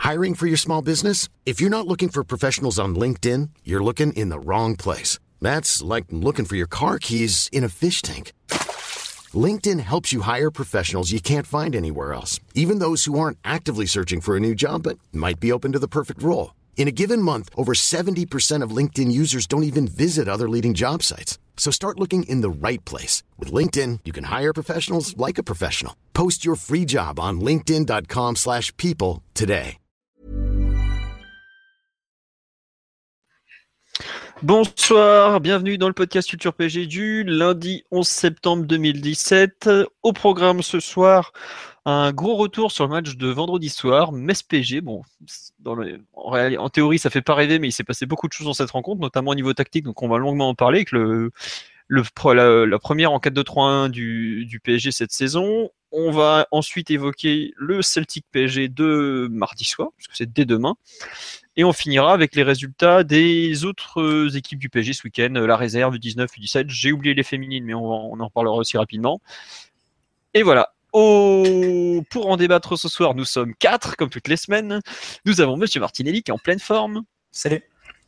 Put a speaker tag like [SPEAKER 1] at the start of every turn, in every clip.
[SPEAKER 1] Hiring for your small business? If you're not looking for professionals on LinkedIn, you're looking in the wrong place. That's like looking for your car keys in a fish tank. LinkedIn helps you hire professionals you can't find anywhere else, even those who aren't actively searching for a new job but might be open to the perfect role. In a given month, over 70% of LinkedIn users don't even visit other leading job sites. So start looking in the right place. With LinkedIn, you can hire professionals like a professional. Post your free job on linkedin.com/people today.
[SPEAKER 2] Bonsoir, bienvenue dans le podcast Culture PG du lundi 11 septembre 2017. Au programme ce soir, un gros retour sur le match de vendredi soir, Metz-PG. Bon, en théorie, ça fait pas rêver, mais il s'est passé beaucoup de choses dans cette rencontre, notamment au niveau tactique, donc on va longuement en parler, avec la première en 4-2-3-1 du PSG cette saison. On va ensuite évoquer le Celtic PSG de mardi soir, puisque c'est dès demain. Et on finira avec les résultats des autres équipes du PSG ce week-end, la réserve, U19, U17. J'ai oublié les féminines, mais on en parlera aussi rapidement. Et voilà. Pour en débattre ce soir, nous sommes 4, comme toutes les semaines. Nous avons Monsieur Martinelli qui est en pleine forme.
[SPEAKER 3] Salut.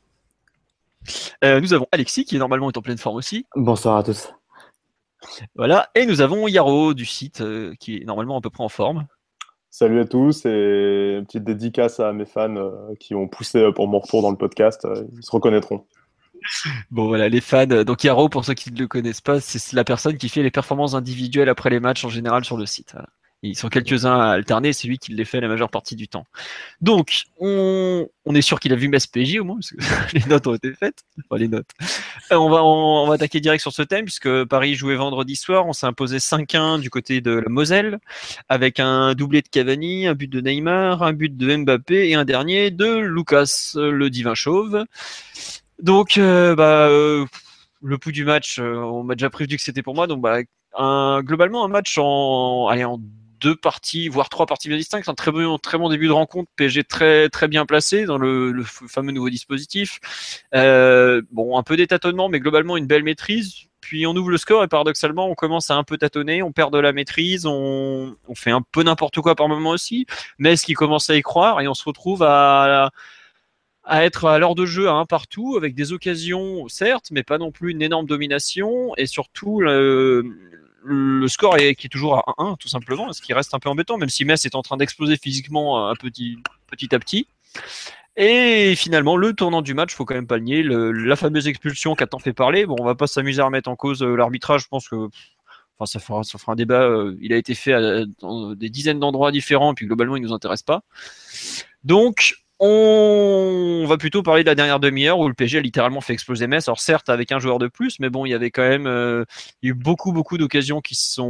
[SPEAKER 2] Nous avons Alexis qui normalement est en pleine forme aussi.
[SPEAKER 3] Bonsoir à tous.
[SPEAKER 2] Voilà. Et nous avons Yaro du site qui est normalement à peu près en forme.
[SPEAKER 4] Salut à tous et une petite dédicace à mes fans qui ont poussé pour mon retour dans le podcast. Ils se reconnaîtront.
[SPEAKER 2] Bon voilà, les fans. Donc Yaro, pour ceux qui ne le connaissent pas, c'est la personne qui fait les performances individuelles après les matchs en général sur le site. Ils sont quelques-uns à alterner, c'est lui qui les fait la majeure partie du temps. Donc, on est sûr qu'il a vu Metz-PJ au moins, parce que les notes ont été faites. Enfin, les notes. On va attaquer direct sur ce thème, puisque Paris jouait vendredi soir. On s'est imposé 5-1 du côté de la Moselle, avec un doublé de Cavani, un but de Neymar, un but de Mbappé et un dernier de Lucas, le divin chauve. Donc, le pouls du match, on m'a déjà prévenu que c'était pour moi. Donc, globalement, un match en 2 parties, voire 3 parties bien distinctes. Un très bon début de rencontre. PSG très, très bien placé dans le fameux nouveau dispositif. Un peu des tâtonnements, mais globalement une belle maîtrise. Puis on ouvre le score et paradoxalement, on commence à un peu tâtonner. On perd de la maîtrise. On fait un peu n'importe quoi par moment aussi. Mais ce qui commence à y croire et on se retrouve à être à l'heure de jeu à un partout, avec des occasions, certes, mais pas non plus une énorme domination, et surtout le score qui est toujours à 1-1, tout simplement, ce qui reste un peu embêtant, même si Metz est en train d'exploser physiquement petit à petit. Et finalement, le tournant du match, faut quand même pas le nier, la fameuse expulsion qui a tant fait parler. Bon, on va pas s'amuser à remettre en cause l'arbitrage, je pense que ça fera un débat. Il a été fait dans des dizaines d'endroits différents, et puis globalement, il nous intéresse pas. Donc, on va plutôt parler de la dernière demi-heure où le PSG a littéralement fait exploser Metz. Alors certes avec un joueur de plus, mais bon, il y avait quand même il y a eu beaucoup d'occasions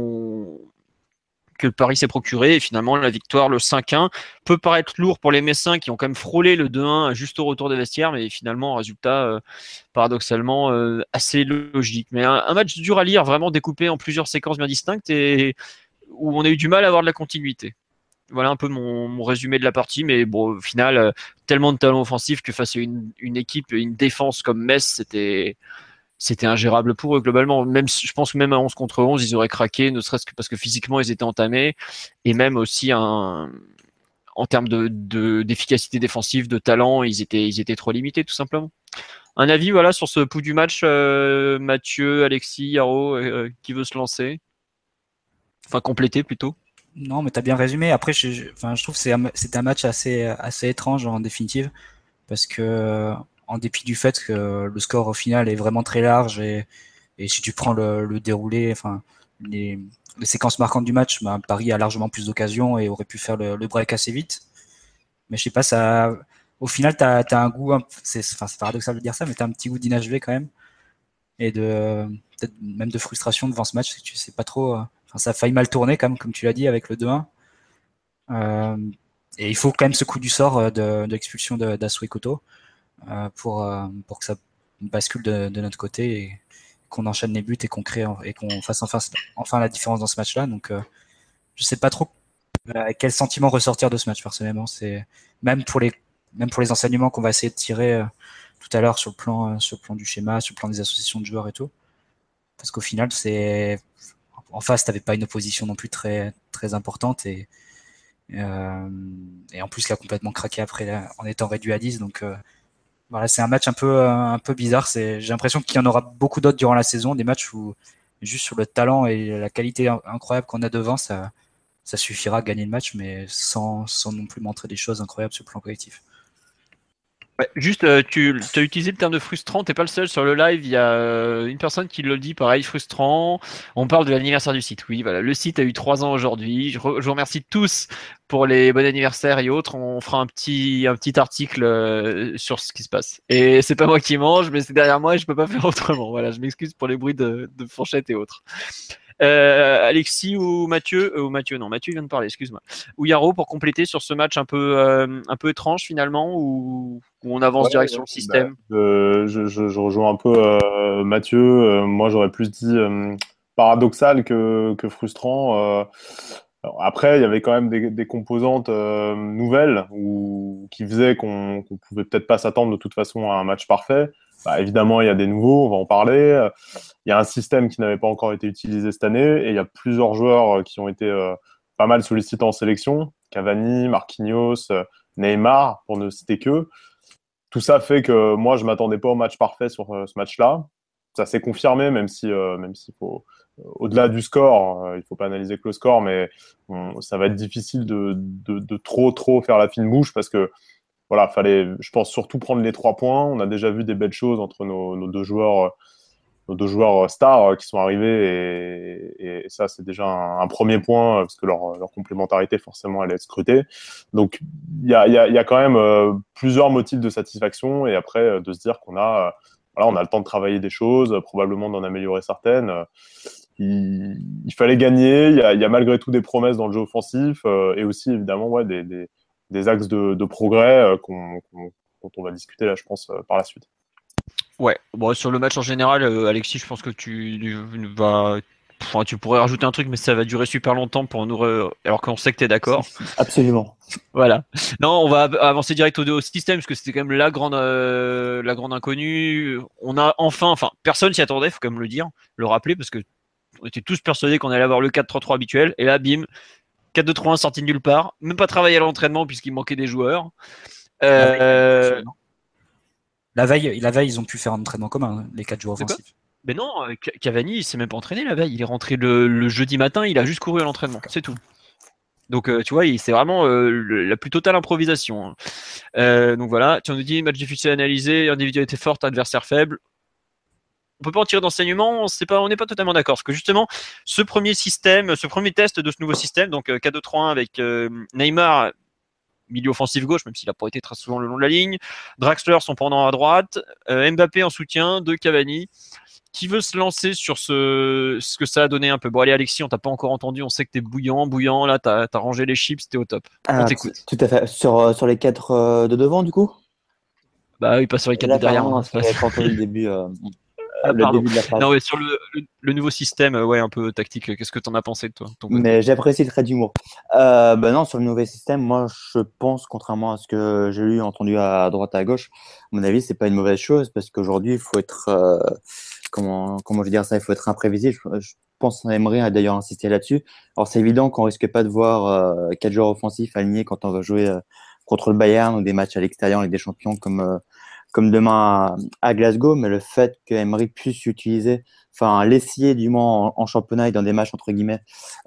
[SPEAKER 2] que Paris s'est procuré, et finalement la victoire, le 5-1, peut paraître lourd pour les Messins qui ont quand même frôlé le 2-1 juste au retour des vestiaires, mais finalement résultat paradoxalement assez logique. Mais un match dur à lire, vraiment découpé en plusieurs séquences bien distinctes et où on a eu du mal à avoir de la continuité. Voilà un peu mon résumé de la partie, mais bon, au final, tellement de talent offensif que face à une équipe et une défense comme Metz, c'était ingérable pour eux globalement. Même, je pense que même à 11 contre 11, ils auraient craqué, ne serait-ce que parce que physiquement, ils étaient entamés, et même aussi en termes d'efficacité défensive, de talent, ils étaient trop limités, tout simplement. Un avis voilà, sur ce pouls du match, Mathieu, Alexis, Yaro, qui veut se lancer? Enfin, compléter plutôt.
[SPEAKER 3] Non, mais t'as bien résumé. Après, je trouve que c'était un match assez étrange en définitive, parce que en dépit du fait que le score au final est vraiment très large et si tu prends le déroulé, enfin les séquences marquantes du match, Paris a largement plus d'occasions et aurait pu faire le break assez vite. Mais je sais pas, ça, au final, t'as un goût, c'est paradoxal de dire ça, mais t'as un petit goût d'inachevé quand même et peut-être même de frustration devant ce match, tu sais pas trop. Ça a failli mal tourner, comme tu l'as dit, avec le 2-1. Et il faut quand même ce coup du sort de l'expulsion d'Asue Koto pour que ça bascule de notre côté et qu'on enchaîne les buts et qu'on crée et qu'on fasse enfin la différence dans ce match-là. Donc, je sais pas trop quel sentiment ressortir de ce match personnellement. C'est même pour les enseignements qu'on va essayer de tirer tout à l'heure sur le plan du schéma, sur le plan des associations de joueurs et tout. Parce qu'au final, en face, t'avais pas une opposition non plus très, très importante et Et en plus, il a complètement craqué après en étant réduit à 10. Donc voilà, c'est un match un peu bizarre. J'ai l'impression qu'il y en aura beaucoup d'autres durant la saison, des matchs où juste sur le talent et la qualité incroyable qu'on a devant, ça suffira à gagner le match, mais sans non plus montrer des choses incroyables sur le plan collectif.
[SPEAKER 2] Ouais, juste, tu as utilisé le terme de frustrant, t'es pas le seul sur le live, il y a une personne qui le dit, pareil, frustrant. On parle de l'anniversaire du site. Oui, voilà, le site a eu 3 ans aujourd'hui. Je vous remercie tous pour les bons anniversaires et autres. On fera un petit article sur ce qui se passe. Et c'est pas moi qui mange, mais c'est derrière moi et je peux pas faire autrement. Voilà, je m'excuse pour les bruits de fourchette et autres. Alexis ou Mathieu, non, Mathieu vient de parler, excuse-moi. Ou Yaro pour compléter sur ce match un peu étrange finalement, où on avance direction le système.
[SPEAKER 4] Je rejoins un peu Mathieu. Moi, j'aurais plus dit paradoxal que frustrant. Alors après, il y avait quand même des composantes nouvelles qui faisaient qu'on pouvait peut-être pas s'attendre de toute façon à un match parfait. Bah, évidemment, il y a des nouveaux, on va en parler. Il y a un système qui n'avait pas encore été utilisé cette année et il y a plusieurs joueurs qui ont été pas mal sollicités en sélection. Cavani, Marquinhos, Neymar, pour ne citer que. Tout ça fait que moi, je m'attendais pas au match parfait sur ce match-là. Ça s'est confirmé, même s'il faut, au-delà du score, il faut pas analyser que le score, mais ça va être difficile de trop faire la fine bouche parce que voilà, fallait, je pense, surtout prendre les 3 points. On a déjà vu des belles choses entre nos deux joueurs stars qui sont arrivés et ça, c'est déjà un premier point parce que leur complémentarité, forcément, elle est scrutée. Donc, il y a quand même plusieurs motifs de satisfaction et après, de se dire qu'on a, voilà, on a le temps de travailler des choses, probablement d'en améliorer certaines. Il fallait gagner. Il y a malgré tout des promesses dans le jeu offensif et aussi, évidemment, ouais, des axes de progrès dont on va discuter là, je pense, par la suite.
[SPEAKER 2] Ouais, bon, sur le match en général, Alexis, je pense que tu pourrais rajouter un truc, mais ça va durer super longtemps pour alors qu'on sait que tu es d'accord.
[SPEAKER 5] Absolument.
[SPEAKER 2] Voilà. Non, on va avancer direct au système parce que c'était quand même la grande inconnue. On a enfin, personne s'y attendait, faut quand même le dire, le rappeler parce que on était tous persuadés qu'on allait avoir le 4-3-3 habituel et là, bim, 4-2-3-1 sorti de nulle part, même pas travaillé à l'entraînement puisqu'il manquait des joueurs.
[SPEAKER 3] La veille, ils ont pu faire un entraînement commun, les 4 joueurs offensifs.
[SPEAKER 2] Mais non, Cavani, il s'est même pas entraîné la veille. Il est rentré le jeudi matin, il a juste couru à l'entraînement, c'est tout. Donc, tu vois, c'est vraiment la plus totale improvisation. Donc voilà, tu nous dis match difficile à analyser, individualité forte, adversaire faible. On peut pas en tirer d'enseignement, on n'est pas totalement d'accord. Parce que justement, ce premier test de ce nouveau système, donc 4-2-3-1 avec Neymar, milieu offensif gauche, même s'il n'a pas été très souvent le long de la ligne. Draxler, son pendant à droite. Mbappé en soutien de Cavani. Qui veut se lancer sur ce que ça a donné un peu? Bon, allez, Alexis, on t'a pas encore entendu. On sait que t'es bouillant. Là, t'as rangé les chips, t'es au top. On t'écoute.
[SPEAKER 5] Tout à fait. Sur les 4 de devant, du coup?
[SPEAKER 2] Bah oui, pas sur les 4 de derrière.
[SPEAKER 5] Pardon, j'avais pas entendu le début. Début de la phrase.
[SPEAKER 2] Non, mais sur le nouveau système, ouais, un peu tactique, qu'est-ce que t'en as pensé de toi?
[SPEAKER 5] Mais j'apprécie le trait d'humour. Non, sur le nouveau système, moi, je pense, contrairement à ce que j'ai lu, entendu à droite, à gauche, à mon avis, c'est pas une mauvaise chose parce qu'aujourd'hui, il faut être, comment je veux dire ça, il faut être imprévisible. Je pense qu'Emery a d'ailleurs insisté là-dessus. Alors, c'est évident qu'on risque pas de voir 4 joueurs offensifs alignés quand on va jouer contre le Bayern ou des matchs à l'extérieur avec des champions comme demain à Glasgow, mais le fait que Emery puisse utiliser, l'essayer du moins en championnat et dans des matchs entre guillemets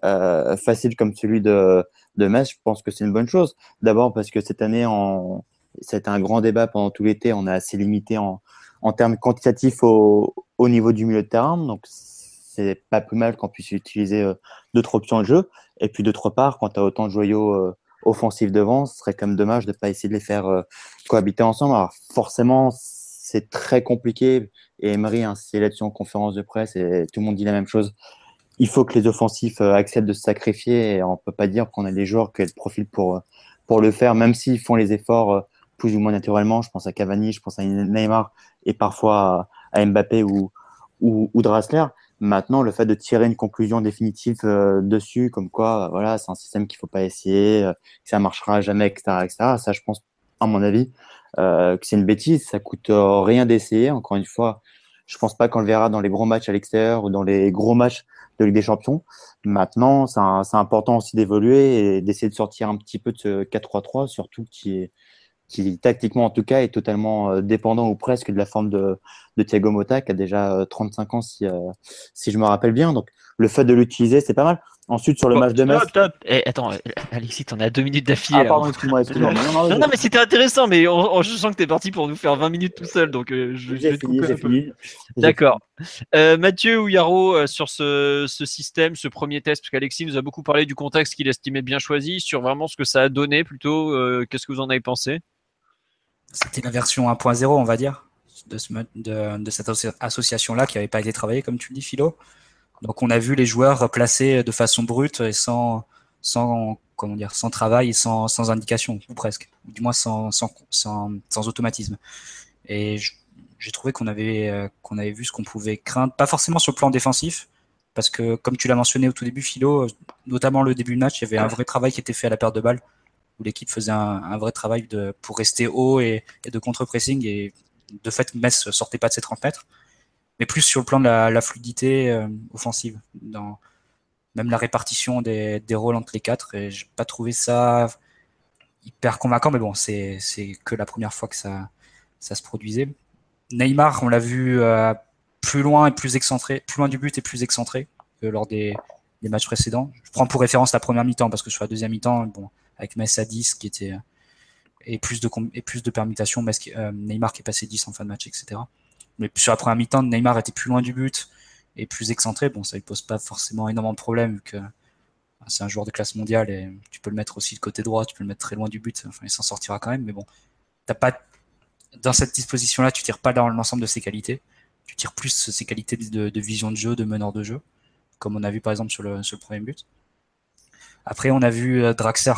[SPEAKER 5] faciles comme celui de Metz, je pense que c'est une bonne chose. D'abord parce que cette année, c'était un grand débat pendant tout l'été, on est assez limité en termes quantitatifs au niveau du milieu de terrain, donc c'est pas plus mal qu'on puisse utiliser d'autres options de jeu. Et puis d'autre part, quand tu as autant de joyaux offensifs devant, ce serait quand même dommage de ne pas essayer de les faire cohabiter ensemble. Alors forcément, c'est très compliqué et Emery a insisté là-dessus en conférence de presse et tout le monde dit la même chose. Il faut que les offensifs acceptent de se sacrifier et on ne peut pas dire qu'on a des joueurs qui ont le profil pour le faire, même s'ils font les efforts plus ou moins naturellement. Je pense à Cavani, je pense à Neymar et parfois à Mbappé ou Draxler. Maintenant, le fait de tirer une conclusion définitive dessus, comme quoi, voilà, c'est un système qu'il faut pas essayer, que ça marchera jamais, etc., etc. Ça, je pense, à mon avis, que c'est une bêtise. Ça coûte rien d'essayer. Encore une fois, je pense pas qu'on le verra dans les gros matchs à l'extérieur ou dans les gros matchs de Ligue des Champions. Maintenant, c'est important aussi d'évoluer et d'essayer de sortir un petit peu de ce 4-3-3, surtout qui tactiquement en tout cas est totalement dépendant ou presque de la forme de Thiago Motta qui a déjà 35 ans si je me rappelle bien. Donc le fait de l'utiliser, c'est pas mal. Ensuite sur le match de Metz.
[SPEAKER 2] Stop. Attends, Alexis, t'en as 2 minutes d'affilée.
[SPEAKER 5] Ah pardon, excuse-moi.
[SPEAKER 2] Non, mais c'était intéressant, mais je sens que t'es parti pour nous faire 20 minutes tout seul, donc
[SPEAKER 5] j'ai fini.
[SPEAKER 2] D'accord. Mathieu ou Yaro, sur ce système, ce premier test, parce qu'Alexis nous a beaucoup parlé du contexte qu'il estimait bien choisi, sur vraiment ce que ça a donné plutôt, qu'est-ce que vous en avez pensé?
[SPEAKER 3] C'était la version 1.0, on va dire, de cette association-là qui n'avait pas été travaillée, comme tu le dis, Philo. Donc, on a vu les joueurs placés de façon brute et sans travail et sans indication, ou presque, ou du moins sans automatisme. Et j'ai trouvé qu'on avait vu ce qu'on pouvait craindre, pas forcément sur le plan défensif, parce que, comme tu l'as mentionné au tout début, Philo, notamment le début de match, il y avait un vrai travail qui était fait à la perte de balles, où l'équipe faisait un vrai travail pour rester haut et de contre-pressing, et de fait, Metz sortait pas de ses 30 mètres, mais plus sur le plan de la fluidité offensive, dans même la répartition des rôles entre les quatre, et j'ai pas trouvé ça hyper convaincant, mais bon, c'est que la première fois que ça se produisait. Neymar, on l'a vu plus loin du but et plus excentré que lors des matchs précédents. Je prends pour référence la première mi-temps, parce que sur la deuxième mi-temps, bon, avec Metz à 10 qui était et plus de permutations, Neymar qui est passé 10 en fin de match, etc. Mais sur la première mi-temps, Neymar était plus loin du but et plus excentré. Bon, ça lui pose pas forcément énormément de problèmes, vu que c'est un joueur de classe mondiale et tu peux le mettre aussi de côté droit, tu peux le mettre très loin du but, enfin il s'en sortira quand même, mais bon, t'as pas dans cette disposition-là, tu tires pas dans l'ensemble de ses qualités, tu tires plus ses qualités de vision de jeu, de meneur de jeu, comme on a vu par exemple sur le premier but. Après, on a vu Draxler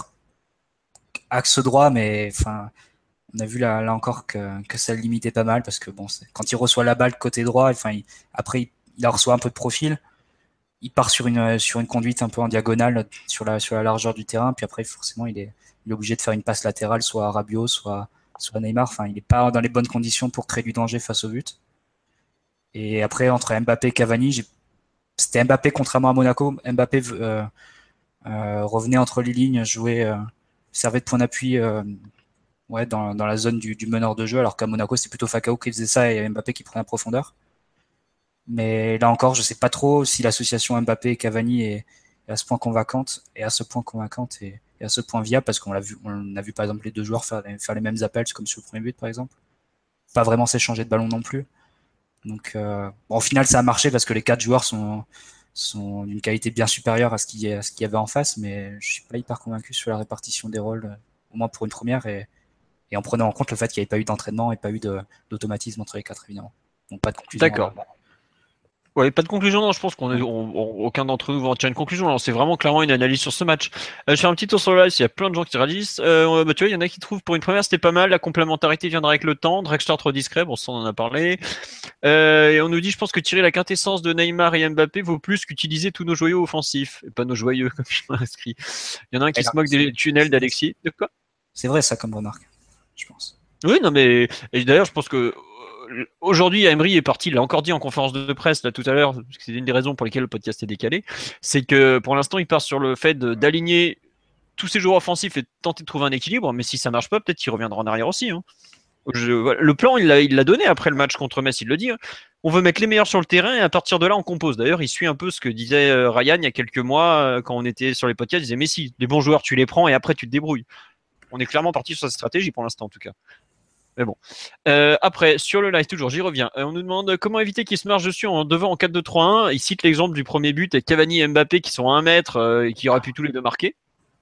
[SPEAKER 3] axe droit, mais enfin, on a vu là encore que ça le limitait pas mal, parce que bon, quand il reçoit la balle côté droit, enfin, après il la reçoit un peu de profil, il part sur une conduite un peu en diagonale sur la largeur du terrain, puis après forcément il est obligé de faire une passe latérale, soit à Rabiot, soit Neymar. Enfin, il est pas dans les bonnes conditions pour créer du danger face au but. Et après, entre Mbappé et Cavani, c'était Mbappé, contrairement à Monaco. Mbappé revenait entre les lignes, servait de point d'appui dans la zone du meneur de jeu, alors qu'à Monaco, c'est plutôt Fakao qui faisait ça et Mbappé qui prenait la profondeur. Mais là encore, je sais pas trop si l'association Mbappé et Cavani est à ce point convaincante et à ce point viable, parce on a vu par exemple les deux joueurs faire les mêmes appels, comme sur le premier but par exemple. Pas vraiment s'échanger de ballon non plus. Donc au final, ça a marché parce que les quatre joueurs sont d'une qualité bien supérieure à ce qu'il y avait en face, mais je suis pas hyper convaincu sur la répartition des rôles, au moins pour une première, et en prenant en compte le fait qu'il n'y avait pas eu d'entraînement et pas eu d'automatisme entre les quatre, évidemment. Donc pas de conclusion.
[SPEAKER 2] D'accord. Ouais, pas de conclusion, non, je pense aucun d'entre nous va en tirer une conclusion. Alors, c'est vraiment clairement une analyse sur ce match. Je fais un petit tour sur le live, il y a plein de gens qui réagissent. Tu vois, il y en a qui trouvent pour une première c'était pas mal, la complémentarité viendra avec le temps. Drexler trop discret, bon, ça on en a parlé. Et on nous dit, je pense que tirer la quintessence de Neymar et Mbappé vaut plus qu'utiliser tous nos joyaux offensifs, et pas nos joyeux, comme je l'ai inscrit. Il y en a un qui se moque des tunnels d'Alexis. De quoi?
[SPEAKER 3] C'est vrai ça comme remarque, je pense.
[SPEAKER 2] Oui, non, mais et d'ailleurs, je pense que aujourd'hui, Emery est parti, il l'a encore dit en conférence de presse là tout à l'heure, parce que c'est une des raisons pour lesquelles le podcast est décalé, c'est que pour l'instant, il part sur le fait d'aligner tous ces joueurs offensifs et tenter de trouver un équilibre, mais si ça marche pas, peut-être qu'il reviendra en arrière aussi. Hein. Le plan, il l'a donné après le match contre Metz, il le dit. Hein. On veut mettre les meilleurs sur le terrain et à partir de là, on compose. D'ailleurs, il suit un peu ce que disait Ryan il y a quelques mois quand on était sur les podcasts. Il disait, mais si, les bons joueurs, tu les prends et après, tu te débrouilles. On est clairement parti sur cette stratégie pour l'instant, en tout cas. Mais bon. Après, sur le live, toujours, j'y reviens. On nous demande comment éviter qu'il se marche dessus en devant en 4-2-3-1. Il cite l'exemple du premier but avec Cavani et Mbappé qui sont à 1 mètre et qui auraient pu tous les deux marquer.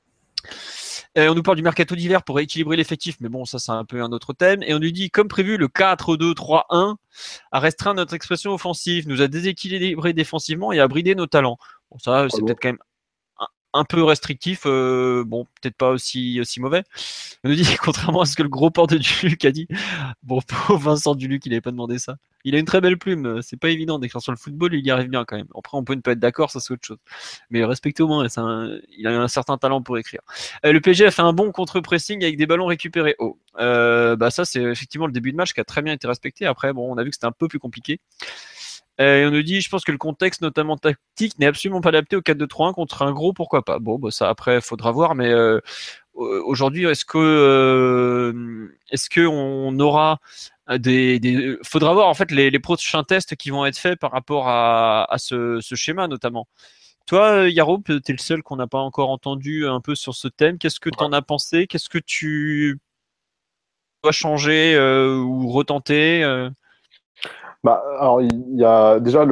[SPEAKER 2] On nous parle du mercato d'hiver pour rééquilibrer l'effectif, mais bon, ça c'est un peu un autre thème. Et on nous dit, comme prévu, le 4-2-3-1 a restreint notre expression offensive, nous a déséquilibré défensivement et a bridé nos talents. Bon, ça, c'est peut-être quand même un peu restrictif, bon, peut-être pas aussi mauvais. On nous dit, contrairement à ce que le gros porc de Duluc a dit, bon, pauvre Vincent Duluc, il n'avait pas demandé ça. Il a une très belle plume, c'est pas évident d'écrire sur le football, il y arrive bien quand même. Après, on peut ne pas être d'accord, ça c'est autre chose. Mais respectez au moins, il a un certain talent pour écrire. Le PSG a fait un bon contre-pressing avec des ballons récupérés haut. Ça, c'est effectivement le début de match qui a très bien été respecté. Après, bon, on a vu que c'était un peu plus compliqué. Et on nous dit, je pense que le contexte, notamment tactique, n'est absolument pas adapté au 4-2-3-1 contre un gros, pourquoi pas. Bon, bah, ça après, faudra voir, mais aujourd'hui, est-ce que on aura faudra voir en fait les prochains tests qui vont être faits par rapport à ce schéma notamment. Toi, Yaro, t'es le seul qu'on n'a pas encore entendu un peu sur ce thème. Qu'est-ce que t'en as pensé? Qu'est-ce que tu dois changer ou retenter
[SPEAKER 4] Bah, alors, il y a déjà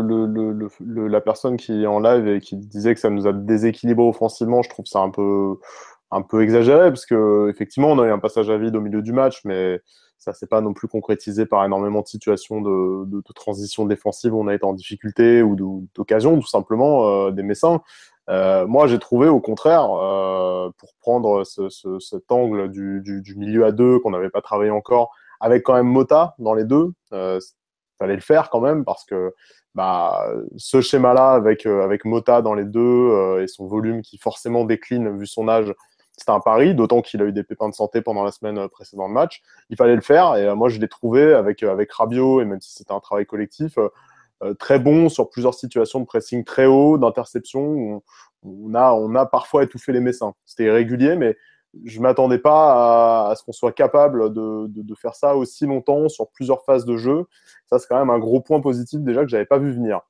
[SPEAKER 4] la personne qui est en live et qui disait que ça nous a déséquilibré offensivement. Je trouve ça un peu exagéré parce que effectivement, on a eu un passage à vide au milieu du match, mais ça s'est pas non plus concrétisé par énormément de situations de transition défensive où on a été en difficulté ou d'occasion, tout simplement, des Messins. Moi, j'ai trouvé au contraire, pour prendre cet angle du milieu à deux qu'on n'avait pas travaillé encore, avec quand même Mota dans les deux, fallait le faire quand même parce que bah, ce schéma-là avec Mota dans les deux et son volume qui forcément décline vu son âge, c'était un pari, d'autant qu'il a eu des pépins de santé pendant la semaine précédant le match. Il fallait le faire et moi je l'ai trouvé avec Rabiot et même si c'était un travail collectif, très bon sur plusieurs situations de pressing très haut, d'interception où on a parfois étouffé les Messins. C'était irrégulier, mais je m'attendais pas à ce qu'on soit capable de faire ça aussi longtemps sur plusieurs phases de jeu. Ça, c'est quand même un gros point positif déjà que j'avais pas vu venir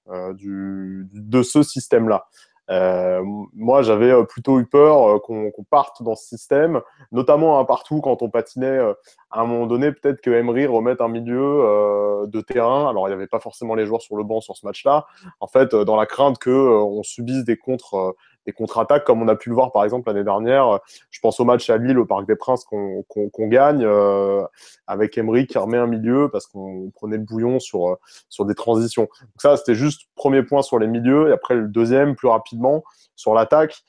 [SPEAKER 4] de ce système-là. Moi, j'avais plutôt eu peur qu'on parte dans ce système, notamment un partout quand on patinait. À un moment donné, peut-être que Emery remette un milieu de terrain. Alors, il n'y avait pas forcément les joueurs sur le banc sur ce match-là. En fait, dans la crainte qu'on subisse des contre-attaques, comme on a pu le voir par exemple l'année dernière. Je pense au match à Lille au Parc des Princes qu'on gagne avec Emery qui remet un milieu parce qu'on prenait le bouillon sur des transitions. Donc ça, c'était juste premier point sur les milieux. Et après, le deuxième, plus rapidement, sur l'attaque.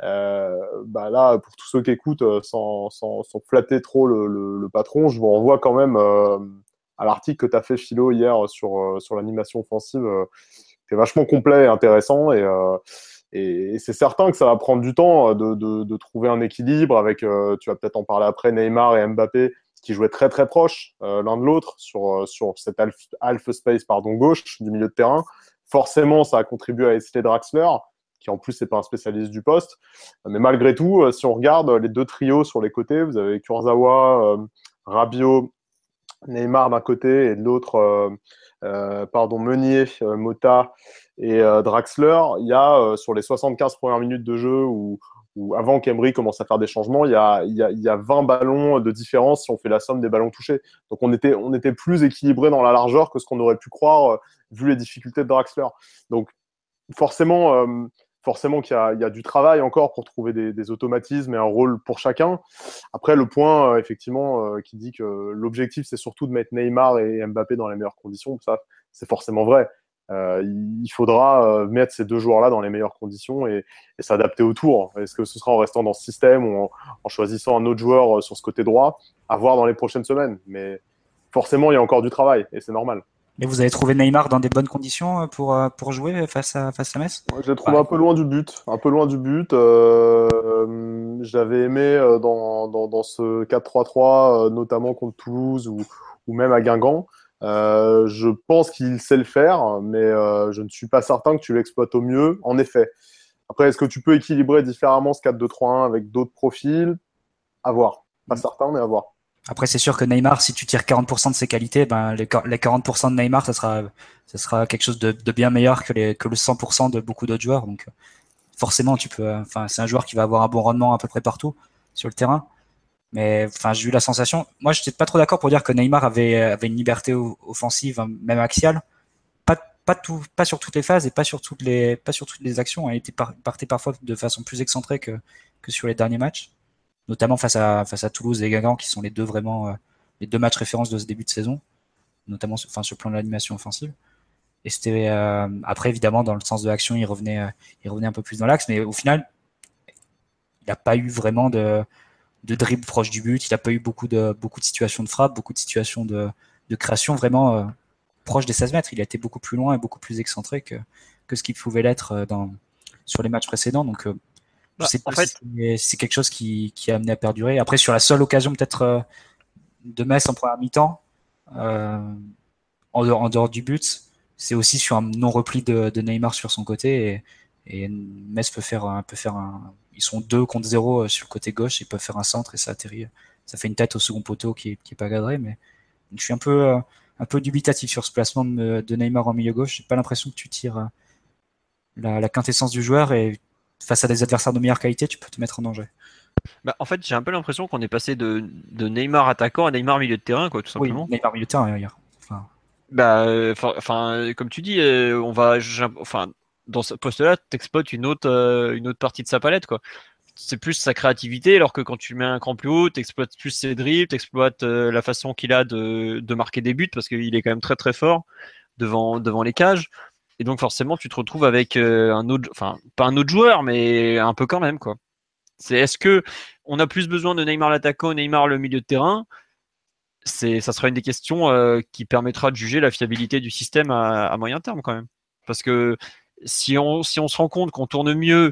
[SPEAKER 4] Bah là, pour tous ceux qui écoutent, sans flatter trop le patron, je vous renvoie quand même à l'article que tu as fait, Philo, hier sur l'animation offensive. C'est vachement complet et intéressant. Et c'est certain que ça va prendre du temps de trouver un équilibre avec, tu vas peut-être en parler après, Neymar et Mbappé qui jouaient très très proches l'un de l'autre sur cette half space gauche du milieu de terrain. Forcément, ça a contribué à Wesley Draxler, qui en plus n'est pas un spécialiste du poste. Mais malgré tout, si on regarde les deux trios sur les côtés, vous avez Kurzawa, Rabiot, Neymar d'un côté et de l'autre, Meunier, Mota et Draxler. Il y a sur les 75 premières minutes de jeu où avant qu'Emery commence à faire des changements, il y a 20 ballons de différence si on fait la somme des ballons touchés. Donc on était plus équilibré dans la largeur que ce qu'on aurait pu croire vu les difficultés de Draxler. Donc forcément qu'il y a du travail encore pour trouver des automatismes et un rôle pour chacun. Après, le point, effectivement, qui dit que l'objectif, c'est surtout de mettre Neymar et Mbappé dans les meilleures conditions, ça, c'est forcément vrai. Il faudra mettre ces deux joueurs-là dans les meilleures conditions et s'adapter autour. Est-ce que ce sera en restant dans ce système ou en choisissant un autre joueur sur ce côté droit? À voir dans les prochaines semaines. Mais forcément, il y a encore du travail et c'est normal.
[SPEAKER 3] Mais vous avez trouvé Neymar dans des bonnes conditions pour jouer face à Metz?
[SPEAKER 4] Je l'ai trouvé un peu loin du but. J'avais aimé dans ce 4-3-3, notamment contre Toulouse ou même à Guingamp. Je pense qu'il sait le faire, mais je ne suis pas certain que tu l'exploites au mieux, en effet. Après, est-ce que tu peux équilibrer différemment ce 4-2-3-1 avec d'autres profils? À voir. Pas certain, mais à voir.
[SPEAKER 3] Après, c'est sûr que Neymar, si tu tires 40% de ses qualités, ben, les 40% de Neymar, ça sera quelque chose de bien meilleur que le 100% de beaucoup d'autres joueurs. Donc, forcément, c'est un joueur qui va avoir un bon rendement à peu près partout sur le terrain. Mais, j'ai eu la sensation, moi, j'étais pas trop d'accord pour dire que Neymar avait une liberté offensive, même axiale. Pas sur toutes les phases et pas sur toutes les actions. Il partait parfois de façon plus excentrée que sur les derniers matchs, notamment face à Toulouse et Guingamp, qui sont les deux matchs références de ce début de saison, notamment sur le plan de l'animation offensive. Et c'était après, évidemment, dans le sens de l'action, il revenait un peu plus dans l'axe, mais au final, il n'a pas eu vraiment de dribble proche du but, il n'a pas eu beaucoup de situations de frappe, beaucoup de situations de création vraiment proche des 16 mètres. Il a été beaucoup plus loin et beaucoup plus excentré que ce qu'il pouvait l'être sur les matchs précédents. Donc, je sais pas si c'est quelque chose qui a amené à perdurer. Après, sur la seule occasion peut-être de Metz en première mi-temps, en dehors du but, c'est aussi sur un non-repli de Neymar sur son côté et Metz peut faire un, ils sont 2 contre 0 sur le côté gauche, ils peuvent faire un centre et ça atterrit, ça fait une tête au second poteau qui est pas cadré, mais je suis un peu dubitatif sur ce placement de Neymar en milieu gauche. J'ai pas l'impression que tu tires la quintessence du joueur et face à des adversaires de meilleure qualité, tu peux te mettre en danger.
[SPEAKER 2] Bah, en fait, j'ai un peu l'impression qu'on est passé de Neymar attaquant à Neymar milieu de terrain, quoi, tout simplement.
[SPEAKER 3] Oui, Neymar milieu de terrain hier.
[SPEAKER 2] Bah, comme tu dis, dans ce poste-là, t'exploites une autre partie de sa palette, quoi. C'est plus sa créativité, alors que quand tu mets un cran plus haut, t'exploites plus ses dribbles, t'exploites la façon qu'il a de marquer des buts, parce qu'il est quand même très très fort devant les cages. Et donc forcément, tu te retrouves avec un autre, enfin pas un autre joueur, mais un peu quand même, quoi. Est-ce que on a plus besoin de Neymar l'attaquant, Neymar le milieu de terrain? Ça sera une des questions qui permettra de juger la fiabilité du système à moyen terme quand même. Parce que si on se rend compte qu'on tourne mieux,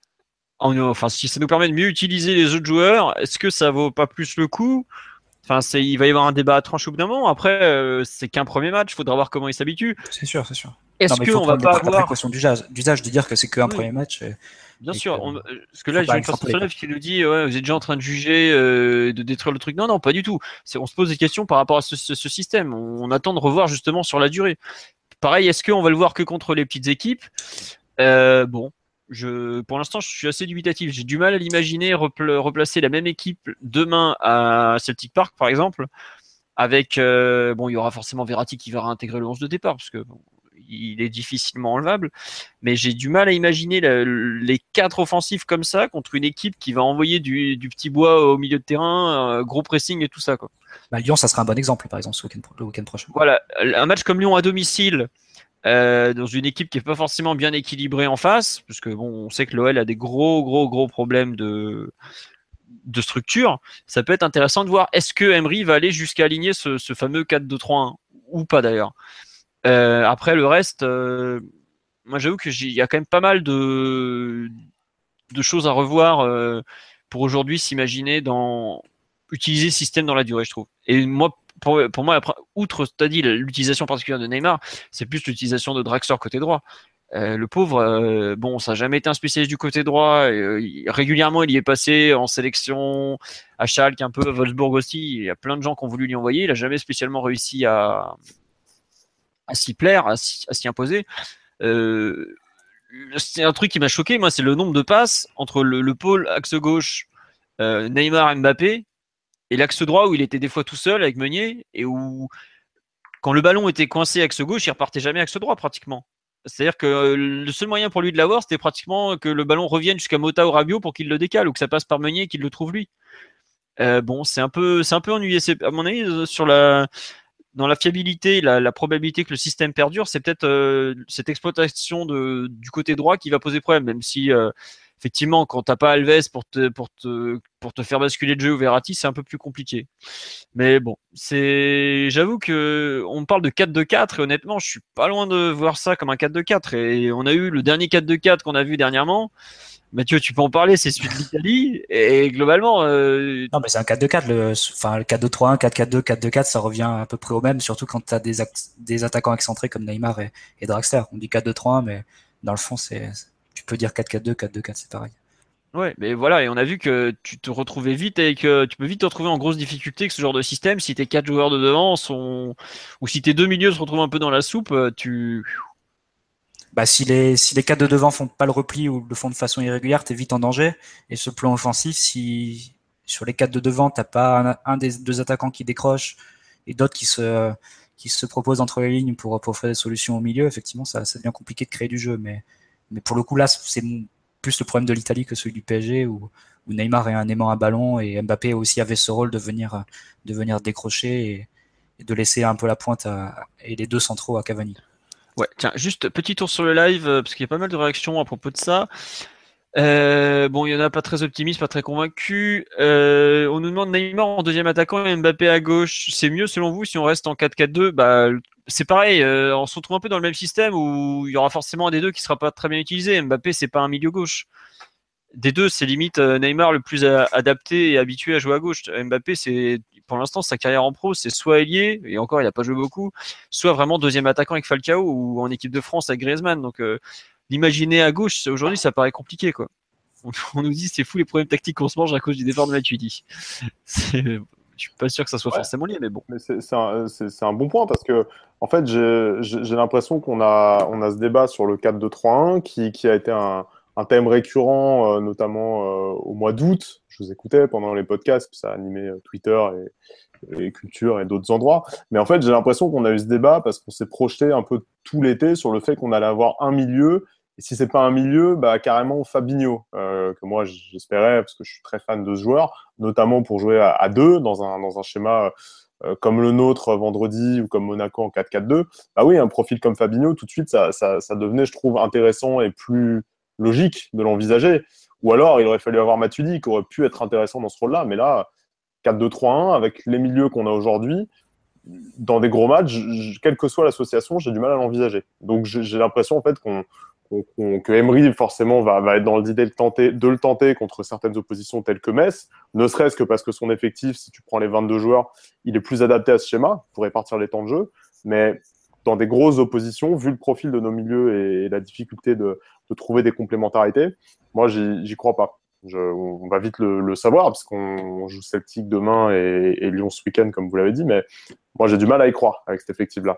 [SPEAKER 2] si ça nous permet de mieux utiliser les autres joueurs, est-ce que ça vaut pas plus le coup? Enfin, il va y avoir un débat à trancher au bout d'un moment. Après, c'est qu'un premier match, il faudra voir comment il s'habitue.
[SPEAKER 3] C'est sûr.
[SPEAKER 2] Est-ce qu'on va pas avoir
[SPEAKER 3] la précaution d'usage de dire que c'est qu'un premier match?
[SPEAKER 2] Bien sûr, parce que là, j'ai une personne qui nous dit ouais, vous êtes déjà en train de juger, de détruire le truc. Non, pas du tout. On se pose des questions par rapport à ce système. On attend de revoir justement sur la durée. Pareil, est-ce qu'on va le voir que contre les petites équipes? Bon, pour l'instant, je suis assez dubitatif. J'ai du mal à l'imaginer replacer la même équipe demain à Celtic Park, par exemple, avec il y aura forcément Verratti qui va réintégrer le 11 de départ, parce que il est difficilement enlevable, mais j'ai du mal à imaginer les 4 offensifs comme ça contre une équipe qui va envoyer du petit bois au milieu de terrain, gros pressing et tout ça, quoi.
[SPEAKER 3] Lyon, ça sera un bon exemple, par exemple, le week-end prochain.
[SPEAKER 2] Voilà, un match comme Lyon à domicile, dans une équipe qui est pas forcément bien équilibrée en face, parce que on sait que l'OL a des gros problèmes de structure. Ça peut être intéressant de voir est-ce que Emery va aller jusqu'à aligner ce fameux 4-2-3-1 ou pas d'ailleurs. Après le reste, moi j'avoue que il y a quand même pas mal de choses à revoir pour aujourd'hui s'imaginer utiliser ce système dans la durée, je trouve. Et moi, pour moi, après, outre, t'as dit l'utilisation particulière de Neymar, c'est plus l'utilisation de Draxler côté droit. Le pauvre, ça n'a jamais été un spécialiste du côté droit. Régulièrement, il y est passé en sélection à Schalke, un peu à Wolfsburg aussi. Il y a plein de gens qui ont voulu lui envoyer. Il n'a jamais spécialement réussi à s'y plaire, à s'y imposer. C'est un truc qui m'a choqué, moi, c'est le nombre de passes entre le pôle axe gauche Neymar Mbappé et l'axe droit où il était des fois tout seul avec Meunier et où quand le ballon était coincé axe gauche, il repartait jamais axe droit pratiquement. C'est-à-dire que le seul moyen pour lui de l'avoir, c'était pratiquement que le ballon revienne jusqu'à Mota ou Rabiot pour qu'il le décale ou que ça passe par Meunier et qu'il le trouve lui. C'est un peu ennuyé. À mon avis, dans la fiabilité, la probabilité que le système perdure, c'est peut-être cette exploitation du côté droit qui va poser problème, même si effectivement, quand t'as pas Alves pour te faire basculer le jeu au Verratti, c'est un peu plus compliqué. Mais bon, j'avoue que on parle de 4-2-4 et honnêtement, je suis pas loin de voir ça comme un 4-2-4 et on a eu le dernier 4-2-4 qu'on a vu dernièrement. Mathieu, tu peux en parler, c'est celui de l'Italie et globalement.
[SPEAKER 3] Non, mais c'est un 4-2-4. Le 4-2-3-1, 4-4-2, 4-2-4, ça revient à peu près au même, surtout quand tu as des attaquants excentrés comme Neymar et Draxler. On dit 4-2-3-1, mais dans le fond, tu peux dire 4-4-2, 4-2-4, c'est pareil.
[SPEAKER 2] Ouais, mais voilà, et on a vu que tu te retrouvais vite tu peux vite te retrouver en grosse difficulté avec ce genre de système si tes 4 joueurs de devant ou si tes 2 milieux se retrouvent un peu dans la soupe,
[SPEAKER 3] si les 4 de devant font pas le repli ou le font de façon irrégulière, t'es vite en danger. Et ce plan offensif, si sur les 4 de devant, t'as pas un des 2 attaquants qui décroche et d'autres qui se proposent entre les lignes pour faire des solutions au milieu, effectivement, ça devient compliqué de créer du jeu. Mais pour le coup, là, c'est plus le problème de l'Italie que celui du PSG où Neymar est un aimant à ballon et Mbappé aussi avait ce rôle de venir décrocher et de laisser un peu la pointe et les 2 centraux à Cavani.
[SPEAKER 2] Ouais, tiens, juste petit tour sur le live, parce qu'il y a pas mal de réactions à propos de ça. Il y en a pas très optimistes, pas très convaincus. On nous demande Neymar en deuxième attaquant et Mbappé à gauche. C'est mieux selon vous si on reste en 4-4-2? C'est pareil, on se retrouve un peu dans le même système où il y aura forcément un des deux qui sera pas très bien utilisé. Mbappé, c'est pas un milieu gauche. des deux, c'est limite Neymar le plus adapté et habitué à jouer à gauche. Mbappé, c'est pour l'instant sa carrière en pro, c'est soit ailier, et encore il n'a pas joué beaucoup, soit vraiment deuxième attaquant avec Falcao ou en équipe de France avec Griezmann. Donc l'imaginer à gauche aujourd'hui, ça paraît compliqué quoi. On nous dit c'est fou les problèmes tactiques qu'on se mange à cause du départ de Matuidi. Je suis pas sûr que ça soit forcément lié, mais bon.
[SPEAKER 4] Mais c'est un bon point parce que en fait j'ai l'impression qu'on a ce débat sur le 4-2-3-1 qui a été un thème récurrent, notamment au mois d'août. Je vous écoutais pendant les podcasts, puis ça a animé Twitter et Culture et d'autres endroits. Mais en fait, j'ai l'impression qu'on a eu ce débat parce qu'on s'est projeté un peu tout l'été sur le fait qu'on allait avoir un milieu. Et si c'est pas un milieu, bah carrément Fabinho, que moi j'espérais parce que je suis très fan de ce joueur, notamment pour jouer à deux dans un schéma comme le nôtre vendredi ou comme Monaco en 4-4-2. Bah oui, un profil comme Fabinho, tout de suite, ça devenait, je trouve, intéressant et plus logique de l'envisager. Ou alors, il aurait fallu avoir Matuidi qui aurait pu être intéressant dans ce rôle-là. Mais là, 4-2-3-1, avec les milieux qu'on a aujourd'hui, dans des gros matchs, quelle que soit l'association, j'ai du mal à l'envisager. Donc, j'ai l'impression en fait que Emery forcément va être dans l'idée de le tenter contre certaines oppositions telles que Metz, ne serait-ce que parce que son effectif, si tu prends les 22 joueurs, il est plus adapté à ce schéma pour répartir les temps de jeu. Mais dans des grosses oppositions, vu le profil de nos milieux et la difficulté de trouver des complémentarités, moi, j'y crois pas. On va vite le savoir, parce qu'on joue Celtic demain et Lyon ce week-end, comme vous l'avez dit, mais moi, j'ai du mal à y croire avec cet effectif-là.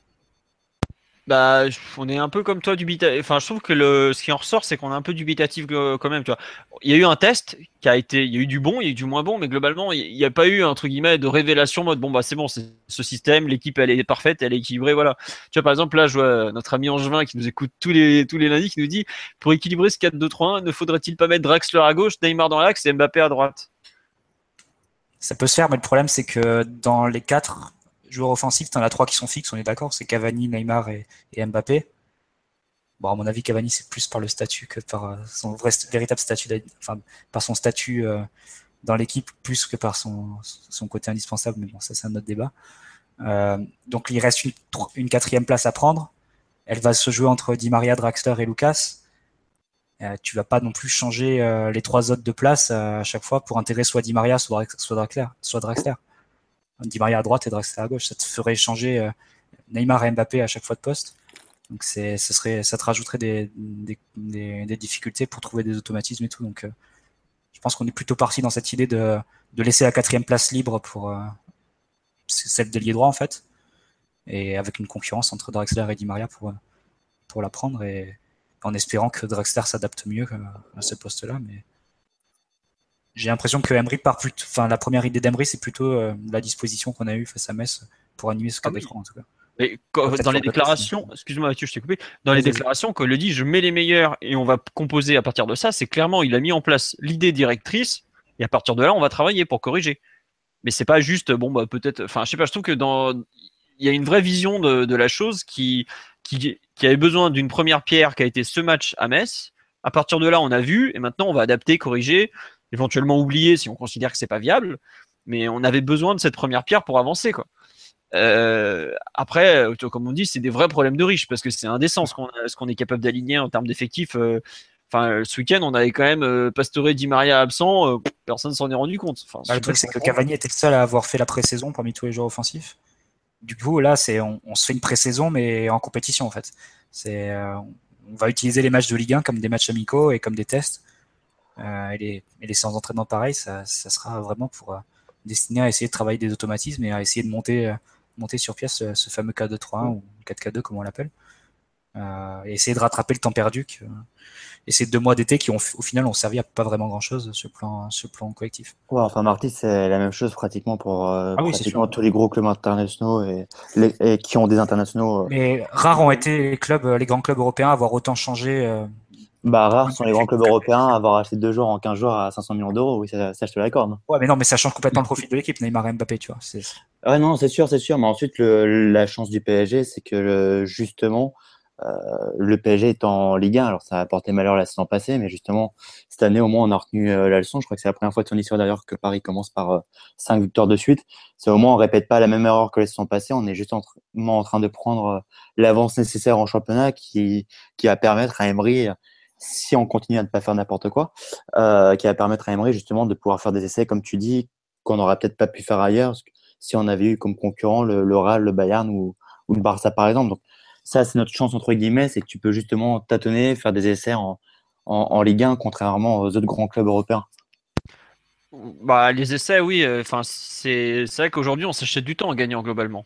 [SPEAKER 2] Bah, on est un peu comme toi dubitatif. Enfin, je trouve que ce qui en ressort, c'est qu'on est un peu dubitatif quand même. Tu vois, il y a eu un test qui a été, il y a eu du bon, il y a eu du moins bon, mais globalement, il n'y a pas eu entre guillemets de révélation mode bon bah c'est bon, c'est ce système, l'équipe elle est parfaite, elle est équilibrée, voilà. Tu vois, par exemple là, je vois notre ami Angevin qui nous écoute tous les lundis qui nous dit pour équilibrer ce 4-2-3-1, ne faudrait-il pas mettre Draxler à gauche, Neymar dans l'axe et Mbappé à droite?
[SPEAKER 3] Ça peut se faire, mais le problème c'est que dans les 4 joueurs offensifs, t'en as 3 qui sont fixes, on est d'accord, c'est Cavani, Neymar et Mbappé. Bon, à mon avis, Cavani, c'est plus par le statut que par son véritable statut, enfin, par son statut dans l'équipe, plus que par son côté indispensable, mais bon, ça, c'est un autre débat. Donc, il reste une 4e place à prendre. Elle va se jouer entre Di Maria, Draxler et Lucas. Tu vas pas non plus changer les 3 autres de place à chaque fois pour intégrer soit Di Maria, soit Draxler. Di Maria à droite et Draxler à gauche. Ça te ferait changer Neymar et Mbappé à chaque fois de poste. Donc ça te rajouterait des difficultés pour trouver des automatismes et tout. Donc je pense qu'on est plutôt parti dans cette idée de laisser la 4e place libre pour celle d'ailier droit en fait, et avec une concurrence entre Draxler et Di Maria pour la prendre, et en espérant que Draxler s'adapte mieux à ce poste-là. Mais j'ai l'impression que Emery la première idée d'Emery, c'est plutôt la disposition qu'on a eue face à Metz pour animer ce 4-2-3 en tout cas.
[SPEAKER 2] Et dans les déclarations, excuse-moi Mathieu, je t'ai coupé, dans les déclarations, quand il le dit je mets les meilleurs et on va composer à partir de ça, c'est clairement, il a mis en place l'idée directrice et à partir de là, on va travailler pour corriger. Mais c'est pas juste, bon, bah peut-être, enfin, je sais pas, je trouve que il y a une vraie vision de la chose qui avait besoin d'une première pierre qui a été ce match à Metz. À partir de là, on a vu et maintenant, on va adapter, corriger, éventuellement oublier si on considère que c'est pas viable. Mais on avait besoin de cette première pierre pour avancer, quoi. Après, comme on dit, c'est des vrais problèmes de riches parce que c'est indécent ce qu'on est capable d'aligner en termes d'effectifs. Enfin, ce week-end, on avait quand même Pastore, Di Maria absent, personne s'en est rendu compte. Enfin,
[SPEAKER 3] le truc, c'est que Cavani était le seul à avoir fait la pré-saison parmi tous les joueurs offensifs. Du coup, là, on se fait une pré-saison, mais en compétition, en fait. On va utiliser les matchs de Ligue 1 comme des matchs amicaux et comme des tests. Et les séances d'entraînement, pareil, ça sera vraiment pour destiné à essayer de travailler des automatismes et à essayer de monter sur pièce ce fameux 4-2-3-1 ou 4-4-2, comme on l'appelle. Et essayer de rattraper le temps perdu. Et ces 2 mois d'été qui, au final, ont servi à pas vraiment grand-chose sur le plan collectif.
[SPEAKER 5] Ouais, enfin, Marty, c'est la même chose pratiquement pour pratiquement
[SPEAKER 3] sûr.
[SPEAKER 5] tous les gros clubs internationaux et qui ont des internationaux.
[SPEAKER 3] Mais rares ont été les grands clubs européens à avoir autant changé.
[SPEAKER 5] Rares sont les grands clubs européens à avoir acheté 2 joueurs en 15 jours à 500 millions d'euros. Oui, ça je te l'accorde.
[SPEAKER 3] Ouais, mais non, mais ça change complètement le profil de l'équipe, Neymar et Mbappé, tu vois.
[SPEAKER 5] Ouais, non, c'est sûr. Mais ensuite, la chance du PSG, c'est que justement, le PSG est en Ligue 1. Alors, ça a porté malheur la saison passée, mais justement, cette année, au moins, on a retenu la leçon. Je crois que c'est la première fois de son histoire d'ailleurs que Paris commence par 5 victoires de suite. C'est au moins, on répète pas la même erreur que la saison passée. On est juste en train de prendre l'avance nécessaire en championnat qui va permettre à Emery si on continue à ne pas faire n'importe quoi, qui va permettre à Emery justement de pouvoir faire des essais, comme tu dis, qu'on n'aurait peut-être pas pu faire ailleurs, si on avait eu comme concurrent le Real, le Bayern ou le Barça par exemple. Donc ça, c'est notre chance entre guillemets, c'est que tu peux justement tâtonner, faire des essais en Ligue 1, contrairement aux autres grands clubs européens.
[SPEAKER 2] Bah, les essais, oui. Enfin, c'est vrai qu'aujourd'hui, on s'achète du temps en gagnant globalement.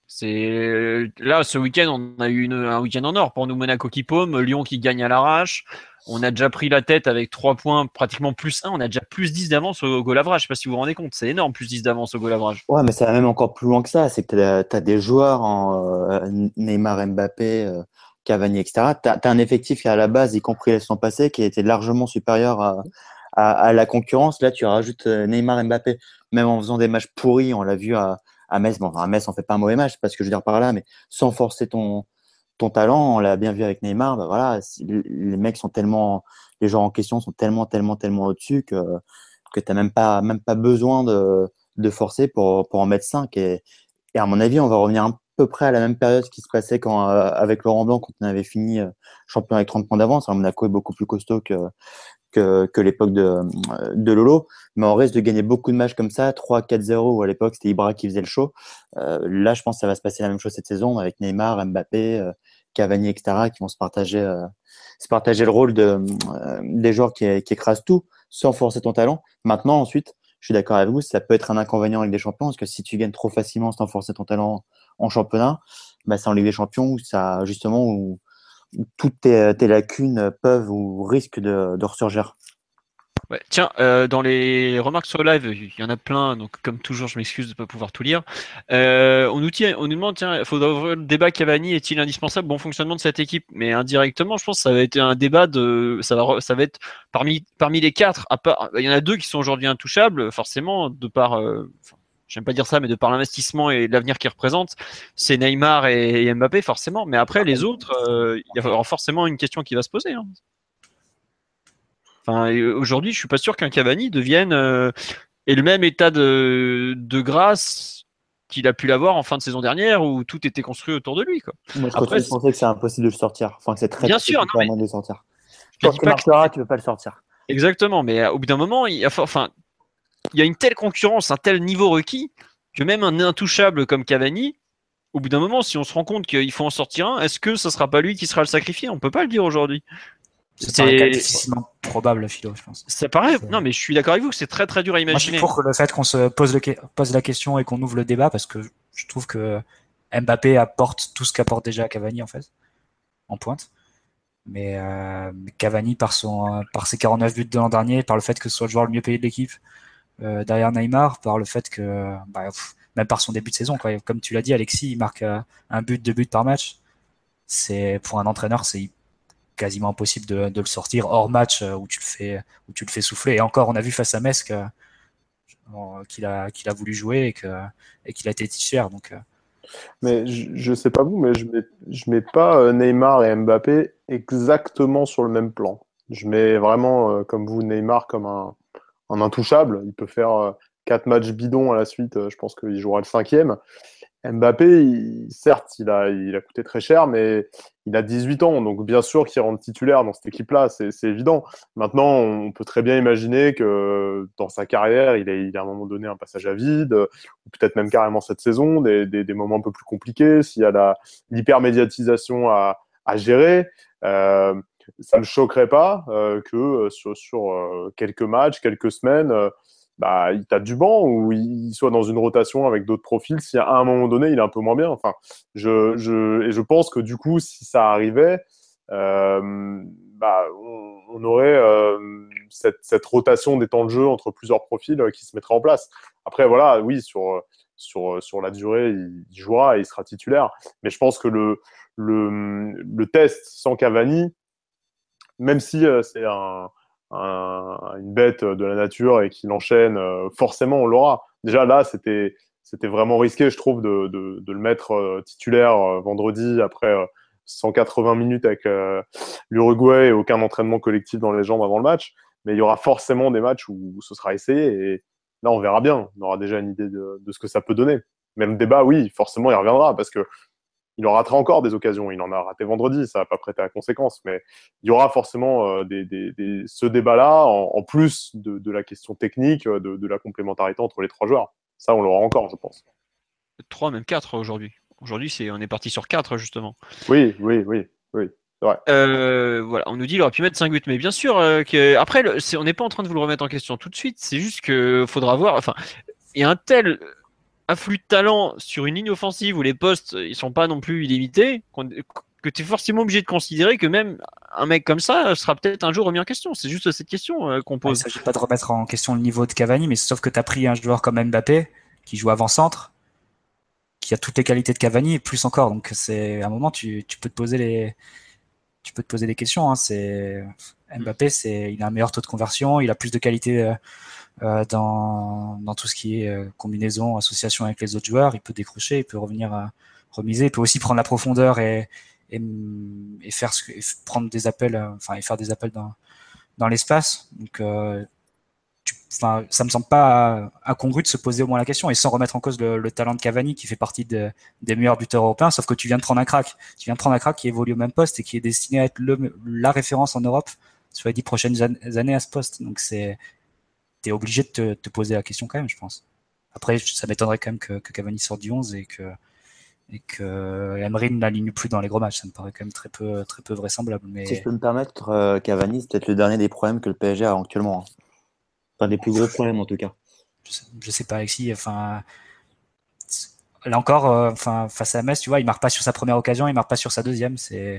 [SPEAKER 2] Là, ce week-end, on a eu un week-end en or. Pour nous, Monaco qui paume, Lyon qui gagne à l'arrache. On a déjà pris la tête avec 3 points, pratiquement plus 1. On a déjà plus 10 d'avance au goal average. Je sais pas si vous vous rendez compte. C'est énorme, plus 10 d'avance au goal average.
[SPEAKER 5] Ouais, mais ça va même encore plus loin que ça. C'est que tu as des joueurs Neymar, Mbappé, Cavani, etc. Tu as un effectif qui, à la base, y compris la saison passée, qui était largement supérieur à la concurrence. Là, tu rajoutes Neymar, Mbappé, même en faisant des matchs pourris. On l'a vu à Metz. Bon, à Metz, on fait pas un mauvais match, c'est pas ce que je veux dire par là, mais sans forcer ton talent, on l'a bien vu avec Neymar. Bah voilà, les mecs sont tellement, les joueurs en question sont tellement au-dessus que tu n'as même pas besoin de forcer pour en mettre 5. Et à mon avis, on va revenir à peu près à la même période qui se passait avec Laurent Blanc, quand on avait fini champion avec 30 points d'avance. Alors, Monaco est beaucoup plus costaud que l'époque de Lolo, mais on risque de gagner beaucoup de matchs comme ça, 3-4-0, où à l'époque c'était Ibra qui faisait le show. Là, je pense que ça va se passer la même chose cette saison avec Neymar, Mbappé, Cavani, etc., qui vont se partager le rôle des joueurs qui écrasent tout sans forcer ton talent. Maintenant, ensuite, je suis d'accord avec vous, ça peut être un inconvénient avec des champions, parce que si tu gagnes trop facilement sans forcer ton talent en championnat, bah, c'est en Ligue des Champions où ça, justement, où toutes tes lacunes peuvent ou risquent de ressurgir.
[SPEAKER 2] Ouais. Tiens, dans les remarques sur le live, il y en a plein, donc comme toujours, je m'excuse de ne pas pouvoir tout lire. On nous demande, tiens, il faudra ouvrir le débat Cavani, est-il indispensable au bon fonctionnement de cette équipe? Mais indirectement, je pense que ça va être un débat ça va être parmi les 4, il y en a 2 qui sont aujourd'hui intouchables, forcément, j'aime pas dire ça, mais de par l'investissement et l'avenir qu'ils représentent, c'est Neymar et Mbappé, forcément. Mais après, les autres, il y aura forcément une question qui va se poser. Hein. Enfin, aujourd'hui, je suis pas sûr qu'un Cavani devienne ait le même état de grâce qu'il a pu l'avoir en fin de saison dernière où tout était construit autour de lui. Quoi.
[SPEAKER 5] Moi, je
[SPEAKER 2] Après,
[SPEAKER 5] continue de penser que c'est impossible de le sortir. Enfin, que c'est très
[SPEAKER 2] bien sûr,
[SPEAKER 5] compliqué à moins de le sortir.
[SPEAKER 2] je te
[SPEAKER 5] Quand
[SPEAKER 2] dis
[SPEAKER 5] tu
[SPEAKER 2] pas que
[SPEAKER 5] marqueras, tu ne peux pas le sortir.
[SPEAKER 2] exactement, mais au bout d'un moment, il y a une telle concurrence, un tel niveau requis que même un intouchable comme Cavani, au bout d'un moment, si on se rend compte qu'il faut en sortir un, est-ce que ce sera pas lui qui sera le sacrifié? On peut pas le dire aujourd'hui.
[SPEAKER 3] Ça paraît quand même difficilement probable, Philo, je pense.
[SPEAKER 2] Ça paraît. Non, mais je suis d'accord avec vous que c'est très très dur à imaginer.
[SPEAKER 3] Moi, je suis pour que le fait qu'on se pose la question et qu'on ouvre le débat, parce que je trouve que Mbappé apporte tout ce qu'apporte déjà Cavani en fait, en pointe. Mais Cavani par ses 49 buts de l'an dernier, par le fait que ce soit le joueur le mieux payé de l'équipe, derrière Neymar, par le fait que même par son début de saison, quoi. Comme tu l'as dit, Alexis, il marque 1 but, 2 buts par match. C'est pour un entraîneur, c'est quasiment impossible de le sortir hors match où tu le fais souffler. Et encore, on a vu face à Metz qu'il a voulu jouer et qu'il a été titulaire. Donc,
[SPEAKER 4] mais je sais pas vous, mais je mets pas Neymar et Mbappé exactement sur le même plan. Je mets vraiment, comme vous, Neymar comme un intouchable. Il peut faire 4 matchs bidons à la suite. Je pense qu'il jouera le 5e. Mbappé, certes, il a coûté très cher, mais il a 18 ans, donc bien sûr qu'il rentre titulaire dans cette équipe-là, c'est évident. Maintenant, on peut très bien imaginer que dans sa carrière, il a à un moment donné un passage à vide, ou peut-être même carrément cette saison, des moments un peu plus compliqués, s'il y a l'hypermédiatisation à gérer. Ça ne me choquerait pas que sur quelques matchs, quelques semaines, il tape du banc ou il soit dans une rotation avec d'autres profils si à un moment donné il est un peu moins bien. Enfin, je pense que du coup, si ça arrivait, on aurait cette rotation des temps de jeu entre plusieurs profils qui se mettrait en place. Après, voilà, oui, sur la durée, il jouera et il sera titulaire. Mais je pense que le test sans Cavani, même si c'est une bête de la nature et qu'il enchaîne, forcément on l'aura. Déjà là, c'était vraiment risqué, je trouve, de le mettre titulaire vendredi après 180 minutes avec l'Uruguay et aucun entraînement collectif dans les jambes avant le match. Mais il y aura forcément des matchs où ce sera essayé et là on verra bien. On aura déjà une idée de ce que ça peut donner. Même débat, oui, forcément il reviendra parce que il en ratera encore des occasions. Il en a raté vendredi, ça va pas prêter à conséquence. Mais il y aura forcément ce débat-là, en plus de la question technique, de la complémentarité entre les 3 joueurs. Ça, on l'aura encore, je pense.
[SPEAKER 2] 3, même 4 aujourd'hui. Aujourd'hui, on est parti sur 4, justement.
[SPEAKER 4] Oui. C'est vrai.
[SPEAKER 2] Voilà, on nous dit qu'il aurait pu mettre 5 buts, mais bien sûr après, on n'est pas en train de vous le remettre en question tout de suite. C'est juste qu'il faudra voir. Enfin, il y a un tel afflux de talent sur une ligne offensive où les postes ils sont pas non plus illimités que tu es forcément obligé de considérer que même un mec comme ça sera peut-être un jour remis en question. C'est juste cette question qu'on pose.
[SPEAKER 3] Il ne s'agit pas de remettre en question le niveau de Cavani, mais sauf que tu as pris un joueur comme Mbappé qui joue avant-centre, qui a toutes les qualités de Cavani et plus encore. Donc c'est à un moment tu peux te poser des questions. Hein. Mbappé, il a un meilleur taux de conversion, il a plus de qualité dans tout ce qui est combinaison, association avec les autres joueurs. Il peut décrocher, il peut revenir remiser, il peut aussi prendre la profondeur et prendre des appels, et faire des appels dans l'espace. Donc ça me semble pas incongru de se poser au moins la question et sans remettre en cause le talent de Cavani qui fait partie des meilleurs buteurs européens, sauf que tu viens de prendre un crack. Tu viens de prendre un crack qui évolue au même poste et qui est destiné à être la référence en Europe sur les 10 prochaines années à ce poste. Donc t'es obligé de te poser la question quand même, je pense. Après, ça m'étonnerait quand même que Cavani sorte du 11 et que Emery ne l'aligne plus dans les gros matchs. Ça me paraît quand même très peu vraisemblable. Mais...
[SPEAKER 5] Si je peux me permettre, Cavani, c'est peut-être le dernier des problèmes que le PSG a actuellement. Enfin, des plus gros problèmes en tout cas.
[SPEAKER 3] Je sais pas, Alexis. Là encore, face à Metz, tu vois, il marque pas sur sa première occasion, il marque pas sur sa deuxième.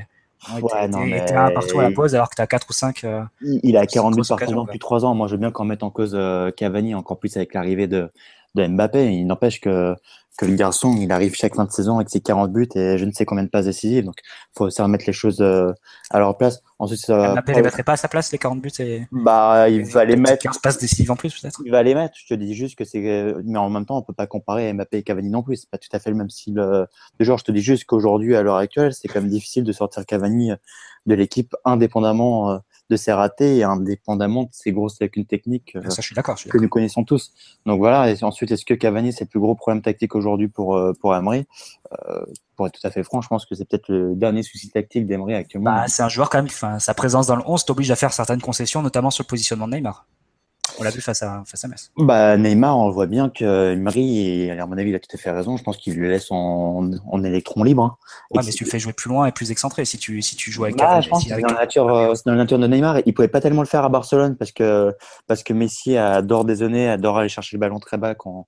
[SPEAKER 3] Il était un partout à la pause alors que tu as 4 ou 5.
[SPEAKER 5] Il a 40 buts par saison depuis 3 ans. Moi, je veux bien qu'on mette en cause Cavani, encore plus avec l'arrivée de Mbappé. Il n'empêche que le garçon, il arrive chaque fin de saison avec ses 40 buts et je ne sais combien de passes décisives. Donc, il faut aussi remettre les choses à leur place. Ensuite,
[SPEAKER 3] Mbappé ne les mettrait pas à sa place, les 40 buts
[SPEAKER 5] il va les mettre.
[SPEAKER 3] 15 passes décisives en plus, peut-être.
[SPEAKER 5] Il va les mettre. Je te dis juste que c'est. Mais en même temps, on peut pas comparer Mbappé et Cavani non plus. C'est pas tout à fait le même style de joueur. Je te dis juste qu'aujourd'hui, à l'heure actuelle, c'est quand même difficile de sortir Cavani de l'équipe indépendamment de ses ratés et indépendamment de ses grosses lacunes techniques
[SPEAKER 3] ça, je suis d'accord.
[SPEAKER 5] que nous connaissons tous. Donc voilà. Et ensuite, est-ce que Cavani c'est le plus gros problème tactique aujourd'hui pour Emery pour être tout à fait franc, je pense que c'est peut-être le dernier souci tactique d'Emery actuellement.
[SPEAKER 3] C'est un joueur quand même. Sa présence dans le 11 t'oblige à faire certaines concessions, notamment sur le positionnement de Neymar. On l'a vu face à Metz.
[SPEAKER 5] Neymar, on voit bien que Emery, à mon avis, il a tout à fait raison. Je pense qu'il le laisse en électron libre. Hein,
[SPEAKER 3] mais si tu le fais jouer plus loin et plus excentré, si tu joues avec
[SPEAKER 5] je pense que c'est dans la nature de Neymar. Il pouvait pas tellement le faire à Barcelone parce que Messi adore dézonner, adore aller chercher le ballon très bas quand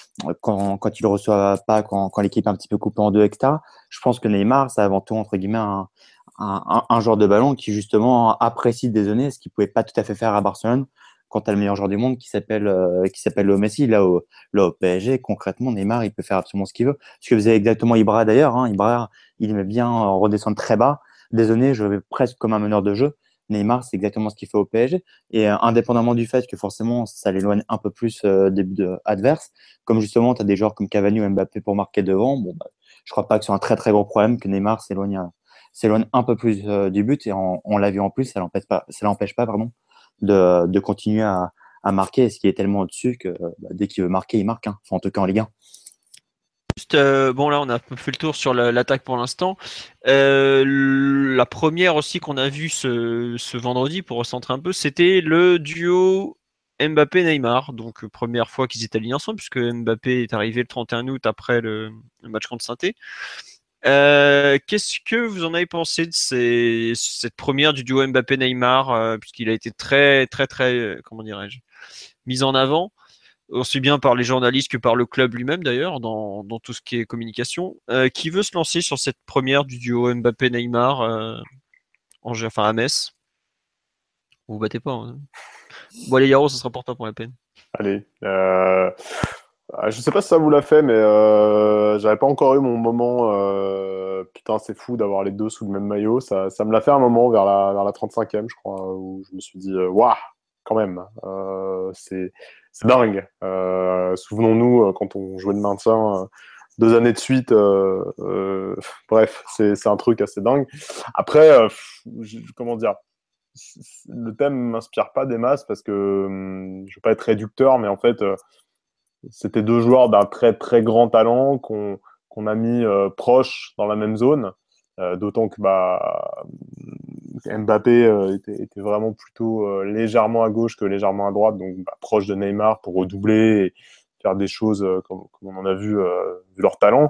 [SPEAKER 5] il reçoit pas, quand l'équipe est un petit peu coupée en deux, etc. Je pense que Neymar, c'est avant tout, entre guillemets, un joueur de ballon qui, justement, apprécie dézonner, ce qu'il pouvait pas tout à fait faire à Barcelone quand tu as le meilleur joueur du monde qui s'appelle Léo Messi. Là, au PSG, concrètement, Neymar, il peut faire absolument ce qu'il veut. Ce que faisait exactement Ibra d'ailleurs. Hein. Ibra, il aimait bien redescendre très bas, dézonner, jouer presque comme un meneur de jeu. Neymar, c'est exactement ce qu'il fait au PSG. Et indépendamment du fait que forcément, ça l'éloigne un peu plus des buts adverses, comme justement, tu as des joueurs comme Cavani ou Mbappé pour marquer devant, je crois pas que c'est un très très gros problème que Neymar s'éloigne un peu plus du but. Et on l'a vu en plus, ça l'empêche pas de continuer à marquer, ce qui est tellement au-dessus que dès qu'il veut marquer, il marque. Hein. Enfin, en tout cas en Ligue 1.
[SPEAKER 2] Juste, là on a fait le tour sur l'attaque pour l'instant. La première aussi qu'on a vue ce vendredi, pour recentrer un peu, c'était le duo Mbappé-Neymar. Donc première fois qu'ils étaient alignés ensemble, puisque Mbappé est arrivé le 31 août après le match contre Saint-Étienne. Qu'est-ce que vous en avez pensé de cette première du duo Mbappé-Neymar, puisqu'il a été très très très comment dirais-je, mis en avant aussi bien par les journalistes que par le club lui-même d'ailleurs, dans tout ce qui est communication. Qui veut se lancer sur cette première du duo Mbappé-Neymar à Metz? Vous battez pas. Hein. Bon, les Yaro, ça sera pour toi pour la peine.
[SPEAKER 4] Allez. Je sais pas si ça vous l'a fait, mais j'avais pas encore eu mon moment. Putain, c'est fou d'avoir les deux sous le même maillot. Ça me l'a fait un moment vers la 35e, je crois, où je me suis dit, waouh, quand même. C'est dingue. Souvenons-nous, quand on jouait de maintien 2 années de suite, bref, c'est un truc assez dingue. Après, comment dire, le thème m'inspire pas des masses parce que je veux pas être réducteur, mais en fait, c'était deux joueurs d'un très très grand talent qui ont qu'on a mis proches dans la même zone. D'autant que Mbappé était vraiment plutôt légèrement à gauche que légèrement à droite, donc proche de Neymar pour redoubler et faire des choses comme on en a vu leur talent.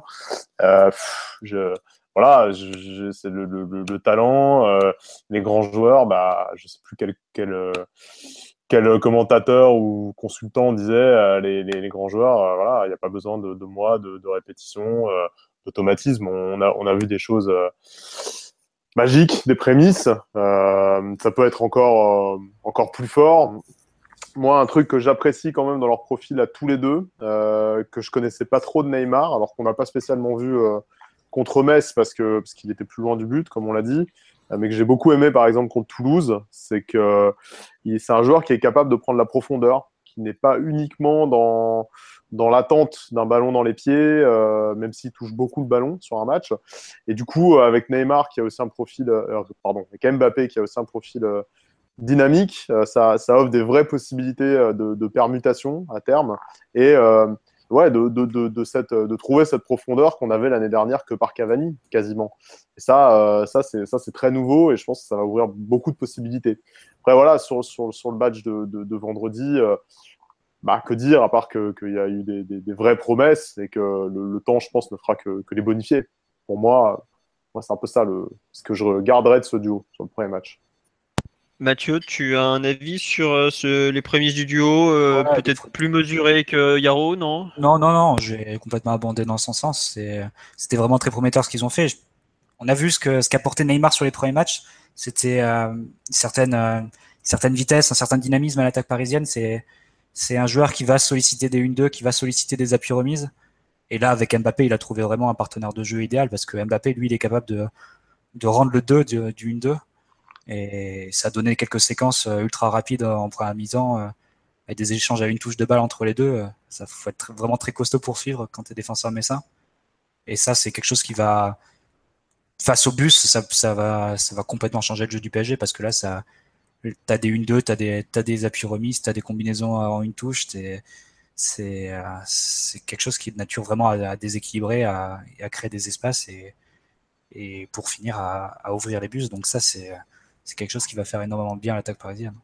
[SPEAKER 4] Voilà, c'est le talent, les grands joueurs, je sais plus quel commentateur ou consultant disait les grands joueurs, voilà, il n'y a pas besoin de mois de répétition, d'automatisme. On a vu des choses magiques, des prémices. Ça peut être encore plus fort. Moi, un truc que j'apprécie quand même dans leur profil à tous les deux, que je connaissais pas trop de Neymar, alors qu'on n'a pas spécialement vu contre Metz parce qu'il était plus loin du but, comme on l'a dit, mais que j'ai beaucoup aimé par exemple contre Toulouse, c'est un joueur qui est capable de prendre la profondeur, qui n'est pas uniquement dans l'attente d'un ballon dans les pieds, même s'il touche beaucoup de ballons sur un match. Et du coup, avec Neymar qui a aussi un profil, avec Mbappé qui a aussi un profil dynamique, ça offre des vraies possibilités de permutation à terme et de trouver cette profondeur qu'on avait l'année dernière que par Cavani quasiment. Et ça c'est très nouveau et je pense que ça va ouvrir beaucoup de possibilités. Après voilà, sur le match de vendredi, que dire à part qu'il y a eu des vraies promesses et que le temps, je pense, ne fera que les bonifier. Pour moi c'est un peu ça ce que je garderais de ce duo sur le premier match.
[SPEAKER 2] Mathieu, tu as un avis sur les prémices du duo, peut-être plus mesuré que Yaro, non?
[SPEAKER 3] Non, j'ai complètement abondé dans son sens. C'était vraiment très prometteur ce qu'ils ont fait. On a vu ce qu'apportait Neymar sur les premiers matchs. C'était une certaine vitesse, un certain dynamisme à l'attaque parisienne. C'est un joueur qui va solliciter des 1-2, qui va solliciter des appuis remises. Et là, avec Mbappé, il a trouvé vraiment un partenaire de jeu idéal parce que Mbappé, lui, il est capable de rendre le 2 du 1-2. Et ça a donné quelques séquences ultra rapides en première mi-temps, avec des échanges à une touche de balle entre les deux. Ça faut être vraiment très costaud pour suivre quand tu es défenseur messin. Et ça, c'est quelque chose qui va, face au bus, ça va complètement changer le jeu du PSG parce que là, t'as des 1-2, t'as des appuis remises, t'as des combinaisons en une touche. C'est quelque chose qui est de nature vraiment à déséquilibrer, et à créer des espaces et pour finir à ouvrir les bus. Donc ça, c'est quelque chose qui va faire énormément de bien à l'attaque parisienne.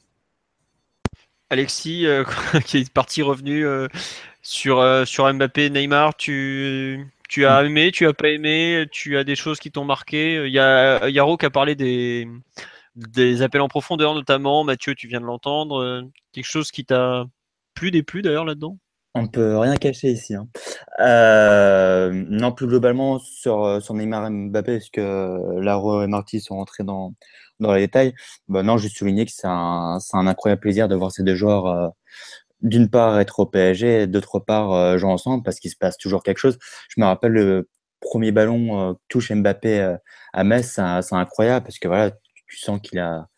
[SPEAKER 2] Alexis, qui est parti revenu sur Mbappé, Neymar, tu as aimé, tu as pas aimé, tu as des choses qui t'ont marqué. Il y a Yaro qui a parlé des appels en profondeur notamment. Mathieu, tu viens de l'entendre. Quelque chose qui t'a déplu d'ailleurs là-dedans?
[SPEAKER 5] On ne peut rien cacher ici, hein. Non, plus globalement sur Neymar et Mbappé, parce que Laro et Marty sont rentrés dans les détails. Non, j'ai souligné que c'est un incroyable plaisir de voir ces deux joueurs, d'une part être au PSG, et d'autre part jouer ensemble, parce qu'il se passe toujours quelque chose. Je me rappelle le premier ballon touche Mbappé à Metz, c'est incroyable, parce que voilà, tu sens qu'il a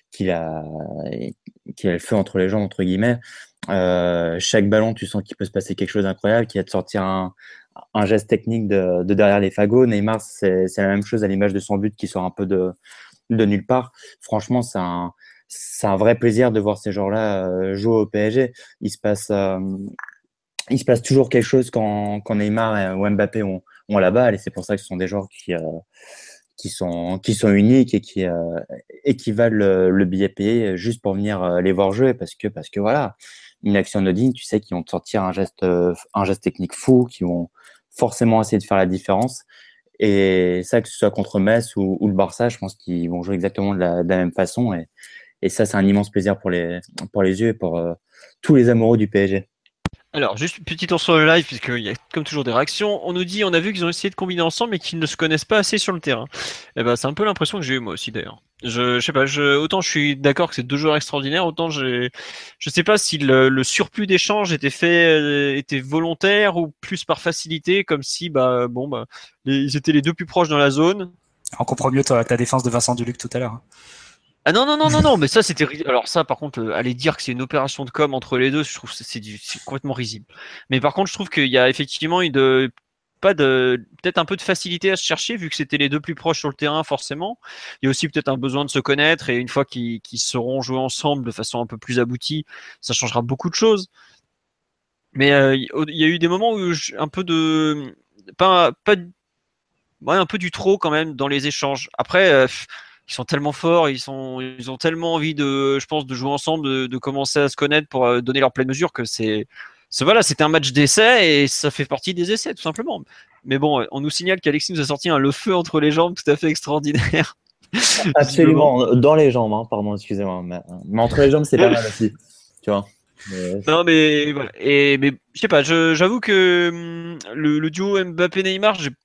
[SPEAKER 5] le feu entre les jambes, entre guillemets. Chaque ballon, tu sens qu'il peut se passer quelque chose d'incroyable, qu'il y a de sortir un geste technique de derrière les fagots. Neymar, c'est la même chose à l'image de son but qui sort un peu de nulle part. Franchement, c'est un vrai plaisir de voir ces joueurs-là jouer au PSG. Il se passe toujours quelque chose quand Neymar ou Mbappé ont la balle, et c'est pour ça que ce sont des joueurs qui sont uniques et qui valent le billet payé juste pour venir les voir jouer, parce que voilà, une action anodine, tu sais qu'ils vont te sortir un geste technique fou, qui vont forcément essayer de faire la différence. Et ça, que ce soit contre Metz ou le Barça, je pense qu'ils vont jouer exactement de la même façon, et ça, c'est un immense plaisir pour les yeux et pour tous les amoureux du PSG.
[SPEAKER 2] Alors, juste une petite tour sur le live, puisqu'il y a comme toujours des réactions. On a vu qu'ils ont essayé de combiner ensemble, mais qu'ils ne se connaissent pas assez sur le terrain. Et ben, c'est un peu l'impression que j'ai eu moi aussi d'ailleurs. Je sais pas, autant je suis d'accord que c'est deux joueurs extraordinaires, autant je sais pas si le surplus d'échange était volontaire ou plus par facilité, comme si ils étaient les deux plus proches dans la zone.
[SPEAKER 3] On comprend mieux ta défense de Vincent Duluc tout à l'heure.
[SPEAKER 2] Ah non, mais ça c'était alors ça par contre aller dire que c'est une opération de com entre les deux, je trouve que c'est complètement risible. Mais par contre, je trouve qu'il y a effectivement peut-être un peu de facilité à se chercher vu que c'était les deux plus proches sur le terrain forcément. Il y a aussi peut-être un besoin de se connaître et une fois qu'ils seront joués ensemble de façon un peu plus aboutie, ça changera beaucoup de choses. Mais il y a eu des moments où un peu ouais, un peu du trop quand même dans les échanges. Après, ils sont tellement forts, ils ont tellement envie je pense, de jouer ensemble, de commencer à se connaître pour donner leur pleine mesure que voilà, c'était un match d'essai et ça fait partie des essais tout simplement. Mais bon, on nous signale qu'Alexis nous a sorti le feu entre les jambes tout à fait extraordinaire.
[SPEAKER 5] Absolument, dans les jambes, hein, pardon, excusez-moi. Mais entre les jambes, c'est pas mal aussi. Tu vois.
[SPEAKER 2] Non mais voilà. Mais je sais pas, j'avoue que le duo Mbappé-Neymar, je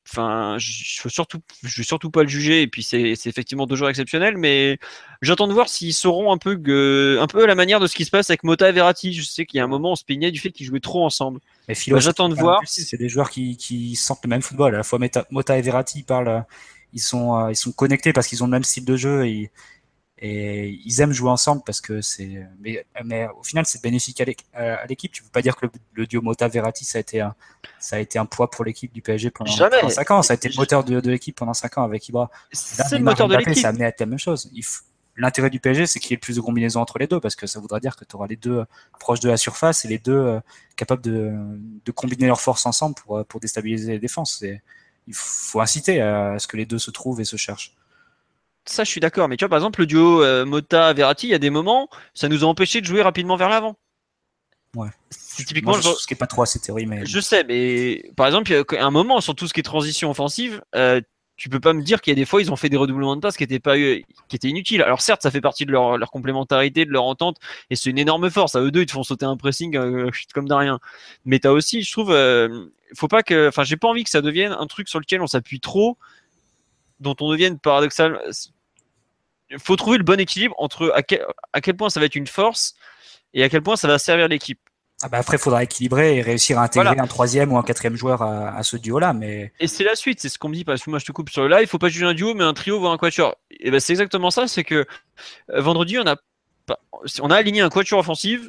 [SPEAKER 2] vais surtout pas le juger, et puis c'est effectivement 2 joueurs exceptionnels, mais j'attends de voir s'ils sauront un peu à la manière de ce qui se passe avec Mota et Verratti. Je sais qu'il y a un moment on se plaignait du fait qu'ils jouaient trop ensemble.
[SPEAKER 3] Mais Philo,
[SPEAKER 2] j'attends de voir.
[SPEAKER 3] C'est des joueurs qui sentent le même football. À la fois Mota et Verratti parlent, ils sont connectés parce qu'ils ont le même style de jeu et ils aiment jouer ensemble parce que mais au final c'est bénéfique à l'équipe. Tu peux pas dire que le duo Mota-Verratti ça a été un poids pour l'équipe du PSG pendant 5 ans. Ça a été le moteur de l'équipe pendant 5 ans avec Ibra.
[SPEAKER 2] C'est le moteur de l'équipe.
[SPEAKER 3] Ça a amené à être la même chose. L'intérêt du PSG, c'est qu'il y ait le plus de combinaisons entre les deux, parce que ça voudra dire que tu auras les deux proches de la surface et les deux capables de combiner leurs forces ensemble pour déstabiliser les défenses. Il faut inciter à ce que les deux se trouvent et se cherchent.
[SPEAKER 2] Ça, je suis d'accord. Mais tu vois, par exemple, le duo Mota-Verratti, il y a des moments, ça nous a empêché de jouer rapidement vers l'avant.
[SPEAKER 3] Ouais.
[SPEAKER 2] C'est typiquement
[SPEAKER 3] ce qui est pas trop à cette théorie, mais
[SPEAKER 2] je sais, mais par exemple, il y a un moment sur tout ce qui est transition offensive, tu peux pas me dire qu'il y a des fois ils ont fait des redoublements de passes qui étaient inutiles. Alors certes, ça fait partie de leur complémentarité, de leur entente, et c'est une énorme force. À eux deux, ils te font sauter un pressing comme de rien. Mais t'as aussi, je trouve, faut pas j'ai pas envie que ça devienne un truc sur lequel on s'appuie trop, dont on devienne paradoxal. Il faut trouver le bon équilibre entre à quel point ça va être une force et à quel point ça va servir l'équipe.
[SPEAKER 3] Après, il faudra équilibrer et réussir à intégrer un 3e ou un 4e joueur à ce duo-là. Mais...
[SPEAKER 2] Et c'est la suite, c'est ce qu'on me dit, parce que moi je te coupe sur le live, il faut pas juger un duo, mais un trio, voire un quatuor. Et ben c'est exactement ça, c'est que vendredi, on a aligné un quatuor offensif,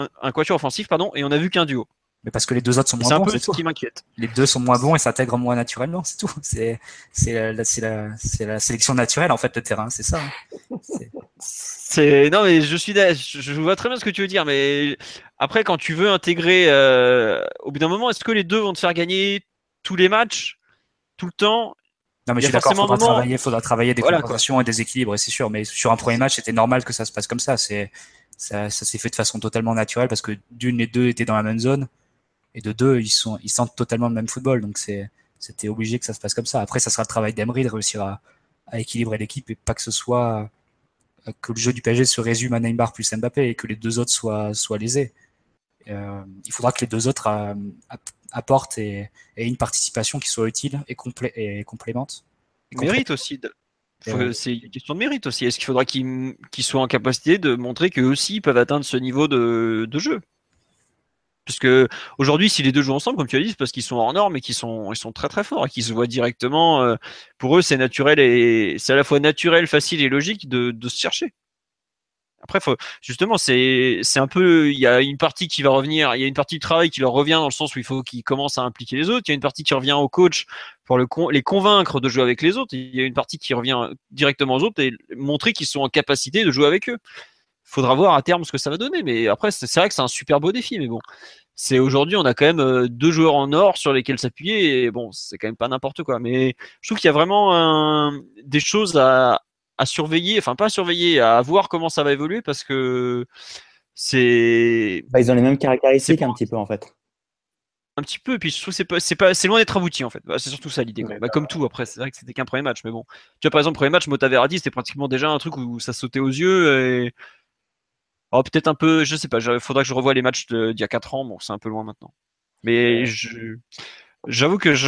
[SPEAKER 2] et on a vu qu'un duo.
[SPEAKER 3] Mais parce que les deux autres sont moins bons, c'est
[SPEAKER 2] ce qui m'inquiète.
[SPEAKER 3] Les deux sont moins bons et s'intègrent moins naturellement, c'est tout. C'est la sélection naturelle, en fait, le terrain, c'est ça.
[SPEAKER 2] Non, mais je vois très bien ce que tu veux dire, mais après, quand tu veux intégrer, au bout d'un moment, est-ce que les deux vont te faire gagner tous les matchs, tout le temps?
[SPEAKER 3] Non, mais je suis d'accord, faudra travailler des compensations et des équilibres, c'est sûr. Mais sur un premier match, c'était normal que ça se passe comme ça. Ça s'est fait de façon totalement naturelle parce que les deux étaient dans la même zone. Et de deux, ils sentent totalement le même football. Donc, c'était obligé que ça se passe comme ça. Après, ça sera le travail d'Emery de réussir à équilibrer l'équipe et pas que ce soit que le jeu du PSG se résume à Neymar plus Mbappé et que les deux autres soient lésés. Il faudra que les deux autres apportent et une participation qui soit utile et complémente.
[SPEAKER 2] Mérite aussi. C'est une question de mérite aussi. Est-ce qu'il faudra qu'ils soient en capacité de montrer qu'eux aussi peuvent atteindre ce niveau de jeu? Parce que aujourd'hui, si les deux jouent ensemble, comme tu as dit, c'est parce qu'ils sont hors normes et ils sont très très forts et qu'ils se voient directement. Pour eux, c'est naturel et c'est à la fois naturel, facile et logique de se chercher. Après, justement, c'est un peu, il y a une partie qui va revenir, il y a une partie du travail qui leur revient dans le sens où il faut qu'ils commencent à impliquer les autres. Il y a une partie qui revient au coach pour les convaincre de jouer avec les autres. Il y a une partie qui revient directement aux autres et montrer qu'ils sont en capacité de jouer avec eux. Faudra voir à terme ce que ça va donner, mais après c'est vrai que c'est un super beau défi, mais bon, c'est aujourd'hui on a quand même 2 joueurs en or sur lesquels s'appuyer et bon, c'est quand même pas n'importe quoi, mais je trouve qu'il y a vraiment des choses à surveiller, enfin pas à surveiller, à voir comment ça va évoluer parce que c'est
[SPEAKER 5] ils ont les mêmes caractéristiques un petit peu en fait.
[SPEAKER 2] Un petit peu, et puis je trouve que c'est loin d'être abouti en fait. C'est surtout ça l'idée. Comme tout, après, c'est vrai que c'était qu'un premier match, mais bon. Tu vois, par exemple, premier match, Mota Verratti, c'était pratiquement déjà un truc où ça sautait aux yeux et peut-être un peu, je sais pas, faudra que je revoie les matchs d'il y a 4 ans, bon, c'est un peu loin maintenant. Mais j'avoue que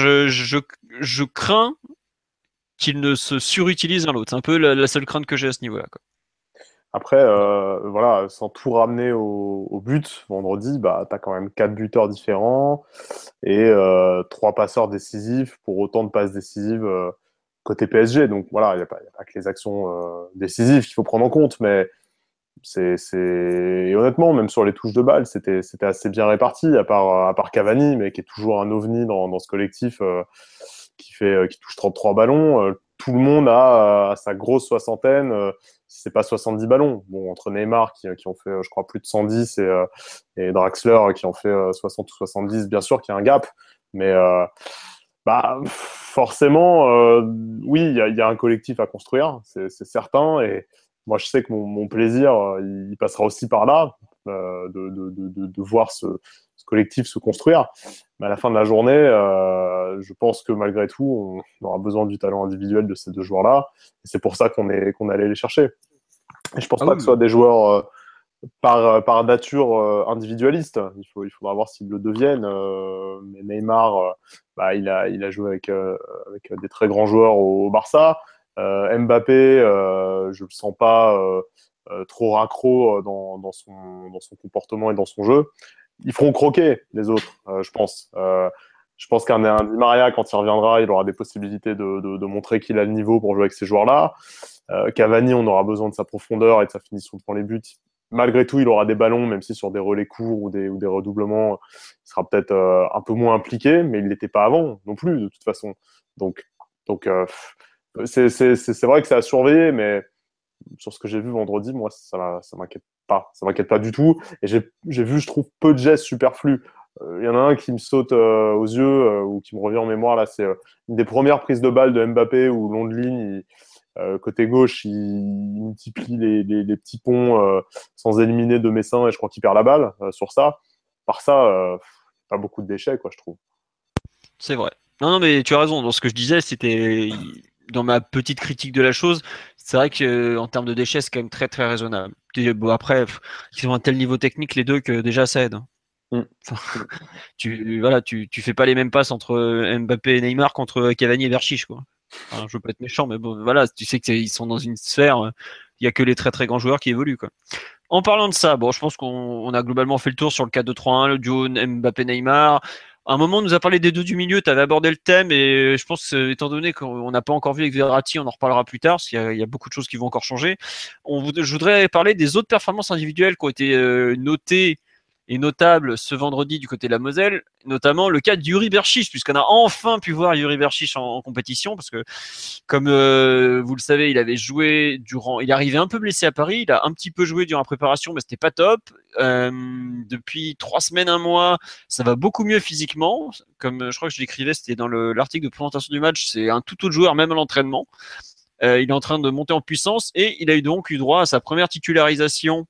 [SPEAKER 2] je crains qu'il ne se surutilise l'un l'autre. C'est un peu la seule crainte que j'ai à ce niveau-là.
[SPEAKER 4] Après, voilà, sans tout ramener au but, vendredi, bah, tu as quand même 4 buteurs différents et 3 passeurs décisifs pour autant de passes décisives côté PSG. Donc voilà, il n'y a pas que les actions décisives qu'il faut prendre en compte, mais et honnêtement, même sur les touches de balle, c'était assez bien réparti, à part Cavani, mais qui est toujours un ovni dans ce collectif qui touche 33 ballons. Tout le monde a sa grosse soixantaine, si c'est pas 70 ballons. Bon, entre Neymar qui ont fait, je crois, plus de 110 et Draxler qui en fait 60 ou 70, bien sûr qu'il y a un gap, mais Bah, forcément, oui, il y a un collectif à construire, c'est certain. Et moi, je sais que mon plaisir, il passera aussi par là, de voir ce collectif se construire. Mais à la fin de la journée, je pense que malgré tout, on aura besoin du talent individuel de ces deux joueurs-là. Et c'est pour ça qu'on est allé les chercher. Et je pense
[SPEAKER 2] Ah
[SPEAKER 4] pas que ce
[SPEAKER 2] oui.
[SPEAKER 4] soit des joueurs par nature individualiste. Il faudra voir s'ils le deviennent. Mais Neymar, bah, il a joué avec des très grands joueurs au Barça. Mbappé, je le sens pas trop raccro dans son comportement et dans son jeu. Ils feront croquer les autres, je pense. Je pense qu'un Di Maria, quand il reviendra, il aura des possibilités de montrer qu'il a le niveau pour jouer avec ces joueurs-là. Cavani, on aura besoin de sa profondeur et de sa finition devant les buts. Malgré tout, il aura des ballons, même si sur des relais courts ou des redoublements, il sera peut-être un peu moins impliqué, mais il ne l'était pas avant non plus, de toute façon. Donc, c'est vrai que c'est à surveiller, mais sur ce que j'ai vu vendredi, moi, ça m'inquiète pas. Ça m'inquiète pas du tout. Et j'ai vu, je trouve, peu de gestes superflus. Il y en a un qui me saute aux yeux ou qui me revient en mémoire, là, c'est une des premières prises de balle de Mbappé où long de ligne, côté gauche, il multiplie les petits ponts sans éliminer de Messin et je crois qu'il perd la balle sur ça. Par ça, pas beaucoup de déchets, quoi, je trouve.
[SPEAKER 2] C'est vrai. Non, non, mais tu as raison. Dans ce que je disais, c'était dans ma petite critique de la chose. C'est vrai que en termes de déchets, c'est quand même très très raisonnable. Bon, après, ils ont un tel niveau technique les deux que déjà ça aide.
[SPEAKER 4] Mm.
[SPEAKER 2] Enfin, tu fais pas les mêmes passes entre Mbappé et Neymar contre Cavani et Berchiche, quoi. Enfin, je veux pas être méchant, mais bon, voilà, tu sais qu'ils sont dans une sphère. Il y a que les très très grands joueurs qui évoluent, quoi. En parlant de ça, bon, je pense qu'on a globalement fait le tour sur le 4-2-3-1, le duo Mbappé-Neymar. À un moment, on nous a parlé des deux du milieu, tu avais abordé le thème, et je pense, étant donné qu'on n'a pas encore vu avec Verratti, on en reparlera plus tard, parce qu'il y a beaucoup de choses qui vont encore changer. Je voudrais parler des autres performances individuelles qui ont été notées et notables ce vendredi du côté de la Moselle, notamment le cas de Yuri Berchiche, puisqu'on a enfin pu voir Yuri Berchiche en compétition, parce que comme vous le savez, il est arrivé un peu blessé à Paris, il a un petit peu joué durant la préparation, mais c'était pas top. Depuis 3 semaines, un mois, ça va beaucoup mieux physiquement. Comme je crois que je l'écrivais, c'était dans l'article de présentation du match, c'est un tout autre joueur même à l'entraînement. Il est en train de monter en puissance et il a donc eu droit à sa première titularisation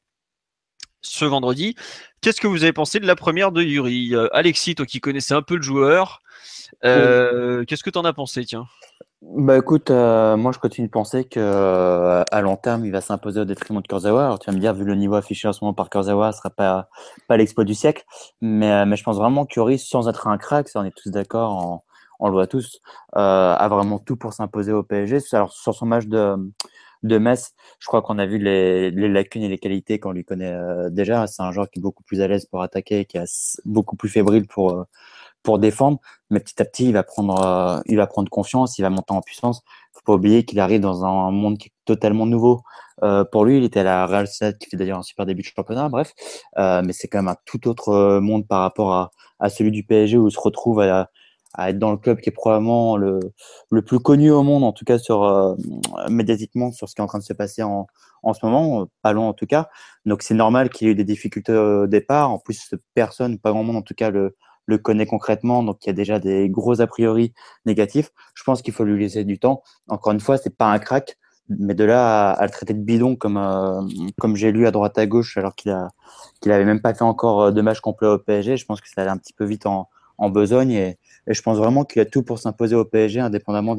[SPEAKER 2] ce vendredi. Qu'est-ce que vous avez pensé de la première de Yuri? Alexis, toi qui connaissais un peu le joueur, qu'est-ce que tu en as pensé, tiens?
[SPEAKER 5] Bah écoute, moi je continue de penser que à long terme il va s'imposer au détriment de Kurzawa. Alors tu vas me dire, vu le niveau affiché en ce moment par Kurzawa, ce sera pas l'exploit du siècle, mais je pense vraiment qu'Yuri, sans être un crack, ça on est tous d'accord, on le voit tous, a vraiment tout pour s'imposer au PSG. Alors sur son match de Metz, je crois qu'on a vu les lacunes et les qualités qu'on lui connaît déjà. C'est un joueur qui est beaucoup plus à l'aise pour attaquer, qui est beaucoup plus fébrile pour défendre, mais petit à petit, il va prendre confiance, il va monter en puissance. Faut pas oublier qu'il arrive dans un monde qui est totalement nouveau. Pour lui, il était à la Real Sociedad, qui fait d'ailleurs un super début de championnat, bref. Mais c'est quand même un tout autre monde par rapport à celui du PSG où il se retrouve à être dans le club qui est probablement le plus connu au monde, en tout cas médiatiquement, sur ce qui est en train de se passer en ce moment, pas loin en tout cas. Donc c'est normal qu'il ait eu des difficultés au départ. En plus, personne, pas grand monde en tout cas, le connaît concrètement, donc il y a déjà des gros a priori négatifs. Je pense qu'il faut lui laisser du temps. Encore une fois, c'est pas un crack, mais de là à le traiter de bidon comme j'ai lu à droite à gauche, alors qu'il avait même pas fait encore de match complet au PSG, je pense que ça allait un petit peu vite en besogne et je pense vraiment qu'il a tout pour s'imposer au PSG, indépendamment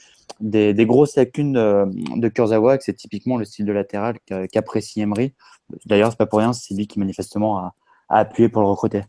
[SPEAKER 5] des grosses lacunes de Kurzawa, que c'est typiquement le style de latéral qu'apprécie Emery. D'ailleurs, c'est pas pour rien, c'est lui qui manifestement a appuyé pour le recruter.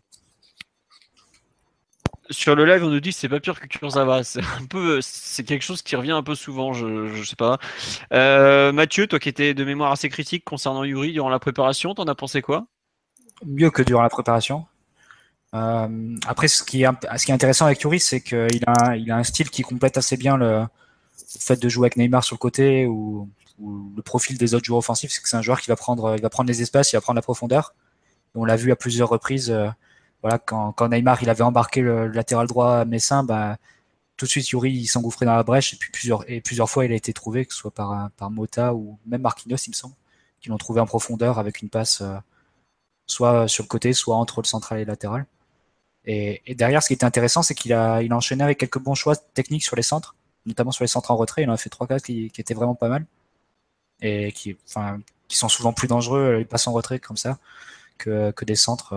[SPEAKER 2] Sur le live, on nous dit que c'est pas pire que Kurzawa. C'est quelque chose qui revient un peu souvent, je sais pas. Mathieu, toi qui étais de mémoire assez critique concernant Yuri durant la préparation, t'en as pensé quoi?
[SPEAKER 3] Mieux que durant la préparation. Après, ce qui est intéressant avec Yuri, c'est qu'il a un style qui complète assez bien le fait de jouer avec Neymar sur le côté ou le profil des autres joueurs offensifs. C'est que c'est un joueur qui va prendre les espaces, il va prendre la profondeur. On l'a vu à plusieurs reprises. Voilà, quand Neymar il avait embarqué le latéral droit messin, bah, tout de suite Yuri il s'engouffrait dans la brèche et plusieurs fois il a été trouvé, que ce soit par Mota ou même Marquinhos, il me semble, qui l'ont trouvé en profondeur avec une passe soit sur le côté, soit entre le central et le latéral. Et derrière, ce qui était intéressant, c'est qu'il a enchaîné avec quelques bons choix techniques sur les centres, notamment sur les centres en retrait. Il en a fait 3-4 qui étaient vraiment pas mal et qui sont souvent plus dangereux, les passes en retrait comme ça, que des centres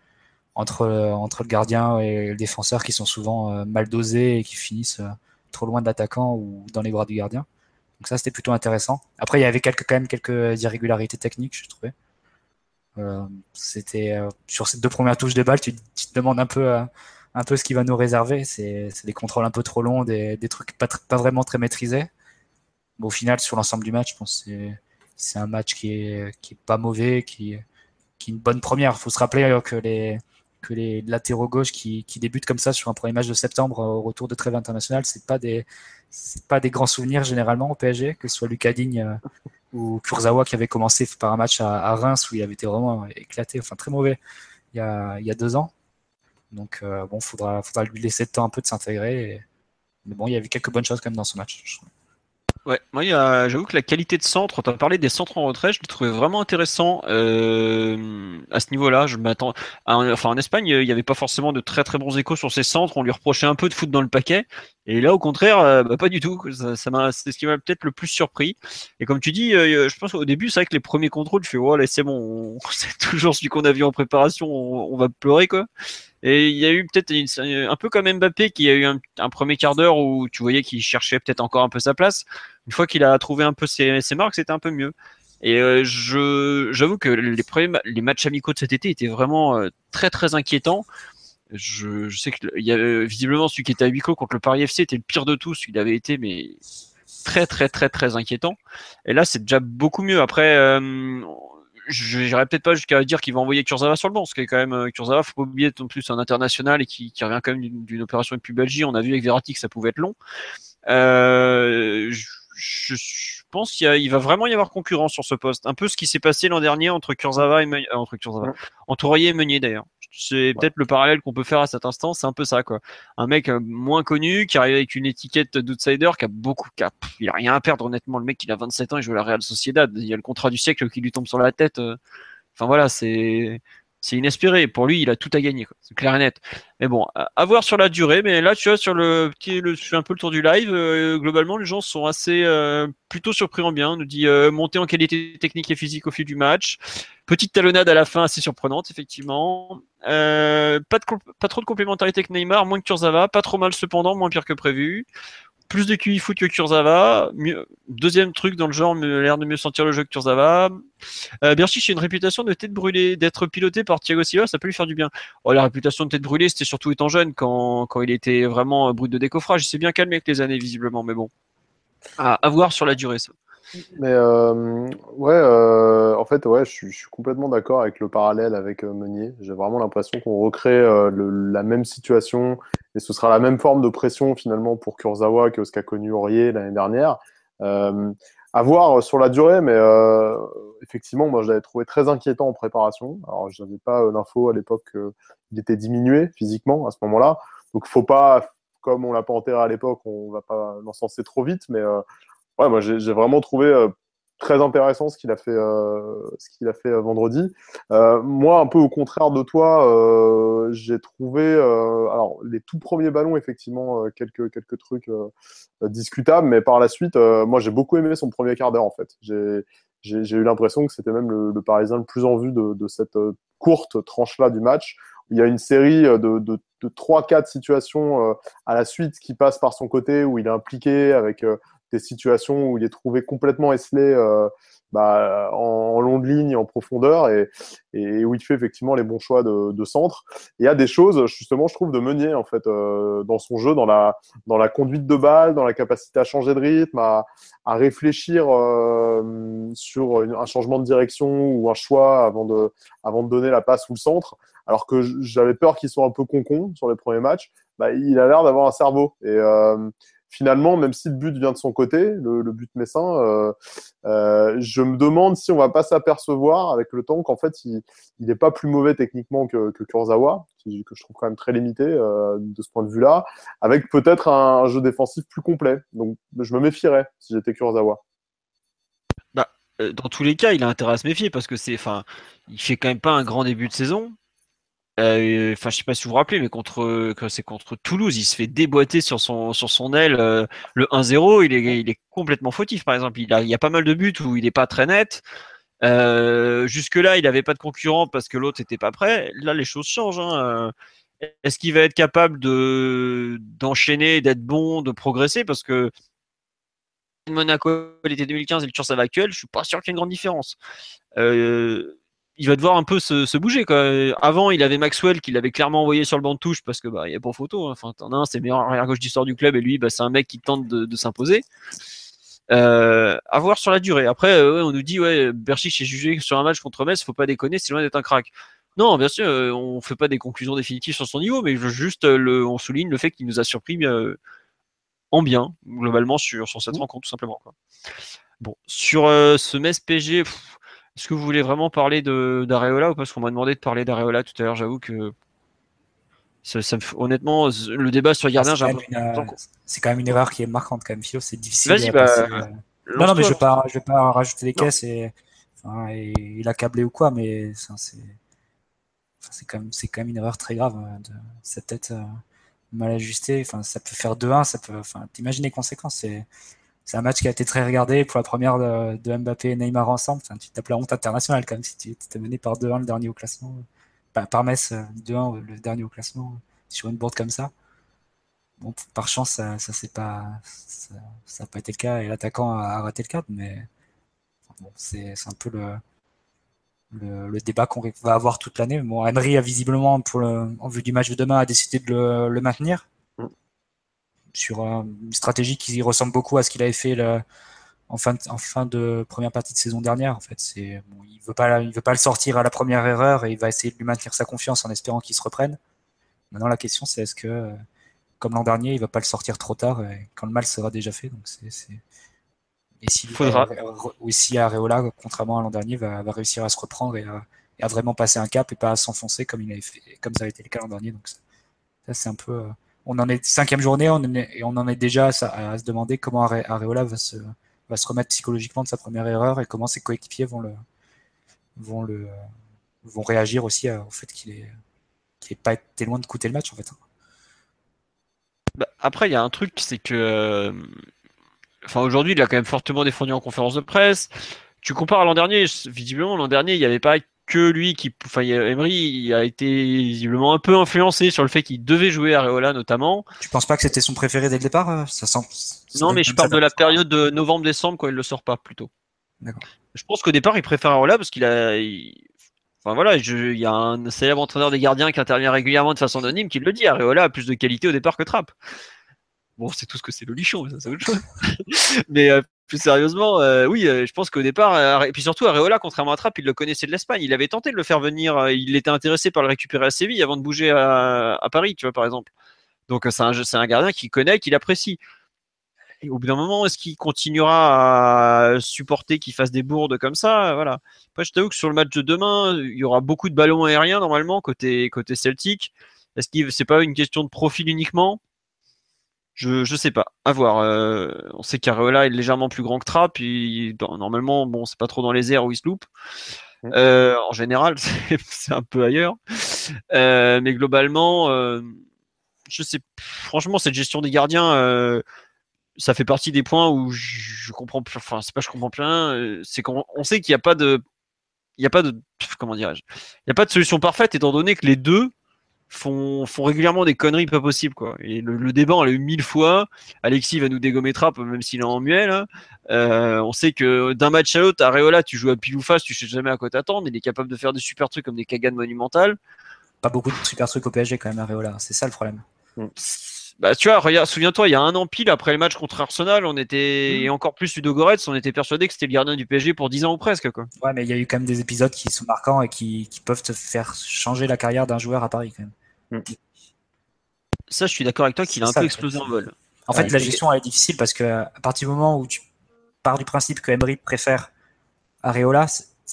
[SPEAKER 3] entre le gardien et le défenseur qui sont souvent mal dosés et qui finissent trop loin de l'attaquant ou dans les bras du gardien. Donc ça, c'était plutôt intéressant. Après, il y avait quand même quelques irrégularités techniques, je trouvais. C'était sur ces 2 premières touches de balle, tu te demandes un peu ce qu'il va nous réserver. C'est des contrôles un peu trop longs, des trucs pas vraiment très maîtrisés. Bon, au final, sur l'ensemble du match, je pense que c'est un match qui est pas mauvais, qui est une bonne première. Il faut se rappeler que les latéraux gauche qui débutent comme ça sur un premier match de septembre au retour de trêve internationale, c'est pas des grands souvenirs généralement au PSG, que ce soit Lucas Digne ou Kurzawa qui avait commencé par un match à Reims où il avait été vraiment éclaté, enfin très mauvais il y a 2 ans. Donc bon, faudra lui laisser le temps un peu de s'intégrer. Mais bon, il y avait quelques bonnes choses quand même dans ce match, je trouve.
[SPEAKER 2] Ouais, moi j'avoue que la qualité de centre, tu as parlé des centres en retrait, je l'ai trouvé vraiment intéressant à ce niveau-là. Je m'attends, enfin en Espagne, il n'y avait pas forcément de très très bons échos sur ces centres. On lui reprochait un peu de foutre dans le paquet, et là au contraire, pas du tout. C'est ce qui m'a peut-être le plus surpris. Et comme tu dis, je pense qu'au début, c'est vrai que les premiers contrôles, je fais oh là c'est bon, c'est toujours celui qu'on a vu en préparation, on va pleurer quoi. Et il y a eu peut-être un peu comme Mbappé qui a eu un premier quart d'heure où tu voyais qu'il cherchait peut-être encore un peu sa place. Une fois qu'il a trouvé un peu ses marques, c'était un peu mieux. Et j'avoue que les matchs amicaux de cet été étaient vraiment très très inquiétants. Je sais que visiblement celui qui était à huis clos contre le Paris FC était le pire de tous. Il avait été mais très très très très inquiétant. Et là c'est déjà beaucoup mieux. Après j'irais peut-être pas jusqu'à dire qu'il va envoyer Kurzawa sur le banc, parce que quand même Kurzawa, faut pas oublier non plus c'est un international et qui revient quand même d'une opération de pubalgie. On a vu avec Verratti que ça pouvait être long. Je pense qu'il va vraiment y avoir concurrence sur ce poste. Un peu ce qui s'est passé l'an dernier entre Kurzawa et entre Aurier et Meunier d'ailleurs. C'est peut-être le parallèle qu'on peut faire à cet instant, c'est un peu ça quoi. Un mec moins connu qui arrive avec une étiquette d'outsider il a rien à perdre honnêtement. Le mec il a 27 ans, il joue à la Real Sociedad, il y a le contrat du siècle qui lui tombe sur la tête. Enfin voilà, c'est inespéré. Pour lui, il a tout à gagner, quoi. C'est clair et net. Mais bon, à voir sur la durée. Mais là, tu vois, sur je fais un peu le tour du live. Globalement, les gens sont assez plutôt surpris en bien. On nous dit monter en qualité technique et physique au fil du match. Petite talonnade à la fin assez surprenante, effectivement. Pas trop de complémentarité avec Neymar, moins que Kurzawa. Pas trop mal cependant, moins pire que prévu. Plus de QI foot que Kurzawa. Deuxième truc dans le genre, l'air de mieux sentir le jeu que Kurzawa. Berchiche a une réputation de tête brûlée, d'être piloté par Thiago Silva, ça peut lui faire du bien. Oh, la réputation de tête brûlée, c'était surtout étant jeune, quand il était vraiment brut de décoffrage. Il s'est bien calmé avec les années, visiblement, mais bon. À voir sur la durée, ça.
[SPEAKER 4] Mais en fait, je suis complètement d'accord avec le parallèle avec Meunier. J'ai vraiment l'impression qu'on recrée la même situation et ce sera la même forme de pression finalement pour Kurzawa que ce qu'a connu Aurier l'année dernière. À voir sur la durée, mais effectivement, moi je l'avais trouvé très inquiétant en préparation. Alors, je n'avais pas l'info à l'époque qu'il était diminué physiquement à ce moment-là. Donc, il ne faut pas, comme on l'a pas enterré à l'époque, on ne va pas l'encenser trop vite, mais ouais, moi j'ai vraiment trouvé très intéressant ce qu'il a fait vendredi. Moi, un peu au contraire de toi, j'ai trouvé alors les tout premiers ballons effectivement quelques trucs discutables, mais par la suite, moi j'ai beaucoup aimé son premier quart d'heure en fait. J'ai eu l'impression que c'était même le Parisien le plus en vue de cette courte tranche-là du match. Il y a une série de 3-4 situations à la suite qui passent par son côté où il est impliqué avec des situations où il est trouvé complètement esselé en long de ligne, en profondeur, et où il fait effectivement les bons choix de centre. Et il y a des choses, justement, je trouve, de Meunier, en fait, dans son jeu, dans la conduite de balle, dans la capacité à changer de rythme, à réfléchir sur un changement de direction ou un choix avant de donner la passe ou le centre. Alors que j'avais peur qu'il soit un peu con sur les premiers matchs, il a l'air d'avoir un cerveau. Et finalement, même si le but vient de son côté, le but messin, je me demande si on va pas s'apercevoir avec le temps qu'en fait, il n'est pas plus mauvais techniquement que Kurzawa, que je trouve quand même très limité de ce point de vue-là, avec peut-être un jeu défensif plus complet. Donc, je me méfierais si j'étais Kurzawa.
[SPEAKER 2] Dans tous les cas, il a intérêt à se méfier parce que il fait quand même pas un grand début de saison. Enfin, je sais pas si vous vous rappelez, mais c'est contre Toulouse, il se fait déboîter sur son aile. Le 1-0, il est complètement fautif, par exemple. Il y a pas mal de buts où il est pas très net. Jusque-là, il n'avait pas de concurrent parce que l'autre n'était pas prêt. Là, les choses changent. Hein. Est-ce qu'il va être capable d'enchaîner, d'être bon, de progresser? Parce que Monaco, l'été 2015 et le Tursav actuel, je suis pas sûr qu'il y ait une grande différence. Il va devoir un peu se bouger, quoi. Avant, il avait Maxwell qui l'avait clairement envoyé sur le banc de touche parce que il y a pas photo. Hein. Enfin, t'en as un, c'est le meilleur arrière gauche d'histoire du club et lui, c'est un mec qui tente de s'imposer. À voir sur la durée. Après, on nous dit Berchiche est jugé sur un match contre Metz, faut pas déconner, c'est loin d'être un crack. Non, bien sûr, on fait pas des conclusions définitives sur son niveau, mais juste on souligne le fait qu'il nous a surpris en bien globalement sur cette rencontre tout simplement. Quoi. Bon, sur ce Metz PSG, est-ce que vous voulez vraiment parler d'Areola ou parce qu'on m'a demandé de parler d'Areola tout à l'heure? J'avoue que honnêtement, le débat sur le gardien,
[SPEAKER 3] c'est quand même une erreur qui est marquante quand même, Philo. C'est difficile.
[SPEAKER 2] Vas-y,
[SPEAKER 3] non, mais je vais pas rajouter des caisses et il a câblé ou quoi, mais c'est quand même une erreur très grave de cette tête mal ajustée. Enfin, ça peut faire 2-1, t'imagines les conséquences. C'est un match qui a été très regardé pour la première de Mbappé et Neymar ensemble. Enfin, tu tapes la honte internationale quand même si tu t'es mené par 2-1 le dernier au classement. Par Metz 2-1 le dernier au classement sur une board comme ça. Bon, par chance, ça n'a pas été le cas et l'attaquant a raté le cadre, mais bon, c'est un peu le débat qu'on va avoir toute l'année. Bon, Emery a visiblement, en vue du match de demain, a décidé de le maintenir sur une stratégie qui ressemble beaucoup à ce qu'il avait fait en fin de première partie de saison dernière. En fait, il veut pas le sortir à la première erreur et il va essayer de lui maintenir sa confiance en espérant qu'il se reprenne. Maintenant, la question, c'est est-ce que, comme l'an dernier, il va pas le sortir trop tard quand le mal sera déjà fait. Donc et si Areola, contrairement à l'an dernier, va réussir à se reprendre et à vraiment passer un cap et pas à s'enfoncer comme ça a été le cas l'an dernier. Donc ça c'est un peu. On en est 5e journée et on en est déjà à se demander comment Areola va se remettre psychologiquement de sa première erreur et comment ses coéquipiers vont réagir aussi au fait qu'il ait pas été loin de coûter le match en fait.
[SPEAKER 2] Après, il y a un truc, c'est que aujourd'hui, il a quand même fortement défendu en conférence de presse. Tu compares à l'an dernier, visiblement, l'an dernier, il n'y avait pas que lui Emery a été visiblement un peu influencé sur le fait qu'il devait jouer Areola notamment.
[SPEAKER 3] Tu penses pas que c'était son préféré dès le départ?
[SPEAKER 2] Non, mais je parle de la période de novembre-décembre quand il le sort pas plutôt. D'accord. Je pense qu'au départ, il préfère Areola parce il y a un célèbre entraîneur des gardiens qui intervient régulièrement de façon anonyme qui le dit. Areola a plus de qualité au départ que Trapp. Bon, c'est tout ce que c'est le lichon, mais ça c'est autre chose. Mais plus sérieusement, je pense qu'au départ, et puis surtout Areola, contrairement à Trapp, il le connaissait de l'Espagne. Il avait tenté de le faire venir, il était intéressé par le récupérer à Séville avant de bouger à Paris, tu vois, par exemple. Donc c'est un gardien qu'il connaît, qu'il apprécie. Et au bout d'un moment, est-ce qu'il continuera à supporter qu'il fasse des bourdes comme ça? Voilà. Après, je t'avoue que sur le match de demain, il y aura beaucoup de ballons aériens normalement côté Celtic. Est-ce que c'est pas une question de profil uniquement? Je sais pas, à voir. On sait qu'Areola est légèrement plus grand que Trapp, normalement, bon, c'est pas trop dans les airs où il se loupe. En général, c'est un peu ailleurs. Mais globalement, je sais, franchement, cette gestion des gardiens, ça fait partie des points où je comprends plus. Enfin, c'est pas je comprends plus rien. C'est qu'on sait qu'il n'y a pas de, comment dirais-je, il n'y a pas de solution parfaite étant donné que les deux font régulièrement des conneries pas possibles, quoi. Et le débat, on l'a eu 1000 fois. Alexis va nous dégommer Trapp, même s'il est en muet, là. On sait que d'un match à l'autre, Areola, tu joues à pile ou face, tu sais jamais à quoi t'attendre. Il est capable de faire des super trucs comme des caganes monumentales.
[SPEAKER 3] Pas beaucoup de super trucs au PSG quand même, Areola. C'est ça le problème.
[SPEAKER 2] Tu vois, regarde, souviens-toi, il y a un an pile, après le match contre Arsenal, on était, et encore plus Ludo Goretz, on était persuadé que c'était le gardien du PSG pour 10 ans ou presque, quoi.
[SPEAKER 3] Ouais, mais il y a eu quand même des épisodes qui sont marquants et qui peuvent te faire changer la carrière d'un joueur à Paris, quand même.
[SPEAKER 2] Ça, je suis d'accord avec toi qu'il a un peu explosé en vol.
[SPEAKER 3] En fait, la gestion, elle est difficile parce qu'à partir du moment où tu pars du principe que Emery préfère Areola,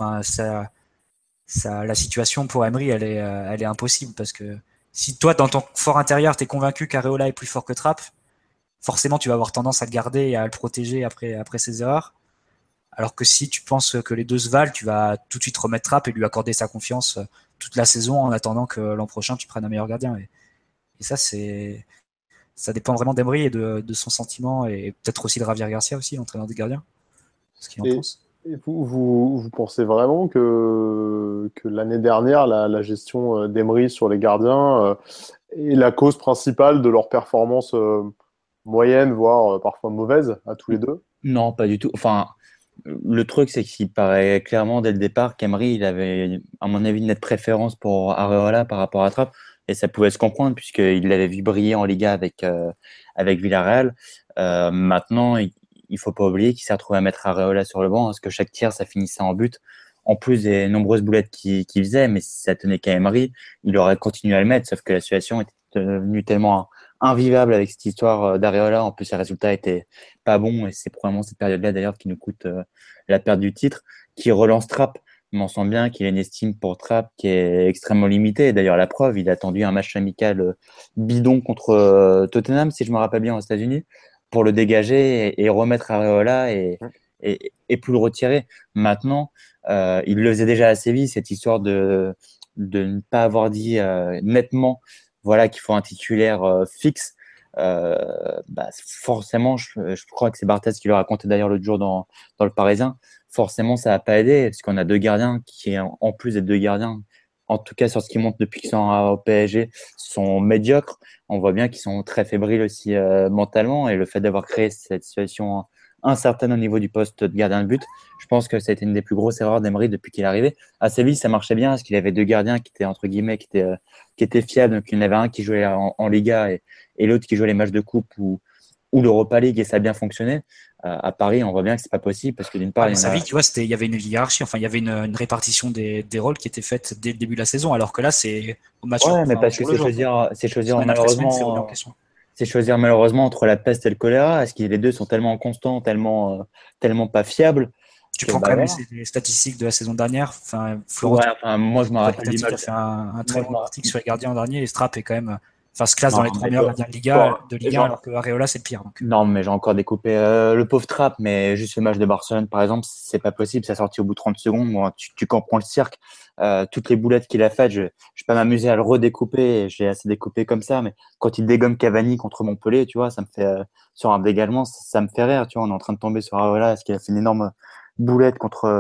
[SPEAKER 3] la situation pour Emery, elle est impossible parce que si toi, dans ton fort intérieur, tu es convaincu qu'Areola est plus fort que Trapp, forcément, tu vas avoir tendance à le garder et à le protéger après ses erreurs. Alors que si tu penses que les deux se valent, tu vas tout de suite remettre Trapp et lui accorder sa confiance toute la saison en attendant que l'an prochain tu prennes un meilleur gardien. Et ça, ça dépend vraiment d'Emery et de son sentiment et peut-être aussi de Javier Garcia aussi, l'entraîneur des gardiens. Ce qu'il en pense.
[SPEAKER 4] Et vous pensez vraiment que l'année dernière, la gestion d'Emery sur les gardiens est la cause principale de leur performance moyenne, voire parfois mauvaise, à tous les deux?
[SPEAKER 5] Non, pas du tout. Enfin, le truc, c'est qu'il paraît clairement dès le départ qu'Emery, il avait, à mon avis, une nette préférence pour Areola par rapport à Trapp. Et ça pouvait se comprendre puisqu'il l'avait vu briller en Liga avec Villarreal. Maintenant, il faut pas oublier qu'il s'est retrouvé à mettre Areola sur le banc parce que chaque tir, ça finissait en but. En plus des nombreuses boulettes qu'il faisait, mais si ça tenait qu'à Emery, il aurait continué à le mettre, sauf que la situation était devenue tellement invivable avec cette histoire d'Areola. En plus, les résultats étaient pas bons et c'est probablement cette période-là d'ailleurs qui nous coûte la perte du titre, qui relance Trapp. Mais on sent bien qu'il a une estime pour Trapp qui est extrêmement limitée. D'ailleurs, la preuve, il a attendu un match amical bidon contre Tottenham, si je me rappelle bien, aux États-Unis, pour le dégager et remettre Areola et plus le retirer. Maintenant, il le faisait déjà à Séville, cette histoire de ne pas avoir dit nettement voilà, qu'il faut un titulaire fixe. Forcément, je crois que c'est Barthez qui le racontait d'ailleurs l'autre jour dans le Parisien. Forcément, ça n'a pas aidé parce qu'on a deux gardiens qui, en plus des deux gardiens, en tout cas sur ce qui monte depuis qu'ils sont au PSG, sont médiocres. On voit bien qu'ils sont très fébriles aussi mentalement et le fait d'avoir créé cette situation incertaine au niveau du poste de gardien de but, je pense que ça a été une des plus grosses erreurs d'Emery depuis qu'il est arrivé. À Séville, ça marchait bien parce qu'il avait deux gardiens qui étaient entre guillemets qui étaient fiables. Donc il y en avait un qui jouait en Liga et l'autre qui jouait les matchs de coupe ou l'Europa League et ça a bien fonctionné. À Paris, on voit bien que c'est pas possible parce que d'une part,
[SPEAKER 3] Séville, tu vois, il y avait une hiérarchie, enfin il y avait une répartition des rôles qui était faite dès le début de la saison, alors que là c'est au match.
[SPEAKER 5] Ouais, mais parce que c'est choisir malheureusement. C'est choisir malheureusement entre la peste et le choléra. Est-ce que les deux sont tellement constants, tellement pas fiables?
[SPEAKER 3] Tu prends quand même les statistiques de la saison dernière. Enfin, Florent,
[SPEAKER 5] moi je me rappelle
[SPEAKER 3] l'image. Il a fait un très bon article sur les gardiens en dernier. Et Strapp est quand même, se classe dans les trois meilleurs gardiens de Liga, alors que Areola c'est le pire. Donc.
[SPEAKER 5] Non, mais j'ai encore découpé le pauvre Trapp, mais juste le match de Barcelone par exemple, c'est pas possible. Ça sorti au bout de 30 secondes. Moi, tu comprends le cirque. Toutes les boulettes qu'il a faites, je vais pas m'amuser à le redécouper. J'ai assez découpé comme ça, mais quand il dégomme Cavani contre Montpellier, tu vois, ça me fait sur un dégagement, ça me fait rire. Tu vois, on est en train de tomber sur Areola, est-ce qu'il a fait une énorme boulette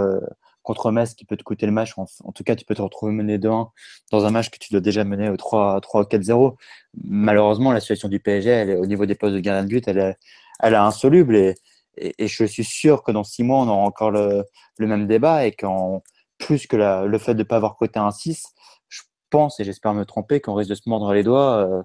[SPEAKER 5] contre Metz qui peut te coûter le match. En tout cas, tu peux te retrouver mené 2-1 dans un match que tu dois déjà mener au 3 ou 4-0. Malheureusement, la situation du PSG, au niveau des postes de gardien de but, elle est insoluble et je suis sûr que dans 6 mois, on aura encore le même débat et qu'en plus que le fait de ne pas avoir coté un 6, je pense et j'espère me tromper qu'on risque de se mordre les doigts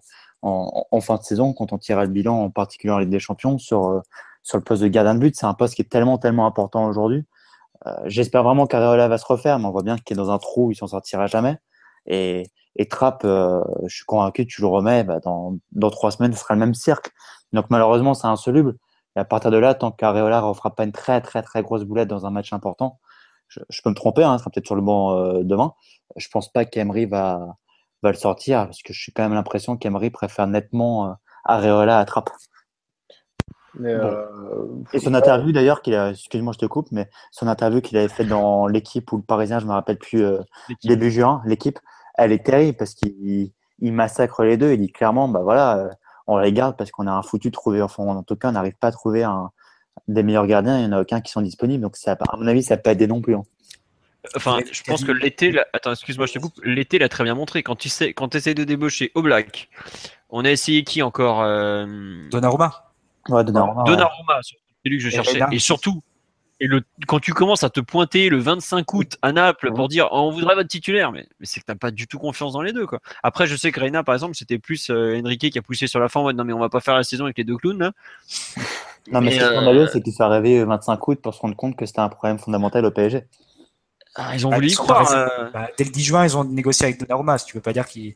[SPEAKER 5] en fin de saison quand on tirera le bilan, en particulier en Ligue des Champions, sur le poste de gardien de but. C'est un poste qui est tellement important aujourd'hui. J'espère vraiment qu'Areola va se refaire, mais on voit bien qu'il est dans un trou, il s'en sortira jamais. Et Trapp, je suis convaincu que tu le remets, dans 3 semaines, ce sera le même cirque. Donc malheureusement, c'est insoluble. Et à partir de là, tant qu'Areola ne refera pas une très très très grosse boulette dans un match important, je peux me tromper, il sera peut-être sur le banc demain. Je pense pas qu'Emery va le sortir, parce que je suis quand même l'impression qu'Emery préfère nettement Areola à Trapp. Et son interview d'ailleurs, excuse-moi je te coupe, mais son interview qu'il avait fait dans l'équipe ou le Parisien, je me rappelle plus, début juin, l'équipe, elle est terrible parce qu'il massacre les deux. Il dit clairement, on les garde parce qu'on a un foutu trouvé. Enfin, en tout cas, on n'arrive pas à trouver des meilleurs gardiens. Il n'y en a aucun qui sont disponibles. Donc, ça, à mon avis, ça n'a pas aidé non plus.
[SPEAKER 2] Enfin, je pense que l'été, attends, excuse-moi, je te coupe. L'été l'a très bien montré. Quand tu essaies de débaucher Oblak, on a essayé qui encore
[SPEAKER 3] Donnarumma.
[SPEAKER 5] Ouais, Donnarumma,
[SPEAKER 2] c'est lui que je cherchais. Et surtout, quand tu commences à te pointer le 25 août à Naples pour dire on voudrait votre titulaire, mais c'est que t'as pas du tout confiance dans les deux, quoi. Après, je sais que Reina, par exemple, c'était plus Enrique qui a poussé sur la fin en mode non mais on va pas faire la saison avec les deux clowns là.
[SPEAKER 5] Non mais ce qui est scandaleux, c'est qu'il soit arrivé le 25 août pour se rendre compte que c'était un problème fondamental au PSG.
[SPEAKER 2] Ils ont voulu y croire.
[SPEAKER 3] Dès le 10 juin, ils ont négocié avec Donnarumma. Si tu veux pas dire qu'ils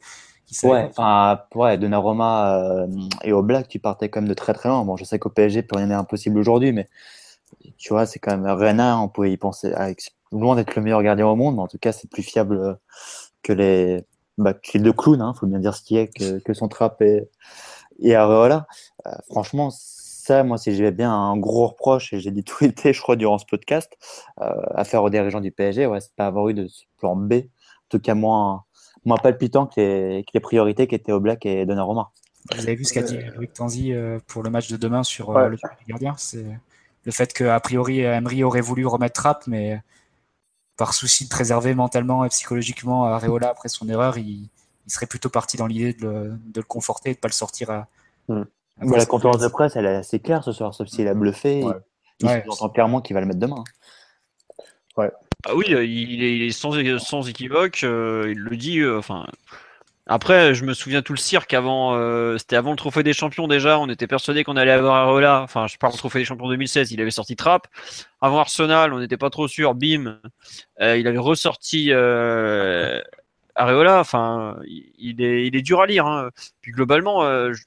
[SPEAKER 5] Donnarumma et Oblak, tu partais quand même de très très loin. Bon, je sais qu'au PSG, plus rien n'est impossible aujourd'hui, mais tu vois, c'est quand même Reina, on pouvait y penser, loin d'être le meilleur gardien au monde, mais en tout cas, c'est plus fiable que les deux clowns, faut bien dire ce qui est, que son Trapp et Areola. Franchement, ça, moi, si j'avais bien un gros reproche, et j'ai dit tout l'été, je crois, durant ce podcast, à faire aux dirigeants du PSG, ouais, c'est pas avoir eu de ce plan B, en tout cas moins palpitant que les priorités qui étaient Oblak et Donnarumma.
[SPEAKER 3] Vous avez vu ce qu'a dit Loïc Tanzi pour le match de demain sur
[SPEAKER 4] Ouais.
[SPEAKER 3] le gardien, c'est le fait qu'a priori Emery aurait voulu remettre Trapp, mais par souci de préserver mentalement et psychologiquement Areola après son erreur, il serait plutôt parti dans l'idée de le conforter et de ne pas le sortir
[SPEAKER 5] La conférence de presse, elle est assez claire ce soir, sauf s'il a bluffé.
[SPEAKER 4] Ouais.
[SPEAKER 5] Il entend clairement qu'il va le mettre demain.
[SPEAKER 2] Ah oui, il est sans équivoque, il le dit. Après, je me souviens tout le cirque avant. C'était avant le Trophée des Champions déjà. On était persuadé qu'on allait avoir Areola. Enfin, je parle du Trophée des Champions 2016. Il avait sorti Trapp. Avant Arsenal, on n'était pas trop sûr. Bim, il avait ressorti Areola. Enfin, il est dur à lire. Hein. Puis globalement,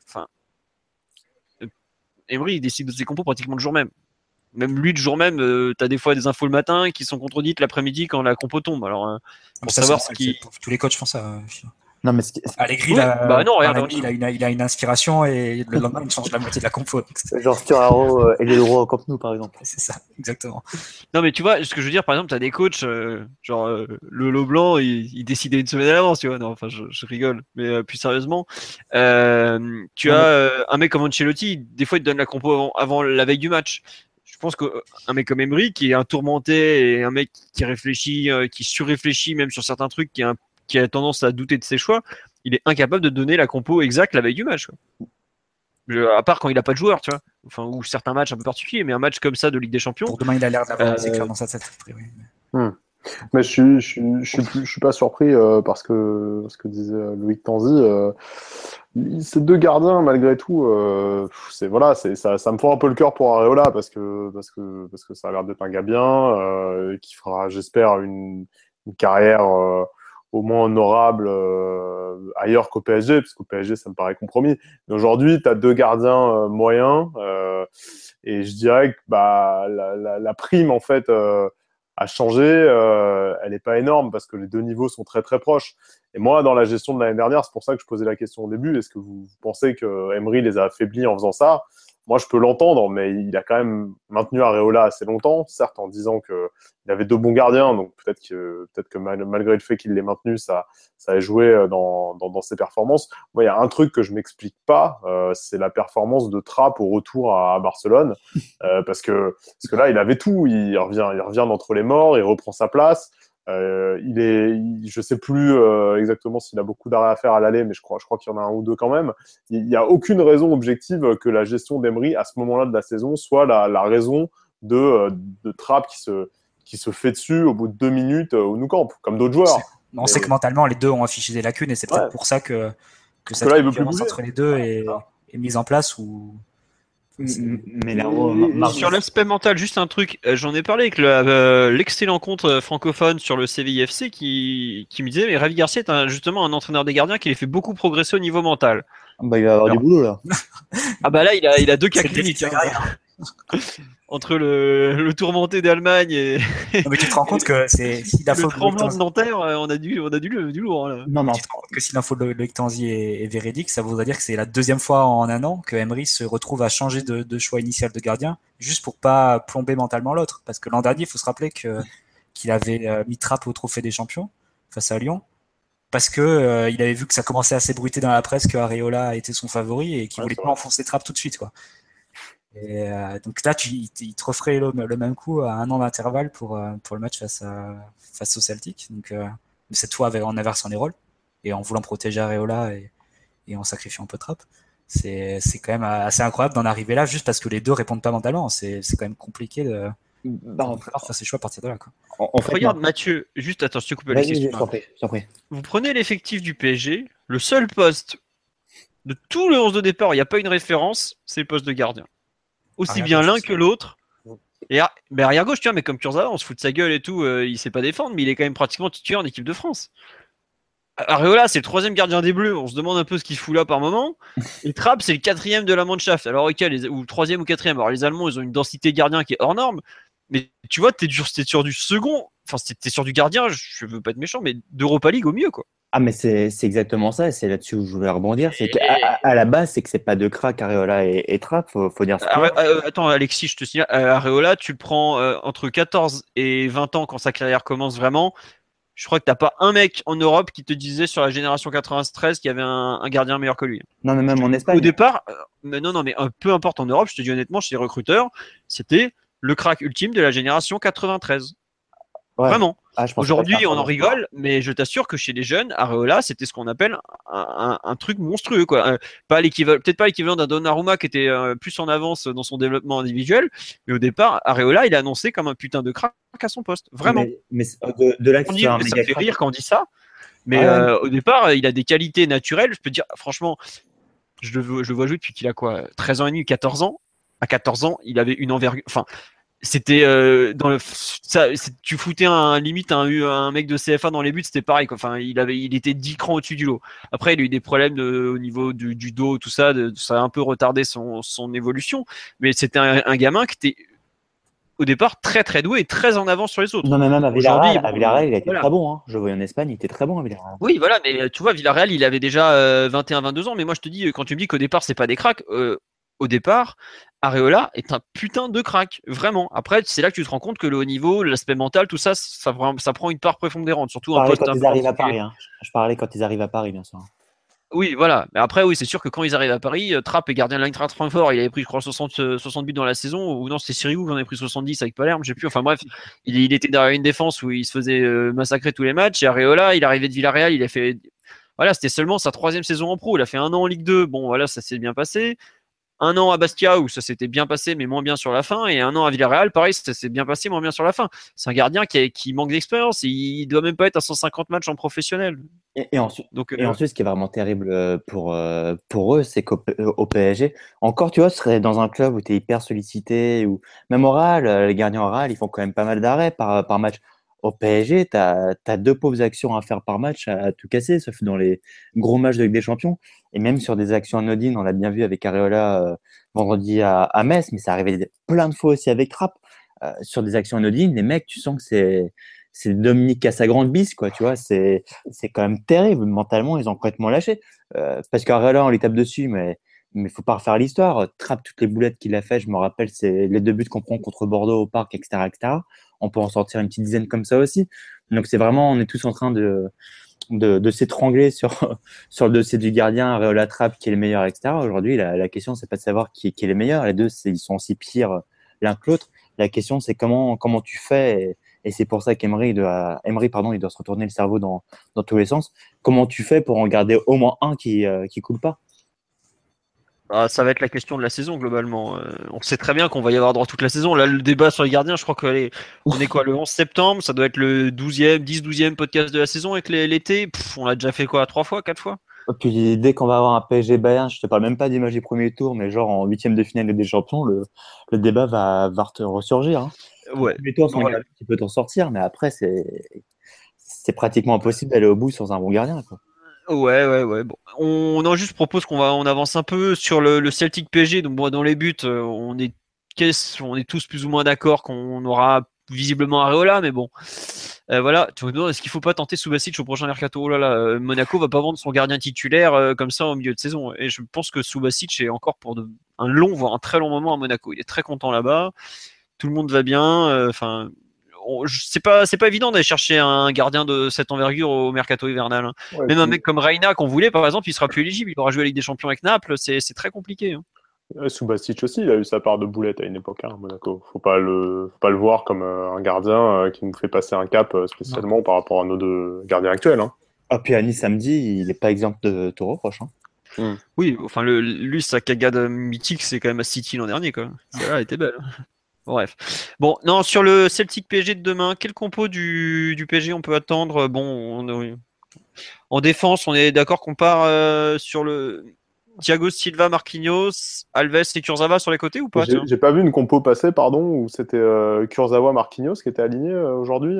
[SPEAKER 2] Emery il décide de ses compos pratiquement le jour même. Même lui, le jour même, t'as des fois des infos le matin qui sont contredites l'après-midi quand la compo tombe. Alors, pour savoir ce qui.
[SPEAKER 3] Tous les coachs font ça.
[SPEAKER 5] Non, mais
[SPEAKER 3] Allegri,
[SPEAKER 2] oui, regarde,
[SPEAKER 3] il a une inspiration et le lendemain, il change la moitié de la compo.
[SPEAKER 5] Genre Sturaro et les droits au Camp Nou, par exemple.
[SPEAKER 3] C'est ça, exactement.
[SPEAKER 2] Non, mais tu vois, ce que je veux dire, par exemple, t'as des coachs, le Leblanc, il décidait une semaine à l'avance, tu vois. Non, enfin, je rigole. Mais plus sérieusement, tu as un mec comme Ancelotti, des fois, il te donne la compo avant la veille du match. Je pense qu'un mec comme Emery, qui est un tourmenté et un mec qui réfléchit, qui surréfléchit même sur certains trucs, qui a tendance à douter de ses choix, il est incapable de donner la compo exacte la veille du match. Quoi. À part quand il n'a pas de joueur, tu vois. Enfin, ou certains matchs un peu particuliers, mais un match comme ça de Ligue des Champions.
[SPEAKER 3] Pour demain, il a l'air d'avoir assez clair dans sa tête.
[SPEAKER 4] Mais je suis pas surpris parce que ce que disait Loïc Tanzi. Ces deux gardiens, malgré tout, ça me fend un peu le cœur pour Areola parce que ça a l'air d'être un gars bien qui fera, j'espère, une carrière au moins honorable ailleurs qu'au PSG, parce qu'au PSG, ça me paraît compromis. Mais aujourd'hui, tu as deux gardiens moyens et je dirais que la prime, en fait, à changer, elle n'est pas énorme parce que les deux niveaux sont très très proches. Et moi, dans la gestion de l'année dernière, c'est pour ça que je posais la question au début, est-ce que vous pensez que Emery les a affaiblis en faisant ça ? Moi, je peux l'entendre, mais il a quand même maintenu Areola assez longtemps, certes en disant qu'il avait deux bons gardiens, donc peut-être que malgré le fait qu'il l'ait maintenu, ça a joué dans ses performances. Moi, il y a un truc que je m'explique pas, c'est la performance de Trapp au retour à Barcelone, parce que là, il avait tout, il revient d'entre les morts, il reprend sa place. Je sais plus exactement s'il a beaucoup d'arrêts à faire à l'aller, mais je crois qu'il y en a un ou deux quand même. Il n'y a aucune raison objective que la gestion d'Emery à ce moment-là de la saison soit la raison de Trapp qui se fait dessus au bout de 2 minutes au Nou Camp, comme d'autres joueurs.
[SPEAKER 3] On sait que mentalement, les deux ont affiché des lacunes et c'est peut-être pour ça que cette différence entre les deux est mise en place.
[SPEAKER 5] Mais
[SPEAKER 2] sur l'aspect mental, juste un truc, j'en ai parlé avec l'excellent compte francophone sur le CVIFC qui me disait mais Ravi Garcia est justement un entraîneur des gardiens qui les fait beaucoup progresser au niveau mental.
[SPEAKER 5] Il va y avoir du boulot là.
[SPEAKER 2] Ah bah là il a deux cas cliniques entre le tourmenté d'Allemagne et
[SPEAKER 3] non, mais tu te rends compte que s'il a
[SPEAKER 2] le tremblement de Nanterre, on a du lourd là.
[SPEAKER 3] Non, tu te rends compte que si l'info de Loïc Tanzi est véridique, ça voudrait dire que c'est la deuxième fois en un an que Emery se retrouve à changer de choix initial de gardien juste pour pas plomber mentalement l'autre, parce que l'an dernier il faut se rappeler qu'il avait mis Trapp au Trophée des Champions face à Lyon parce que il avait vu que ça commençait à s'ébruiter dans la presse que Areola était son favori et qu'il voulait pas enfoncer Trapp tout de suite quoi. Et donc là, il te referait le même coup à un an d'intervalle pour le match face au Celtic. Donc cette fois en inversant les rôles et en voulant protéger Areola et en sacrifiant un peu Trapp. C'est quand même assez incroyable d'en arriver là juste parce que les deux répondent pas mentalement. C'est quand même compliqué de faire ses choix à partir de là. Quoi.
[SPEAKER 2] Regarde Mathieu, juste attends, je te coupe la question. Vous prenez l'effectif du PSG, le seul poste de tout le 11 de départ, il n'y a pas une référence, c'est le poste de gardien. Aussi bien l'un que l'autre. Et arrière gauche, tu vois, mais comme Kurzawa, on se fout de sa gueule et tout, il sait pas défendre, mais il est quand même pratiquement titulaire en équipe de France. Areola, c'est le 3e gardien des Bleus, on se demande un peu ce qu'il fout là par moment. Et Trapp, c'est le 4e de la Mannschaft. Alors, ok, ou 3e ou 4e. Alors, les Allemands, ils ont une densité de gardien qui est hors norme, mais tu vois, t'es sur du second, enfin, t'es sur du gardien, je veux pas être méchant, mais d'Europa League au mieux, quoi.
[SPEAKER 5] Ah, mais c'est exactement ça, et c'est là-dessus où je voulais rebondir. C'est qu'à la base, c'est que c'est pas de crack, Areola et Trapp, faut dire ce qu'il y a.
[SPEAKER 2] Attends, Alexis, je te signale, Areola, tu le prends entre 14 et 20 ans quand sa carrière commence vraiment. Je crois que t'as pas un mec en Europe qui te disait sur la génération 93 qu'il y avait un gardien meilleur que lui.
[SPEAKER 5] Non, mais même en
[SPEAKER 2] Au
[SPEAKER 5] Espagne.
[SPEAKER 2] départ, mais non, mais peu importe en Europe, je te dis honnêtement, chez les recruteurs, c'était le crack ultime de la génération 93.
[SPEAKER 5] Ouais.
[SPEAKER 2] Vraiment.
[SPEAKER 5] Ah, je pense
[SPEAKER 2] Aujourd'hui, on en rigole, mais je t'assure que chez les jeunes, Areola, c'était ce qu'on appelle un truc monstrueux, quoi. Pas l'équivalent, peut-être pas l'équivalent d'un Donnarumma qui était plus en avance dans son développement individuel, mais au départ, Areola, il est annoncé comme un putain de crack à son poste. Vraiment.
[SPEAKER 5] Mais de là que
[SPEAKER 2] On
[SPEAKER 5] tu
[SPEAKER 2] dit,
[SPEAKER 5] un
[SPEAKER 2] ça
[SPEAKER 5] méga
[SPEAKER 2] fait
[SPEAKER 5] crack.
[SPEAKER 2] rire quand on dit ça, mais
[SPEAKER 5] Ouais, ouais.
[SPEAKER 2] au départ, il a des qualités naturelles. Je peux dire, franchement, je le vois jouer depuis qu'il a quoi, 13 ans et demi, 14 ans. À 14 ans, il avait une envergure. Enfin, c'était dans le ça, tu foutais limite un mec de CFA dans les buts, c'était pareil quoi. Enfin, il était 10 crans au-dessus du lot. Après, il a eu des problèmes au niveau du dos, tout ça, ça a un peu retardé son évolution, mais c'était un gamin qui était au départ très très doué et très en avance sur les autres.
[SPEAKER 5] Non, mais même
[SPEAKER 2] Aujourd'hui,
[SPEAKER 5] à Villarreal, il a été
[SPEAKER 2] voilà.
[SPEAKER 5] très bon. Hein. Je le voyais en Espagne, il était très bon à Villarreal.
[SPEAKER 2] Oui, voilà, mais tu vois, Villarreal, il avait déjà 21-22 ans. Mais moi, je te dis, quand tu me dis qu'au départ, c'est pas des cracks, au départ, Areola est un putain de crack, vraiment. Après, c'est là que tu te rends compte que le haut niveau, l'aspect mental, tout ça, ça prend une part prépondérante, surtout
[SPEAKER 5] Je
[SPEAKER 2] un
[SPEAKER 5] parlais
[SPEAKER 2] poste
[SPEAKER 5] quand
[SPEAKER 2] un
[SPEAKER 5] ils
[SPEAKER 2] peu
[SPEAKER 5] arrivent à
[SPEAKER 2] particulier.
[SPEAKER 5] Paris. Hein. Je parlais quand ils arrivent à Paris, bien sûr.
[SPEAKER 2] Oui, voilà. Mais après, oui, c'est sûr que quand ils arrivent à Paris, Trapp est gardien de l'Eintracht Francfort, il avait pris, je crois, 60 buts dans la saison, ou non, c'était Sirigu qui en avait pris 70 avec Palerme, je sais plus. Enfin bref, il était derrière une défense où il se faisait massacrer tous les matchs. Et Areola, il arrivait de Villarreal, il a fait. Voilà, c'était seulement sa 3e saison en pro. Il a fait 1 an en Ligue 2. Bon, voilà, ça s'est bien passé. 1 an à Bastia où ça s'était bien passé, mais moins bien sur la fin. Et 1 an à Villarreal, pareil, ça s'est bien passé, moins bien sur la fin. C'est un gardien qui manque d'expérience. Il doit même pas être à 150 matchs en professionnel.
[SPEAKER 5] Ensuite,
[SPEAKER 2] Donc,
[SPEAKER 5] ce qui est vraiment terrible pour eux, c'est au PSG, encore, tu vois, ce serait dans un club où tu es hyper sollicité, ou même oral, les gardiens orales, ils font quand même pas mal d'arrêts par match. Au PSG, tu as 2 pauvres actions à faire par match à tout casser, sauf dans les gros matchs de Ligue des Champions. Et même sur des actions anodines, on l'a bien vu avec Areola vendredi à Metz, mais ça arrivait plein de fois aussi avec Trapp. Sur des actions anodines, les mecs, tu sens que c'est Dominique Cassagrande bis, quoi, tu vois, c'est quand même terrible. Mentalement, ils ont complètement lâché. Parce qu'Areola, on les tape dessus, mais faut pas refaire l'histoire. Trappe toutes les boulettes qu'il a fait. Je me rappelle, c'est les 2 buts qu'on prend contre Bordeaux au Parc, etc., etc. On peut en sortir une petite dizaine comme ça aussi. Donc c'est vraiment, on est tous en train de s'étrangler sur le dossier du gardien, Areola, Trapp, qui est le meilleur, etc. Aujourd'hui, la question, c'est pas de savoir qui est le meilleur. Les deux, ils sont aussi pires l'un que l'autre. La question, c'est comment tu fais. Et c'est pour ça qu'Emery il doit se retourner le cerveau dans tous les sens. Comment tu fais pour en garder au moins un qui coule pas?
[SPEAKER 2] ça va être la question de la saison globalement. On sait très bien qu'on va y avoir droit toute la saison. Là, le débat sur les gardiens, je crois qu'on est quoi, le 11 septembre, ça doit être le 10-12e podcast de la saison avec l'été. On l'a déjà fait quoi, 3 fois, 4 fois?
[SPEAKER 5] Et puis dès qu'on va avoir un PSG Bayern, je te parle même pas d'image du premier tour, mais genre en 8e de finale des Champions, le débat va ressurgir. Hein.
[SPEAKER 2] Ouais.
[SPEAKER 5] Les tours sont
[SPEAKER 2] Voilà.
[SPEAKER 5] tu peux t'en sortir, mais après c'est pratiquement impossible d'aller au bout sans un bon gardien, quoi.
[SPEAKER 2] Ouais. Bon. On en juste propose on avance un peu sur le Celtic PSG. Donc bon, dans les buts, on est tous plus ou moins d'accord qu'on aura visiblement Areola, mais bon. Voilà, tu me demandes, est-ce qu'il faut pas tenter Subasic au prochain mercato? Oh là là, Monaco va pas vendre son gardien titulaire comme ça au milieu de saison. Et je pense que Subasic est encore pour un long, voire un très long moment à Monaco. Il est très content là-bas. Tout le monde va bien. Enfin, c'est pas évident d'aller chercher un gardien de cette envergure au mercato hivernal. Hein.
[SPEAKER 4] Ouais,
[SPEAKER 2] Même un mec comme Reina qu'on voulait, par exemple, il sera plus éligible. Il aura joué la Ligue des Champions avec Naples. C'est très compliqué. Hein.
[SPEAKER 4] Subasic aussi, il a eu sa part de boulette à une époque à Monaco. Faut pas le voir comme un gardien qui nous fait passer un cap spécialement par rapport à nos 2 gardiens actuels. Hein.
[SPEAKER 5] Ah, puis à Nice samedi, il est pas exempt de tout reproche. Hein.
[SPEAKER 2] Oui, enfin lui sa cagade mythique, c'est quand même à City l'an dernier quoi. Celle-là était belle. Bref. Bon, non, sur le Celtic PSG de demain, quel compo du PSG on peut attendre? Bon, en défense, on est d'accord qu'on part sur le Thiago Silva, Marquinhos, Alves et Kurzawa sur les côtés ou pas?
[SPEAKER 4] J'ai pas vu une compo passer, pardon, où c'était Kurzawa Marquinhos qui était aligné aujourd'hui,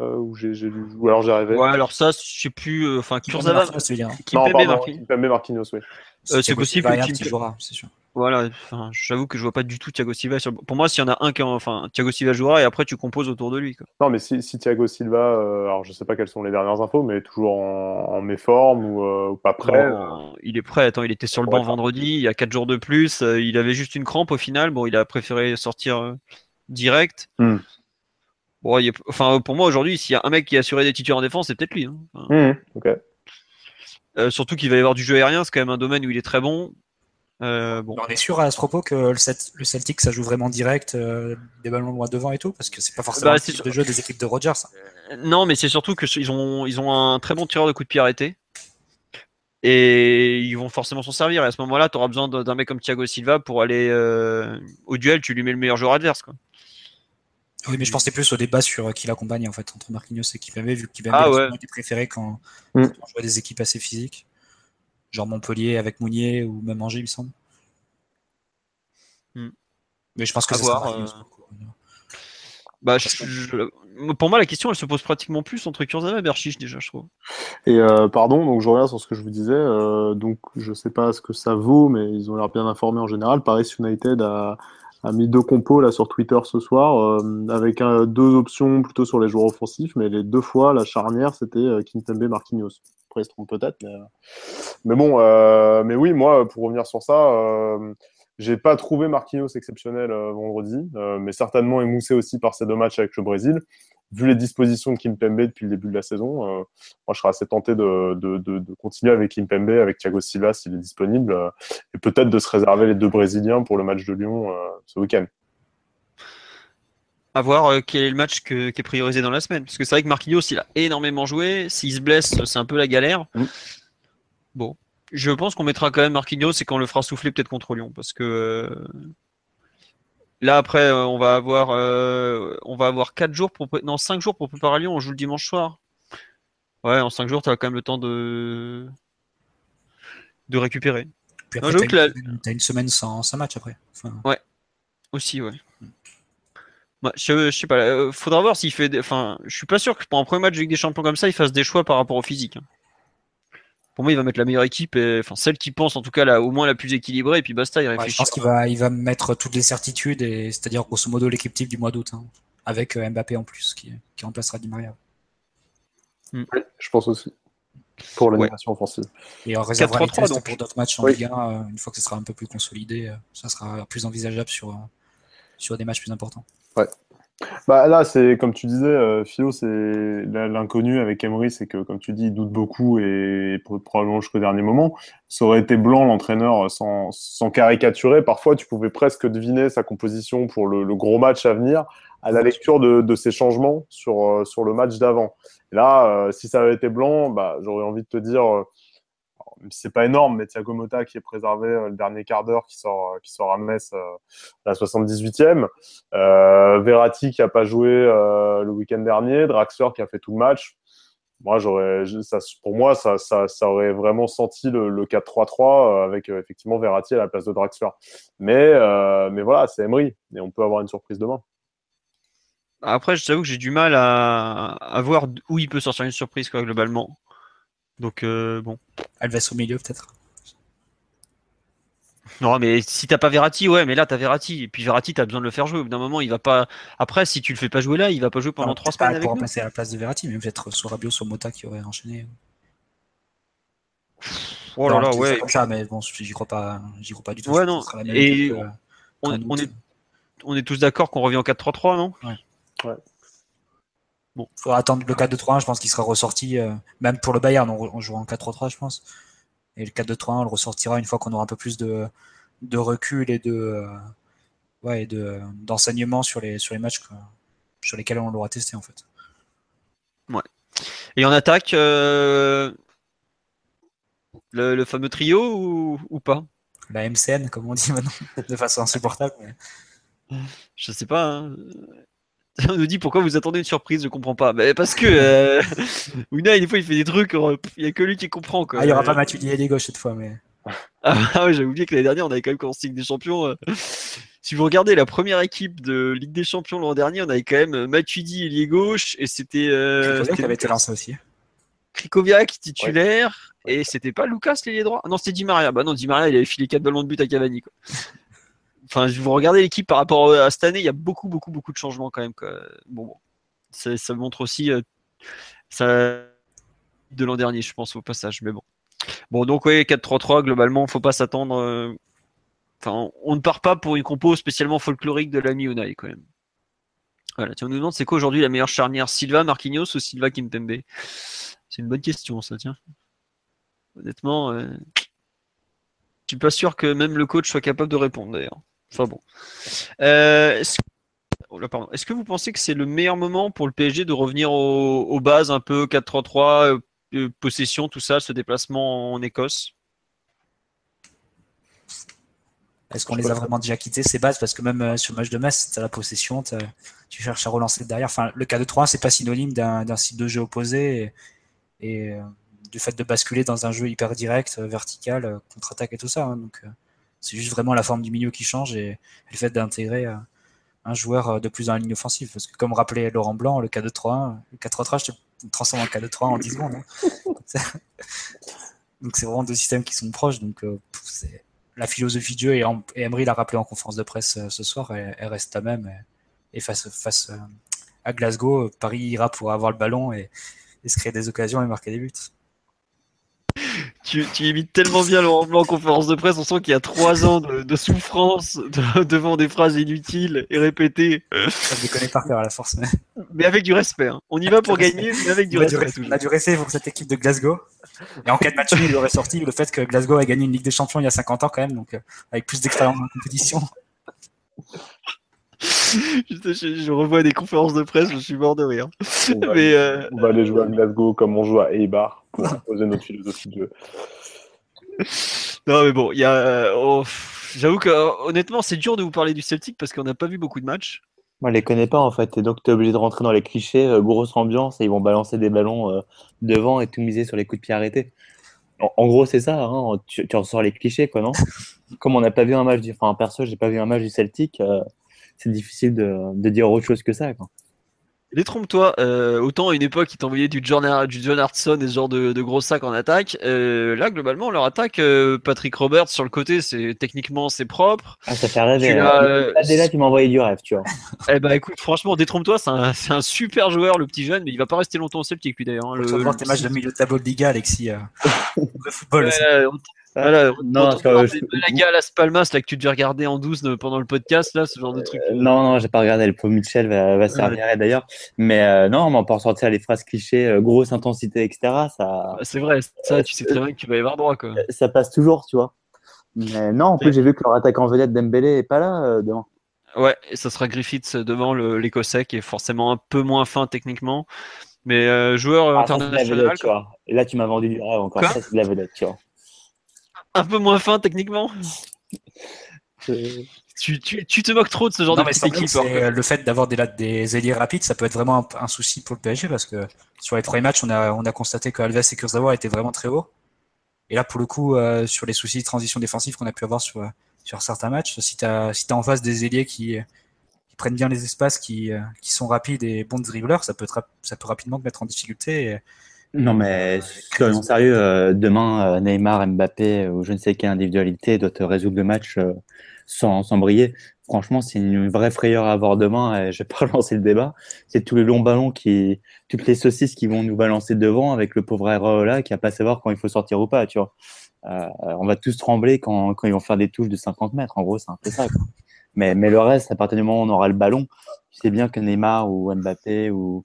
[SPEAKER 4] ou alors j'ai rêvé.
[SPEAKER 2] Ouais, alors ça, je sais plus. Enfin, Kurzawa,
[SPEAKER 3] C'est bien.
[SPEAKER 4] Non,
[SPEAKER 2] Kimpembe,
[SPEAKER 4] pardon,
[SPEAKER 2] Marquinhos.
[SPEAKER 4] Kimpembe Marquinhos, oui.
[SPEAKER 2] C'est possible que
[SPEAKER 3] qui jouera, c'est sûr.
[SPEAKER 2] Voilà, enfin, j'avoue que je vois pas du tout Thiago Silva. Pour moi, s'il y en a un Thiago Silva jouera et après tu composes autour de lui, quoi.
[SPEAKER 4] Non, mais si Thiago Silva, alors je sais pas quelles sont les dernières infos, mais toujours en méforme ou pas prêt,
[SPEAKER 2] Non, il est prêt. Attends, il était sur le
[SPEAKER 4] pourrait
[SPEAKER 2] banc vendredi, il y a 4 jours de plus. Il avait juste une crampe au final. Bon, il a préféré sortir direct.
[SPEAKER 4] Hmm.
[SPEAKER 2] Bon, pour moi aujourd'hui, s'il y a un mec qui a assuré des titulaires en défense, c'est peut-être lui, hein.
[SPEAKER 4] Ok.
[SPEAKER 2] Surtout qu'il va y avoir du jeu aérien, c'est quand même un domaine où il est très bon. Bon.
[SPEAKER 3] On est sûr à ce propos que le Celtic ça joue vraiment direct, des ballons loin devant et tout, parce que c'est pas forcément le type de jeu des équipes de Rodgers.
[SPEAKER 2] Non, mais c'est surtout que ils ont un très bon tireur de coups de pied arrêtés. Et ils vont forcément s'en servir. Et à ce moment-là, tu auras besoin d'un mec comme Thiago Silva pour aller au duel, tu lui mets le meilleur joueur adverse, quoi.
[SPEAKER 3] Oui, mais je pensais plus au débat sur qui l'accompagne en fait entre Marquinhos et Kimpembe, vu que Kimpembe
[SPEAKER 2] ouais.
[SPEAKER 3] était préféré quand on jouait des équipes assez physiques, genre Montpellier avec Mounier ou même Angers, il me semble. Mais je pense que c'est
[SPEAKER 2] pour moi, la question, elle se pose pratiquement plus entre Kurzawa et Berchiche, déjà, je trouve.
[SPEAKER 4] Et pardon, donc je reviens sur ce que je vous disais. Donc je sais pas ce que ça vaut, mais ils ont l'air bien informés en général. Paris United a mis 2 compos là sur Twitter ce soir, avec 2 options plutôt sur les joueurs offensifs, mais les 2 fois la charnière c'était Kimpembe Marquinhos. Après ils se trompent peut-être, mais bon, mais oui, moi pour revenir sur ça. J'ai pas trouvé Marquinhos exceptionnel vendredi, mais certainement émoussé aussi par ces 2 matchs avec le Brésil. Vu les dispositions de Kimpembe depuis le début de la saison, moi je serais assez tenté de continuer avec Kimpembe, avec Thiago Silva s'il est disponible, et peut-être de se réserver les 2 Brésiliens pour le match de Lyon ce week-end.
[SPEAKER 2] À voir quel est le match qui est priorisé dans la semaine. Parce que c'est vrai que Marquinhos, il a énormément joué. S'il se blesse, c'est un peu la galère. Bon. Je pense qu'on mettra quand même Marquinhos et qu'on le fera souffler peut-être contre Lyon. Parce que là, après, on va avoir 5 jours pour préparer Lyon. On joue le dimanche soir. Ouais, en 5 jours, tu as quand même le temps de récupérer.
[SPEAKER 3] Puis après, t'as une semaine sans match après.
[SPEAKER 2] Ouais, aussi, ouais. Je sais pas, faudra voir s'il fait. Je suis pas sûr que pour un premier match de Ligue des Champions comme ça, il fasse des choix par rapport au physique. Pour moi, il va mettre la meilleure équipe, celle qui pense en tout cas au moins la plus équilibrée, et puis basta, il réfléchit.
[SPEAKER 3] Je pense qu'il va mettre toutes les certitudes, c'est-à-dire grosso modo l'équipe type du mois d'août, avec Mbappé en plus, qui remplacera Di Maria.
[SPEAKER 4] Oui, je pense aussi. Pour l'animation offensive.
[SPEAKER 3] Et on réservera les tests pour d'autres matchs en Ligue 1, une fois que ce sera un peu plus consolidé, ça sera plus envisageable sur des matchs plus importants.
[SPEAKER 4] Ouais. Bah là, c'est comme tu disais, Philo, c'est l'inconnu avec Emery, c'est que comme tu dis, il doute beaucoup et probablement jusqu'au dernier moment. Ça aurait été Blanc, l'entraîneur, sans caricaturer. Parfois, tu pouvais presque deviner sa composition pour le gros match à venir à la lecture de ses changements sur le match d'avant. Et là, si ça avait été Blanc, bah, j'aurais envie de te dire, c'est pas énorme, mais Thiago Motta qui est préservé le dernier quart d'heure, qui sort à Metz la 78e. Verratti qui a pas joué le week-end dernier, Draxler qui a fait tout le match. Moi, pour moi, ça aurait vraiment senti le 4-3-3 avec effectivement Verratti à la place de Draxler. Mais voilà, c'est Emery et on peut avoir une surprise demain.
[SPEAKER 2] Après, je t'avoue que j'ai du mal à voir où il peut sortir une surprise, quoi, globalement. Donc, bon.
[SPEAKER 3] Alves au milieu, peut-être.
[SPEAKER 2] Non, mais si t'as pas Verratti, ouais, mais là t'as Verratti. Et puis Verratti, t'as besoin de le faire jouer. Au bout d'un moment, il va pas. Après, si tu le fais pas jouer là, il va pas jouer pendant 3 semaines avec
[SPEAKER 3] pour
[SPEAKER 2] nous.
[SPEAKER 3] remplacer à la place de Verratti, mais peut-être soit Rabiot, soit Motta qui aurait enchaîné.
[SPEAKER 2] Oh là là, ouais.
[SPEAKER 3] Comme ça, mais bon, j'y crois pas du tout.
[SPEAKER 2] Ouais, non. Et on est tous d'accord qu'on revient en 4-3-3, non ?
[SPEAKER 4] Ouais.
[SPEAKER 3] Bon, il faudra attendre le 4-2-3-1, je pense qu'il sera ressorti, même pour le Bayern, on jouera en 4-3-3, je pense. Et le 4-2-3-1, on le ressortira une fois qu'on aura un peu plus de recul et d'enseignement sur les matchs sur lesquels on l'aura testé, en fait.
[SPEAKER 2] Ouais. Et en attaque, le fameux trio ou pas ?
[SPEAKER 3] La MCN, comme on dit maintenant, de façon insupportable. Mais...
[SPEAKER 2] Je sais pas, hein. On nous dit pourquoi vous attendez une surprise, je comprends pas. Mais parce que Unai, des fois, il fait des trucs, il y a que lui qui comprend, quoi.
[SPEAKER 3] Il n'y aura pas Matuidi et les gauches cette fois, mais.
[SPEAKER 2] Ah ouais, j'ai oublié que l'année dernière, on avait quand même commencé Ligue des Champions. Si vous regardez la première équipe de Ligue des Champions l'an dernier, on avait quand même Matuidi ailier gauche et c'était.
[SPEAKER 3] qui avait été lancé aussi.
[SPEAKER 2] Krikoviak titulaire, et c'était pas Lucas l'ailier droit? Non, c'était Di Maria. Bah non, Di Maria, il avait filé 4 ballons de but à Cavani, quoi. Enfin, vous regardez l'équipe par rapport à cette année, il y a beaucoup de changements quand même, quoi. Bon. Ça montre aussi ça de l'an dernier, je pense, au passage. Mais bon. Bon, donc oui, 4-3-3, globalement, faut pas s'attendre. Enfin, on ne part pas pour une compo spécialement folklorique de l'ami Unai, quand même. Voilà, tiens, on nous demande c'est quoi aujourd'hui la meilleure charnière, Silva, Marquinhos ou Silva Kimpembe? C'est une bonne question, ça, tiens. Honnêtement, je suis pas sûr que même le coach soit capable de répondre, d'ailleurs. Enfin bon. Est-ce que vous pensez que c'est le meilleur moment pour le PSG de revenir aux bases, un peu 4-3-3, possession, tout ça, ce déplacement en Écosse?
[SPEAKER 3] Est-ce qu'on les a vraiment déjà quittés, ces bases? Parce que même sur le match de Metz, tu as la possession, tu cherches à relancer derrière. Enfin, le 4-2-3, c'est pas synonyme d'un style de jeu opposé et du fait de basculer dans un jeu hyper direct, vertical, contre-attaque et tout ça. Hein. Donc, c'est juste vraiment la forme du milieu qui change et le fait d'intégrer un joueur de plus dans la ligne offensive. Parce que comme rappelait Laurent Blanc, le 4-2-3, le 4-3-3, je te transforme en 4-2-3 en 10 secondes. Hein. Donc, c'est vraiment deux systèmes qui sont proches. Donc, c'est la philosophie de jeu, et Emery l'a rappelé en conférence de presse ce soir, elle reste la même. Et face à Glasgow, Paris ira pour avoir le ballon et se créer des occasions et marquer des buts.
[SPEAKER 2] Tu imites tellement bien Laurent Blanc en conférence de presse, on sent qu'il y a 3 ans de souffrance devant des phrases inutiles et répétées.
[SPEAKER 3] Je les connais par cœur à la force.
[SPEAKER 2] Mais avec du respect. Hein. On y va pour gagner, mais avec du respect.
[SPEAKER 3] On a du respect pour cette équipe de Glasgow. Et en cas de match nul, il aurait sorti le fait que Glasgow a gagné une Ligue des Champions il y a 50 ans quand même, donc avec plus d'expérience dans la compétition.
[SPEAKER 2] Je revois des conférences de presse, je suis mort de rire.
[SPEAKER 4] On va aller jouer à Glasgow comme on joue à Eibar pour imposer notre philosophie de jeu.
[SPEAKER 2] Non mais bon, j'avoue que honnêtement c'est dur de vous parler du Celtic parce qu'on n'a pas vu beaucoup de matchs.
[SPEAKER 5] Moi, je les connais pas en fait, et donc tu es obligé de rentrer dans les clichés, grosse ambiance, et ils vont balancer des ballons devant et tout miser sur les coups de pied arrêtés. En gros, c'est ça, hein, tu ressors les clichés, quoi, non? Comme on n'a pas vu un match, enfin, perso, j'ai pas vu un match du Celtic, c'est difficile de dire autre chose que ça, quoi.
[SPEAKER 2] Détrompe-toi, autant à une époque ils t'envoyaient du John Hartson et ce genre de gros sacs en attaque. Là globalement leur attaque, Patrick Roberts sur le côté, techniquement c'est propre.
[SPEAKER 5] Ah, ça fait rêver. Adela, tu m'as envoyé du rêve, tu vois.
[SPEAKER 2] Eh ben écoute, franchement, détrompe-toi, c'est un super joueur le petit jeune, mais il va pas rester longtemps au Celtic lui d'ailleurs.
[SPEAKER 3] Tu vas voir tes matchs de milieu de tableau de Liga, Alexis. Le football.
[SPEAKER 2] Voilà,
[SPEAKER 5] non,
[SPEAKER 2] Malaga, Las Palmas, là que tu devais regarder en 12 pendant le podcast, là, ce genre de truc.
[SPEAKER 5] Non, j'ai pas regardé. Le pauvre Mitchell va servir d'ailleurs. Mais non, on peut ressortir les phrases clichés, grosse intensité, etc. Ça...
[SPEAKER 2] C'est vrai, ça, tu sais très bien que tu vas y avoir droit, quoi.
[SPEAKER 5] Ça passe toujours, tu vois. Mais non, en plus, j'ai vu que leur attaquant vedette Dembélé est pas là demain.
[SPEAKER 2] Ouais, et ça sera Griffiths devant l'Écossais qui est forcément un peu moins fin techniquement. Mais joueur international.
[SPEAKER 5] Ça, c'est de la vedette, tu vois. Là, tu m'as vendu du rêve encore. Ça, c'est de la vedette, tu vois.
[SPEAKER 2] Un peu moins fin techniquement. Tu te moques trop de ce genre de petite équipe.
[SPEAKER 3] Le fait d'avoir des ailiers rapides, ça peut être vraiment un souci pour le PSG parce que sur les premiers matchs, on a constaté que Alves et Kurzawa étaient vraiment très hauts. Et là, pour le coup, sur les soucis de transition défensive qu'on a pu avoir sur certains matchs, si t'as en face des ailiers qui prennent bien les espaces, qui sont rapides et bons dribbleurs, ça peut rapidement te mettre en difficulté.
[SPEAKER 5] Non, mais soyons sérieux, demain, Neymar, Mbappé ou je ne sais quelle individualité doit te résoudre le match sans briller. Franchement, c'est une vraie frayeur à avoir demain, et je vais pas relancer le débat. C'est tous les longs ballons toutes les saucisses qui vont nous balancer devant avec le pauvre Areola qui va pas savoir quand il faut sortir ou pas, tu vois. On va tous trembler quand ils vont faire des touches de 50 mètres. En gros, c'est un peu ça, quoi. Mais le reste, à partir du moment où on aura le ballon, tu sais bien que Neymar ou Mbappé ou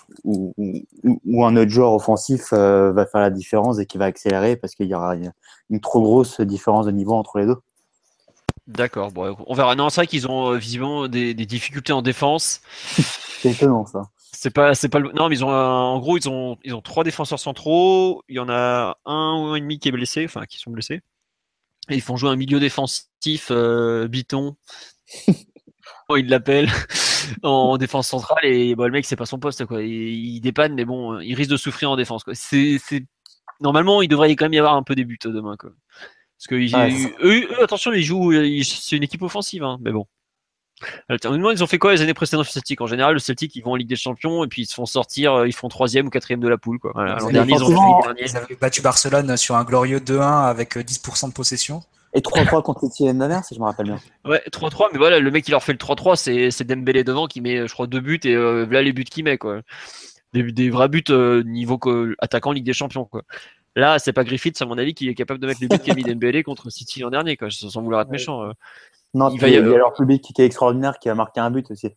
[SPEAKER 5] un autre joueur offensif va faire la différence et qui va accélérer parce qu'il y aura une trop grosse différence de niveau entre les deux.
[SPEAKER 2] D'accord, bon, on verra. Non, c'est vrai qu'ils ont visiblement des difficultés en défense.
[SPEAKER 5] C'est étonnant ça.
[SPEAKER 2] C'est pas non, mais en gros ils ont 3 défenseurs centraux. Il y en a un ou un et demi qui est blessé, enfin qui sont blessés. Et ils font jouer un milieu défensif Biton. Ils l'appellent en défense centrale et le mec c'est pas son poste quoi. Il dépanne mais bon il risque de souffrir en défense quoi. Normalement il devrait quand même y avoir un peu des buts demain quoi. Parce que eux attention ils jouent c'est une équipe offensive hein, mais bon. On nous demande, ils ont fait quoi les années précédentes sur Celtic? En général, le Celtic, ils vont en Ligue des Champions et puis ils se font sortir, ils font 3e ou 4e de la poule, quoi. Voilà. L'an dernier,
[SPEAKER 3] ils avaient battu Barcelone sur un glorieux 2-1 avec 10% de possession.
[SPEAKER 5] Et 3-3 contre Etienne Nevers, si je me rappelle bien.
[SPEAKER 2] Ouais, 3-3, mais voilà, le mec qui leur fait le 3-3, c'est Dembélé devant qui met, je crois, 2 buts et voilà les buts qu'il met, quoi. Des vrais buts niveau attaquant Ligue des Champions, quoi. Là, c'est pas Griffiths, à mon avis, qui est capable de mettre les buts qu'a mis Dembélé contre City l'an dernier, quoi, sans vouloir être méchant.
[SPEAKER 5] Non, il y a leur public qui est extraordinaire, qui a marqué un but aussi.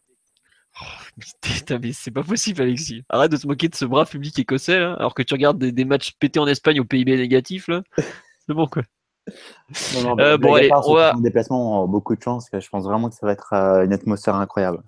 [SPEAKER 2] Mais c'est pas possible, Alexis. Arrête de te moquer de ce brave public écossais, là, alors que tu regardes des matchs pétés en Espagne au PIB négatif, là. C'est bon, quoi.
[SPEAKER 5] Non, bon, allez, on va... En déplacement, beaucoup de chance. Je pense vraiment que ça va être une atmosphère incroyable.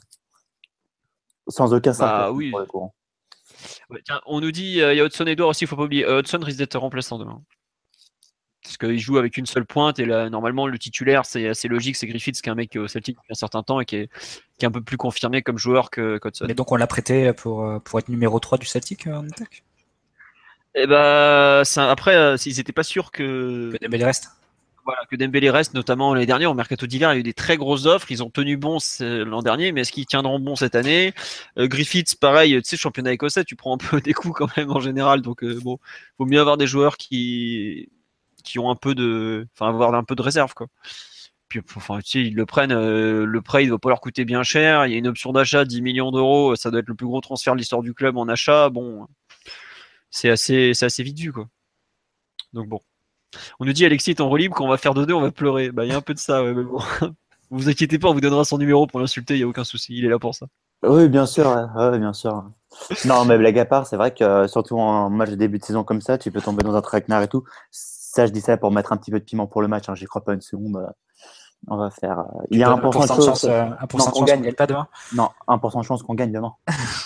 [SPEAKER 5] Sans aucun sarcasme,
[SPEAKER 2] oui.
[SPEAKER 5] pour le coup.
[SPEAKER 2] Ouais, tiens, on nous dit, il y a Hudson Edouard aussi, il faut pas oublier. Hudson risque d'être remplaçant demain. Parce qu'il joue avec une seule pointe et là, normalement, le titulaire, c'est assez logique, c'est Griffiths, qui est un mec au Celtic depuis un certain temps et qui est un peu plus confirmé comme joueur qu'Hudson.
[SPEAKER 3] Mais donc, on l'a prêté pour être numéro 3 du Celtic en attaque?
[SPEAKER 2] Et bah, après, ils n'étaient pas sûrs que
[SPEAKER 3] Dembélé reste.
[SPEAKER 2] Voilà, que Dembélé reste, notamment l'année dernière au mercato d'hiver, il y a eu des très grosses offres, ils ont tenu bon l'an dernier, mais est-ce qu'ils tiendront bon cette année? Griffiths, pareil, tu sais, championnat écossais, tu prends un peu des coups quand même en général, donc bon, faut mieux avoir des joueurs qui ont avoir un peu de réserve, quoi. Puis, enfin, tu sais, ils le prennent, le prêt, il doit pas leur coûter bien cher, il y a une option d'achat, 10 millions d'euros, ça doit être le plus gros transfert de l'histoire du club en achat, bon, c'est assez vite vu, quoi. Donc bon. On nous dit, Alexis est en roue libre, quand on va faire 2-2, on va pleurer. Bah, il y a un peu de ça, ouais, mais bon. Vous inquiétez pas, on vous donnera son numéro pour l'insulter, il n'y a aucun souci, il est là pour ça.
[SPEAKER 5] Oui, bien sûr, ouais, bien sûr. Non, mais blague à part, c'est vrai que surtout en match de début de saison comme ça, tu peux tomber dans un traquenard et tout. Ça, je dis ça pour mettre un petit peu de piment pour le match, hein, j'y crois pas une seconde. On va faire. Il y a 1% de chance.
[SPEAKER 3] 1% de chance qu'on gagne pas demain?
[SPEAKER 5] Non, 1% de chance qu'on gagne demain.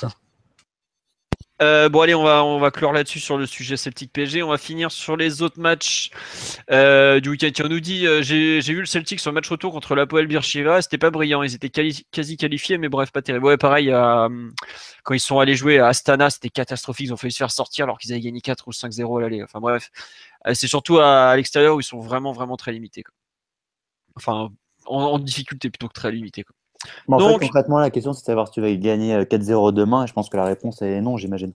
[SPEAKER 2] Bon allez, on va clore là-dessus sur le sujet Celtic PSG. On va finir sur les autres matchs du week-end. On nous dit, j'ai vu le Celtic sur le match retour contre l'Apoel Beersheva, c'était pas brillant, ils étaient quasi qualifiés, mais bref, pas terrible. Ouais, pareil, quand ils sont allés jouer à Astana, c'était catastrophique, ils ont failli se faire sortir alors qu'ils avaient gagné 4 ou 5-0 à l'aller. Enfin bref, c'est surtout à l'extérieur où ils sont vraiment, vraiment très limités, quoi. Enfin, en difficulté plutôt que très limités, quoi.
[SPEAKER 5] Mais en fait, concrètement, la question, c'est de savoir si tu vas gagner 4-0 demain. Et je pense que la réponse est non, j'imagine.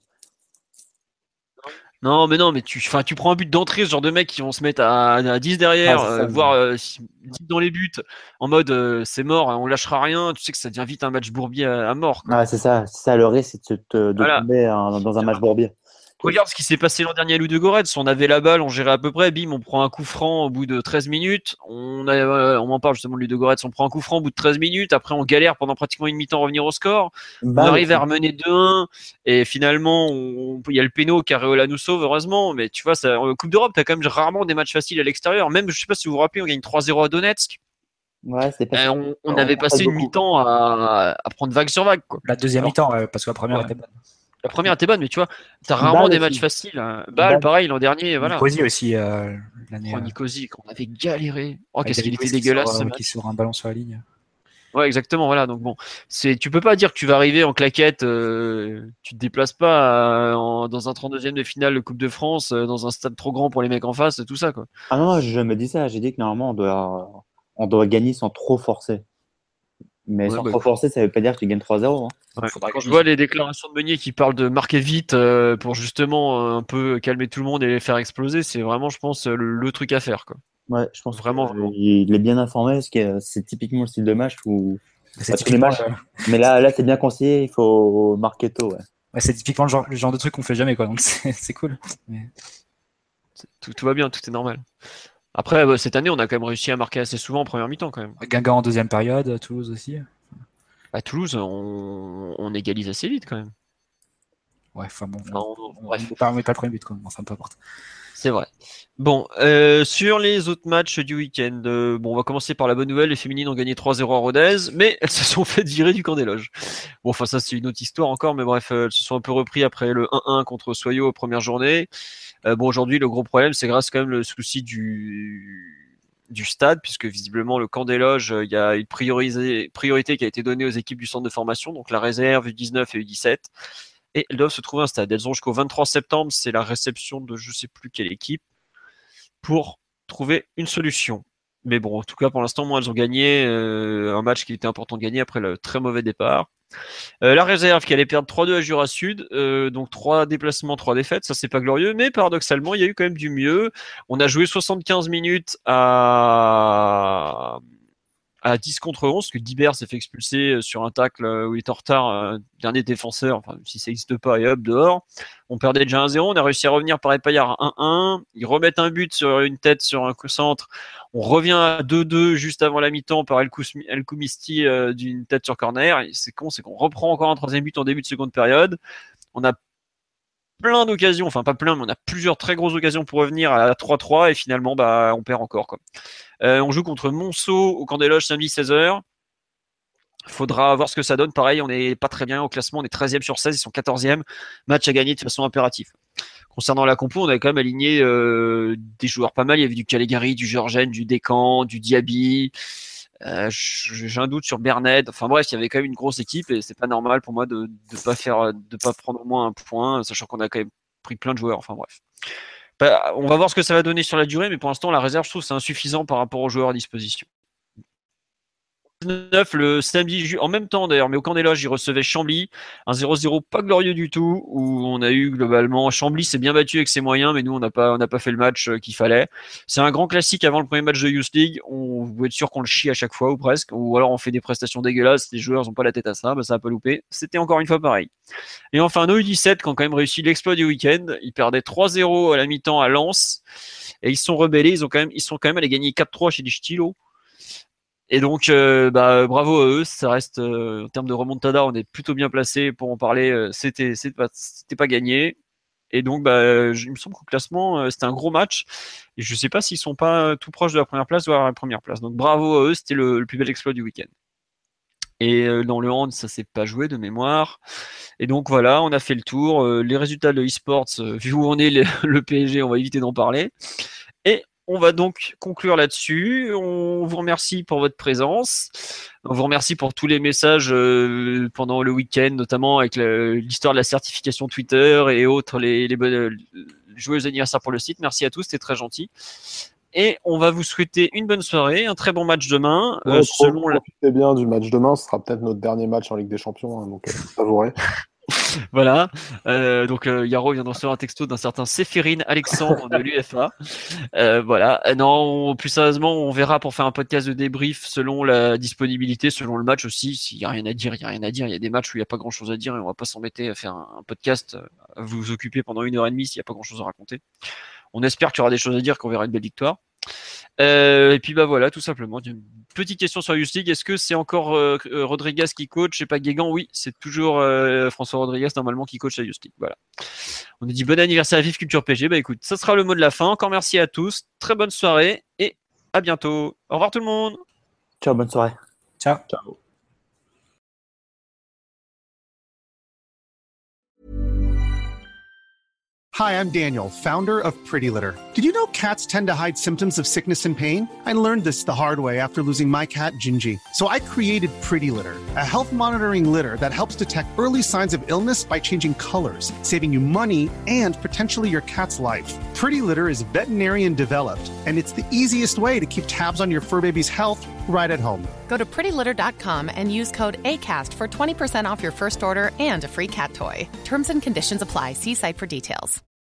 [SPEAKER 2] Non, mais tu prends un but d'entrée, ce genre de mecs qui vont se mettre à 10 derrière, voire 10 dans les buts, en mode c'est mort, on lâchera rien. Tu sais que ça devient vite un match bourbier à mort, quoi.
[SPEAKER 5] Ah, c'est ça, le risque, c'est de tomber dans un match bourbier.
[SPEAKER 2] Regarde ce qui s'est passé l'an dernier à Ludogorets. On avait la balle, on gérait à peu près, bim, on prend un coup franc au bout de 13 minutes. On m'en parle justement de Ludogorets, on prend un coup franc au bout de 13 minutes. Après, on galère pendant pratiquement une mi-temps à revenir au score. On arrive à remener 2-1. Et finalement, il y a le péno qu'Areola nous sauve, heureusement. Mais tu vois, en Coupe d'Europe, tu as quand même rarement des matchs faciles à l'extérieur. Même, je sais pas si vous vous rappelez, on gagne 3-0 à Donetsk.
[SPEAKER 5] Ouais, c'est pas
[SPEAKER 2] on avait passé une mi-temps à prendre vague sur vague, quoi.
[SPEAKER 3] La deuxième mi-temps, parce que la première était bonne.
[SPEAKER 2] La première était bonne, mais tu vois, t'as rarement des matchs faciles. Bâle, pareil, l'an dernier, voilà.
[SPEAKER 3] Nicosie aussi, l'année.
[SPEAKER 2] Nicosie, qu'on avait galéré. Oh, qu'est-ce qu'il était dégueulasse, ce match.
[SPEAKER 3] Qui sort un ballon sur la ligne.
[SPEAKER 2] Ouais, exactement, voilà. Donc bon, tu peux pas dire que tu vas arriver en claquette, tu te déplaces pas dans un 32e de finale de Coupe de France, dans un stade trop grand pour les mecs en face, tout ça, quoi.
[SPEAKER 5] Ah non, j'ai jamais dit ça. J'ai dit que normalement, on doit gagner sans trop forcer. Mais sans trop forcer, ça veut pas dire que tu gagnes 3-0. Hein.
[SPEAKER 2] Ouais. Quand je vois les déclarations de Meunier qui parlent de marquer vite pour justement un peu calmer tout le monde et les faire exploser, c'est vraiment, je pense, le truc à faire, quoi.
[SPEAKER 5] Ouais, je pense vraiment. Il est bien informé parce que c'est typiquement le style de match où.
[SPEAKER 3] C'est typiquement
[SPEAKER 5] Mais là, c'est bien conseillé, il faut marquer tôt. Ouais.
[SPEAKER 3] Ouais, c'est typiquement le genre de truc qu'on fait jamais, quoi. Donc c'est cool. Mais...
[SPEAKER 2] Tout va bien, tout est normal. Après, cette année, on a quand même réussi à marquer assez souvent en première mi-temps, quand même.
[SPEAKER 3] Guingamp en deuxième période, Toulouse aussi.
[SPEAKER 2] À Toulouse, on égalise assez vite, quand même.
[SPEAKER 3] Ouais, enfin bon.
[SPEAKER 2] Bref.
[SPEAKER 3] On met pas le premier but, quoi. Enfin, peu importe.
[SPEAKER 2] C'est vrai. Bon, sur les autres matchs du week-end, on va commencer par la bonne nouvelle. Les féminines ont gagné 3-0 à Rodez, mais elles se sont fait virer du camp des loges. Bon, enfin ça c'est une autre histoire encore, mais bref, elles se sont un peu repris après le 1-1 contre Soyo aux premières journées. Aujourd'hui, le gros problème, c'est grâce quand même le souci du stade, puisque visiblement le camp des loges, il y a une priorité qui a été donnée aux équipes du centre de formation, donc la réserve U19 et U17. Et elles doivent se trouver un stade. Elles ont jusqu'au 23 septembre, c'est la réception de je sais plus quelle équipe, pour trouver une solution. Mais bon, en tout cas, pour l'instant, moi, elles ont gagné un match qui était important de gagner après le très mauvais départ. La réserve qui allait perdre 3-2 à Jura Sud, donc 3 déplacements, 3 défaites, ça c'est pas glorieux, mais paradoxalement il y a eu quand même du mieux. On a joué 75 minutes à 10 contre 11, parce que Dibert s'est fait expulser sur un tacle où il est en retard, dernier défenseur, enfin si ça n'existe pas, et hop, dehors. On perdait déjà 1-0, on a réussi à revenir par Epaillard à 1-1, ils remettent un but sur une tête sur un centre, on revient à 2-2 juste avant la mi-temps par El Koumisti d'une tête sur corner, et c'est con, c'est qu'on reprend encore un troisième but en début de seconde période, on a plein d'occasions, enfin pas plein, mais on a plusieurs très grosses occasions pour revenir à 3-3, et finalement on perd encore, quoi. On joue contre Monceau au Camp des Loges samedi 16h. Faudra voir ce que ça donne. Pareil, on n'est pas très bien au classement. On est 13e sur 16, ils sont 14e. Match à gagner de façon impérative. Concernant la compo, on avait quand même aligné des joueurs pas mal. Il y avait du Calegari, du Georgen, du Descamps, du Diaby. J'ai un doute sur Bernet. Enfin bref, il y avait quand même une grosse équipe et c'est pas normal pour moi de pas prendre au moins un point, sachant qu'on a quand même pris plein de joueurs. Enfin bref. On va voir ce que ça va donner sur la durée, mais pour l'instant, la réserve, je trouve, c'est insuffisant par rapport aux joueurs à disposition. 19 le samedi, en même temps d'ailleurs, mais au Camp des Loges, ils recevaient Chambly, un 0-0 pas glorieux du tout, où on a eu globalement, Chambly s'est bien battu avec ses moyens, mais nous on n'a pas fait le match qu'il fallait. C'est un grand classique avant le premier match de Youth League, on peut être sûr qu'on le chie à chaque fois ou presque, ou alors on fait des prestations dégueulasses, les joueurs n'ont pas la tête à ça, ça a pas loupé. C'était encore une fois pareil. Et enfin, nos U17 qui ont quand même réussi l'exploit du week-end, ils perdaient 3-0 à la mi-temps à Lens, et ils se sont rebellés, ils sont quand même allés gagner 4-3 chez les Ch'tilos. Et donc, bravo à eux. Ça reste, en termes de remontada, on est plutôt bien placé pour en parler. C'était pas gagné. Et donc, il me semble qu'au classement, c'était un gros match. Et je sais pas s'ils sont pas tout proches de la première place ou à la première place. Donc, bravo à eux. C'était le plus bel exploit du week-end. Et dans le hand, ça s'est pas joué de mémoire. Et donc voilà, on a fait le tour. Les résultats de e-sports, vu où on est le PSG, on va éviter d'en parler. Et on va donc conclure là-dessus. On vous remercie pour votre présence. On vous remercie pour tous les messages pendant le week-end, notamment avec l'histoire de la certification Twitter et autres, les joyeux anniversaires pour le site. Merci à tous, c'était très gentil. Et on va vous souhaiter une bonne soirée, un très bon match demain.
[SPEAKER 4] Profitez bien du match demain, ce sera peut-être notre dernier match en Ligue des Champions, donc savourez.
[SPEAKER 2] Voilà, donc Yaro vient de recevoir un texto d'un certain Séphérine Alexandre de l'UFA. Voilà, non, plus sérieusement, on verra pour faire un podcast de débrief selon la disponibilité, selon le match aussi. S'il y a rien à dire, il y a rien à dire. Il y a des matchs où il n'y a pas grand chose à dire et on va pas s'embêter à faire un podcast, à vous occuper pendant 1h30 s'il n'y a pas grand chose à raconter. On espère qu'il y aura des choses à dire, qu'on verra une belle victoire. Et puis voilà, tout simplement. Une petite question sur Youth League. Est-ce que c'est encore Rodriguez qui coach et pas Guégan? Oui, c'est toujours François Rodriguez normalement qui coach à Youth League. Voilà. On nous dit bon anniversaire à Vive Culture PG. Écoute, ça sera le mot de la fin. Encore merci à tous. Très bonne soirée et à bientôt. Au revoir tout le monde.
[SPEAKER 5] Ciao, bonne soirée.
[SPEAKER 3] Ciao.
[SPEAKER 4] Ciao.
[SPEAKER 6] Hi, I'm Daniel, founder of Pretty Litter. Did you know cats tend to hide symptoms of sickness and pain? I learned this the hard way after losing my cat, Gingy. So I created Pretty Litter, a health monitoring litter that helps detect early signs of illness by changing colors, saving you money and potentially your cat's life. Pretty Litter is veterinarian developed, and it's the easiest way to keep tabs on your fur baby's health right at home.
[SPEAKER 7] Go to prettylitter.com and use code ACAST for 20% off your first order and a free cat toy. Terms and conditions apply. See site for details.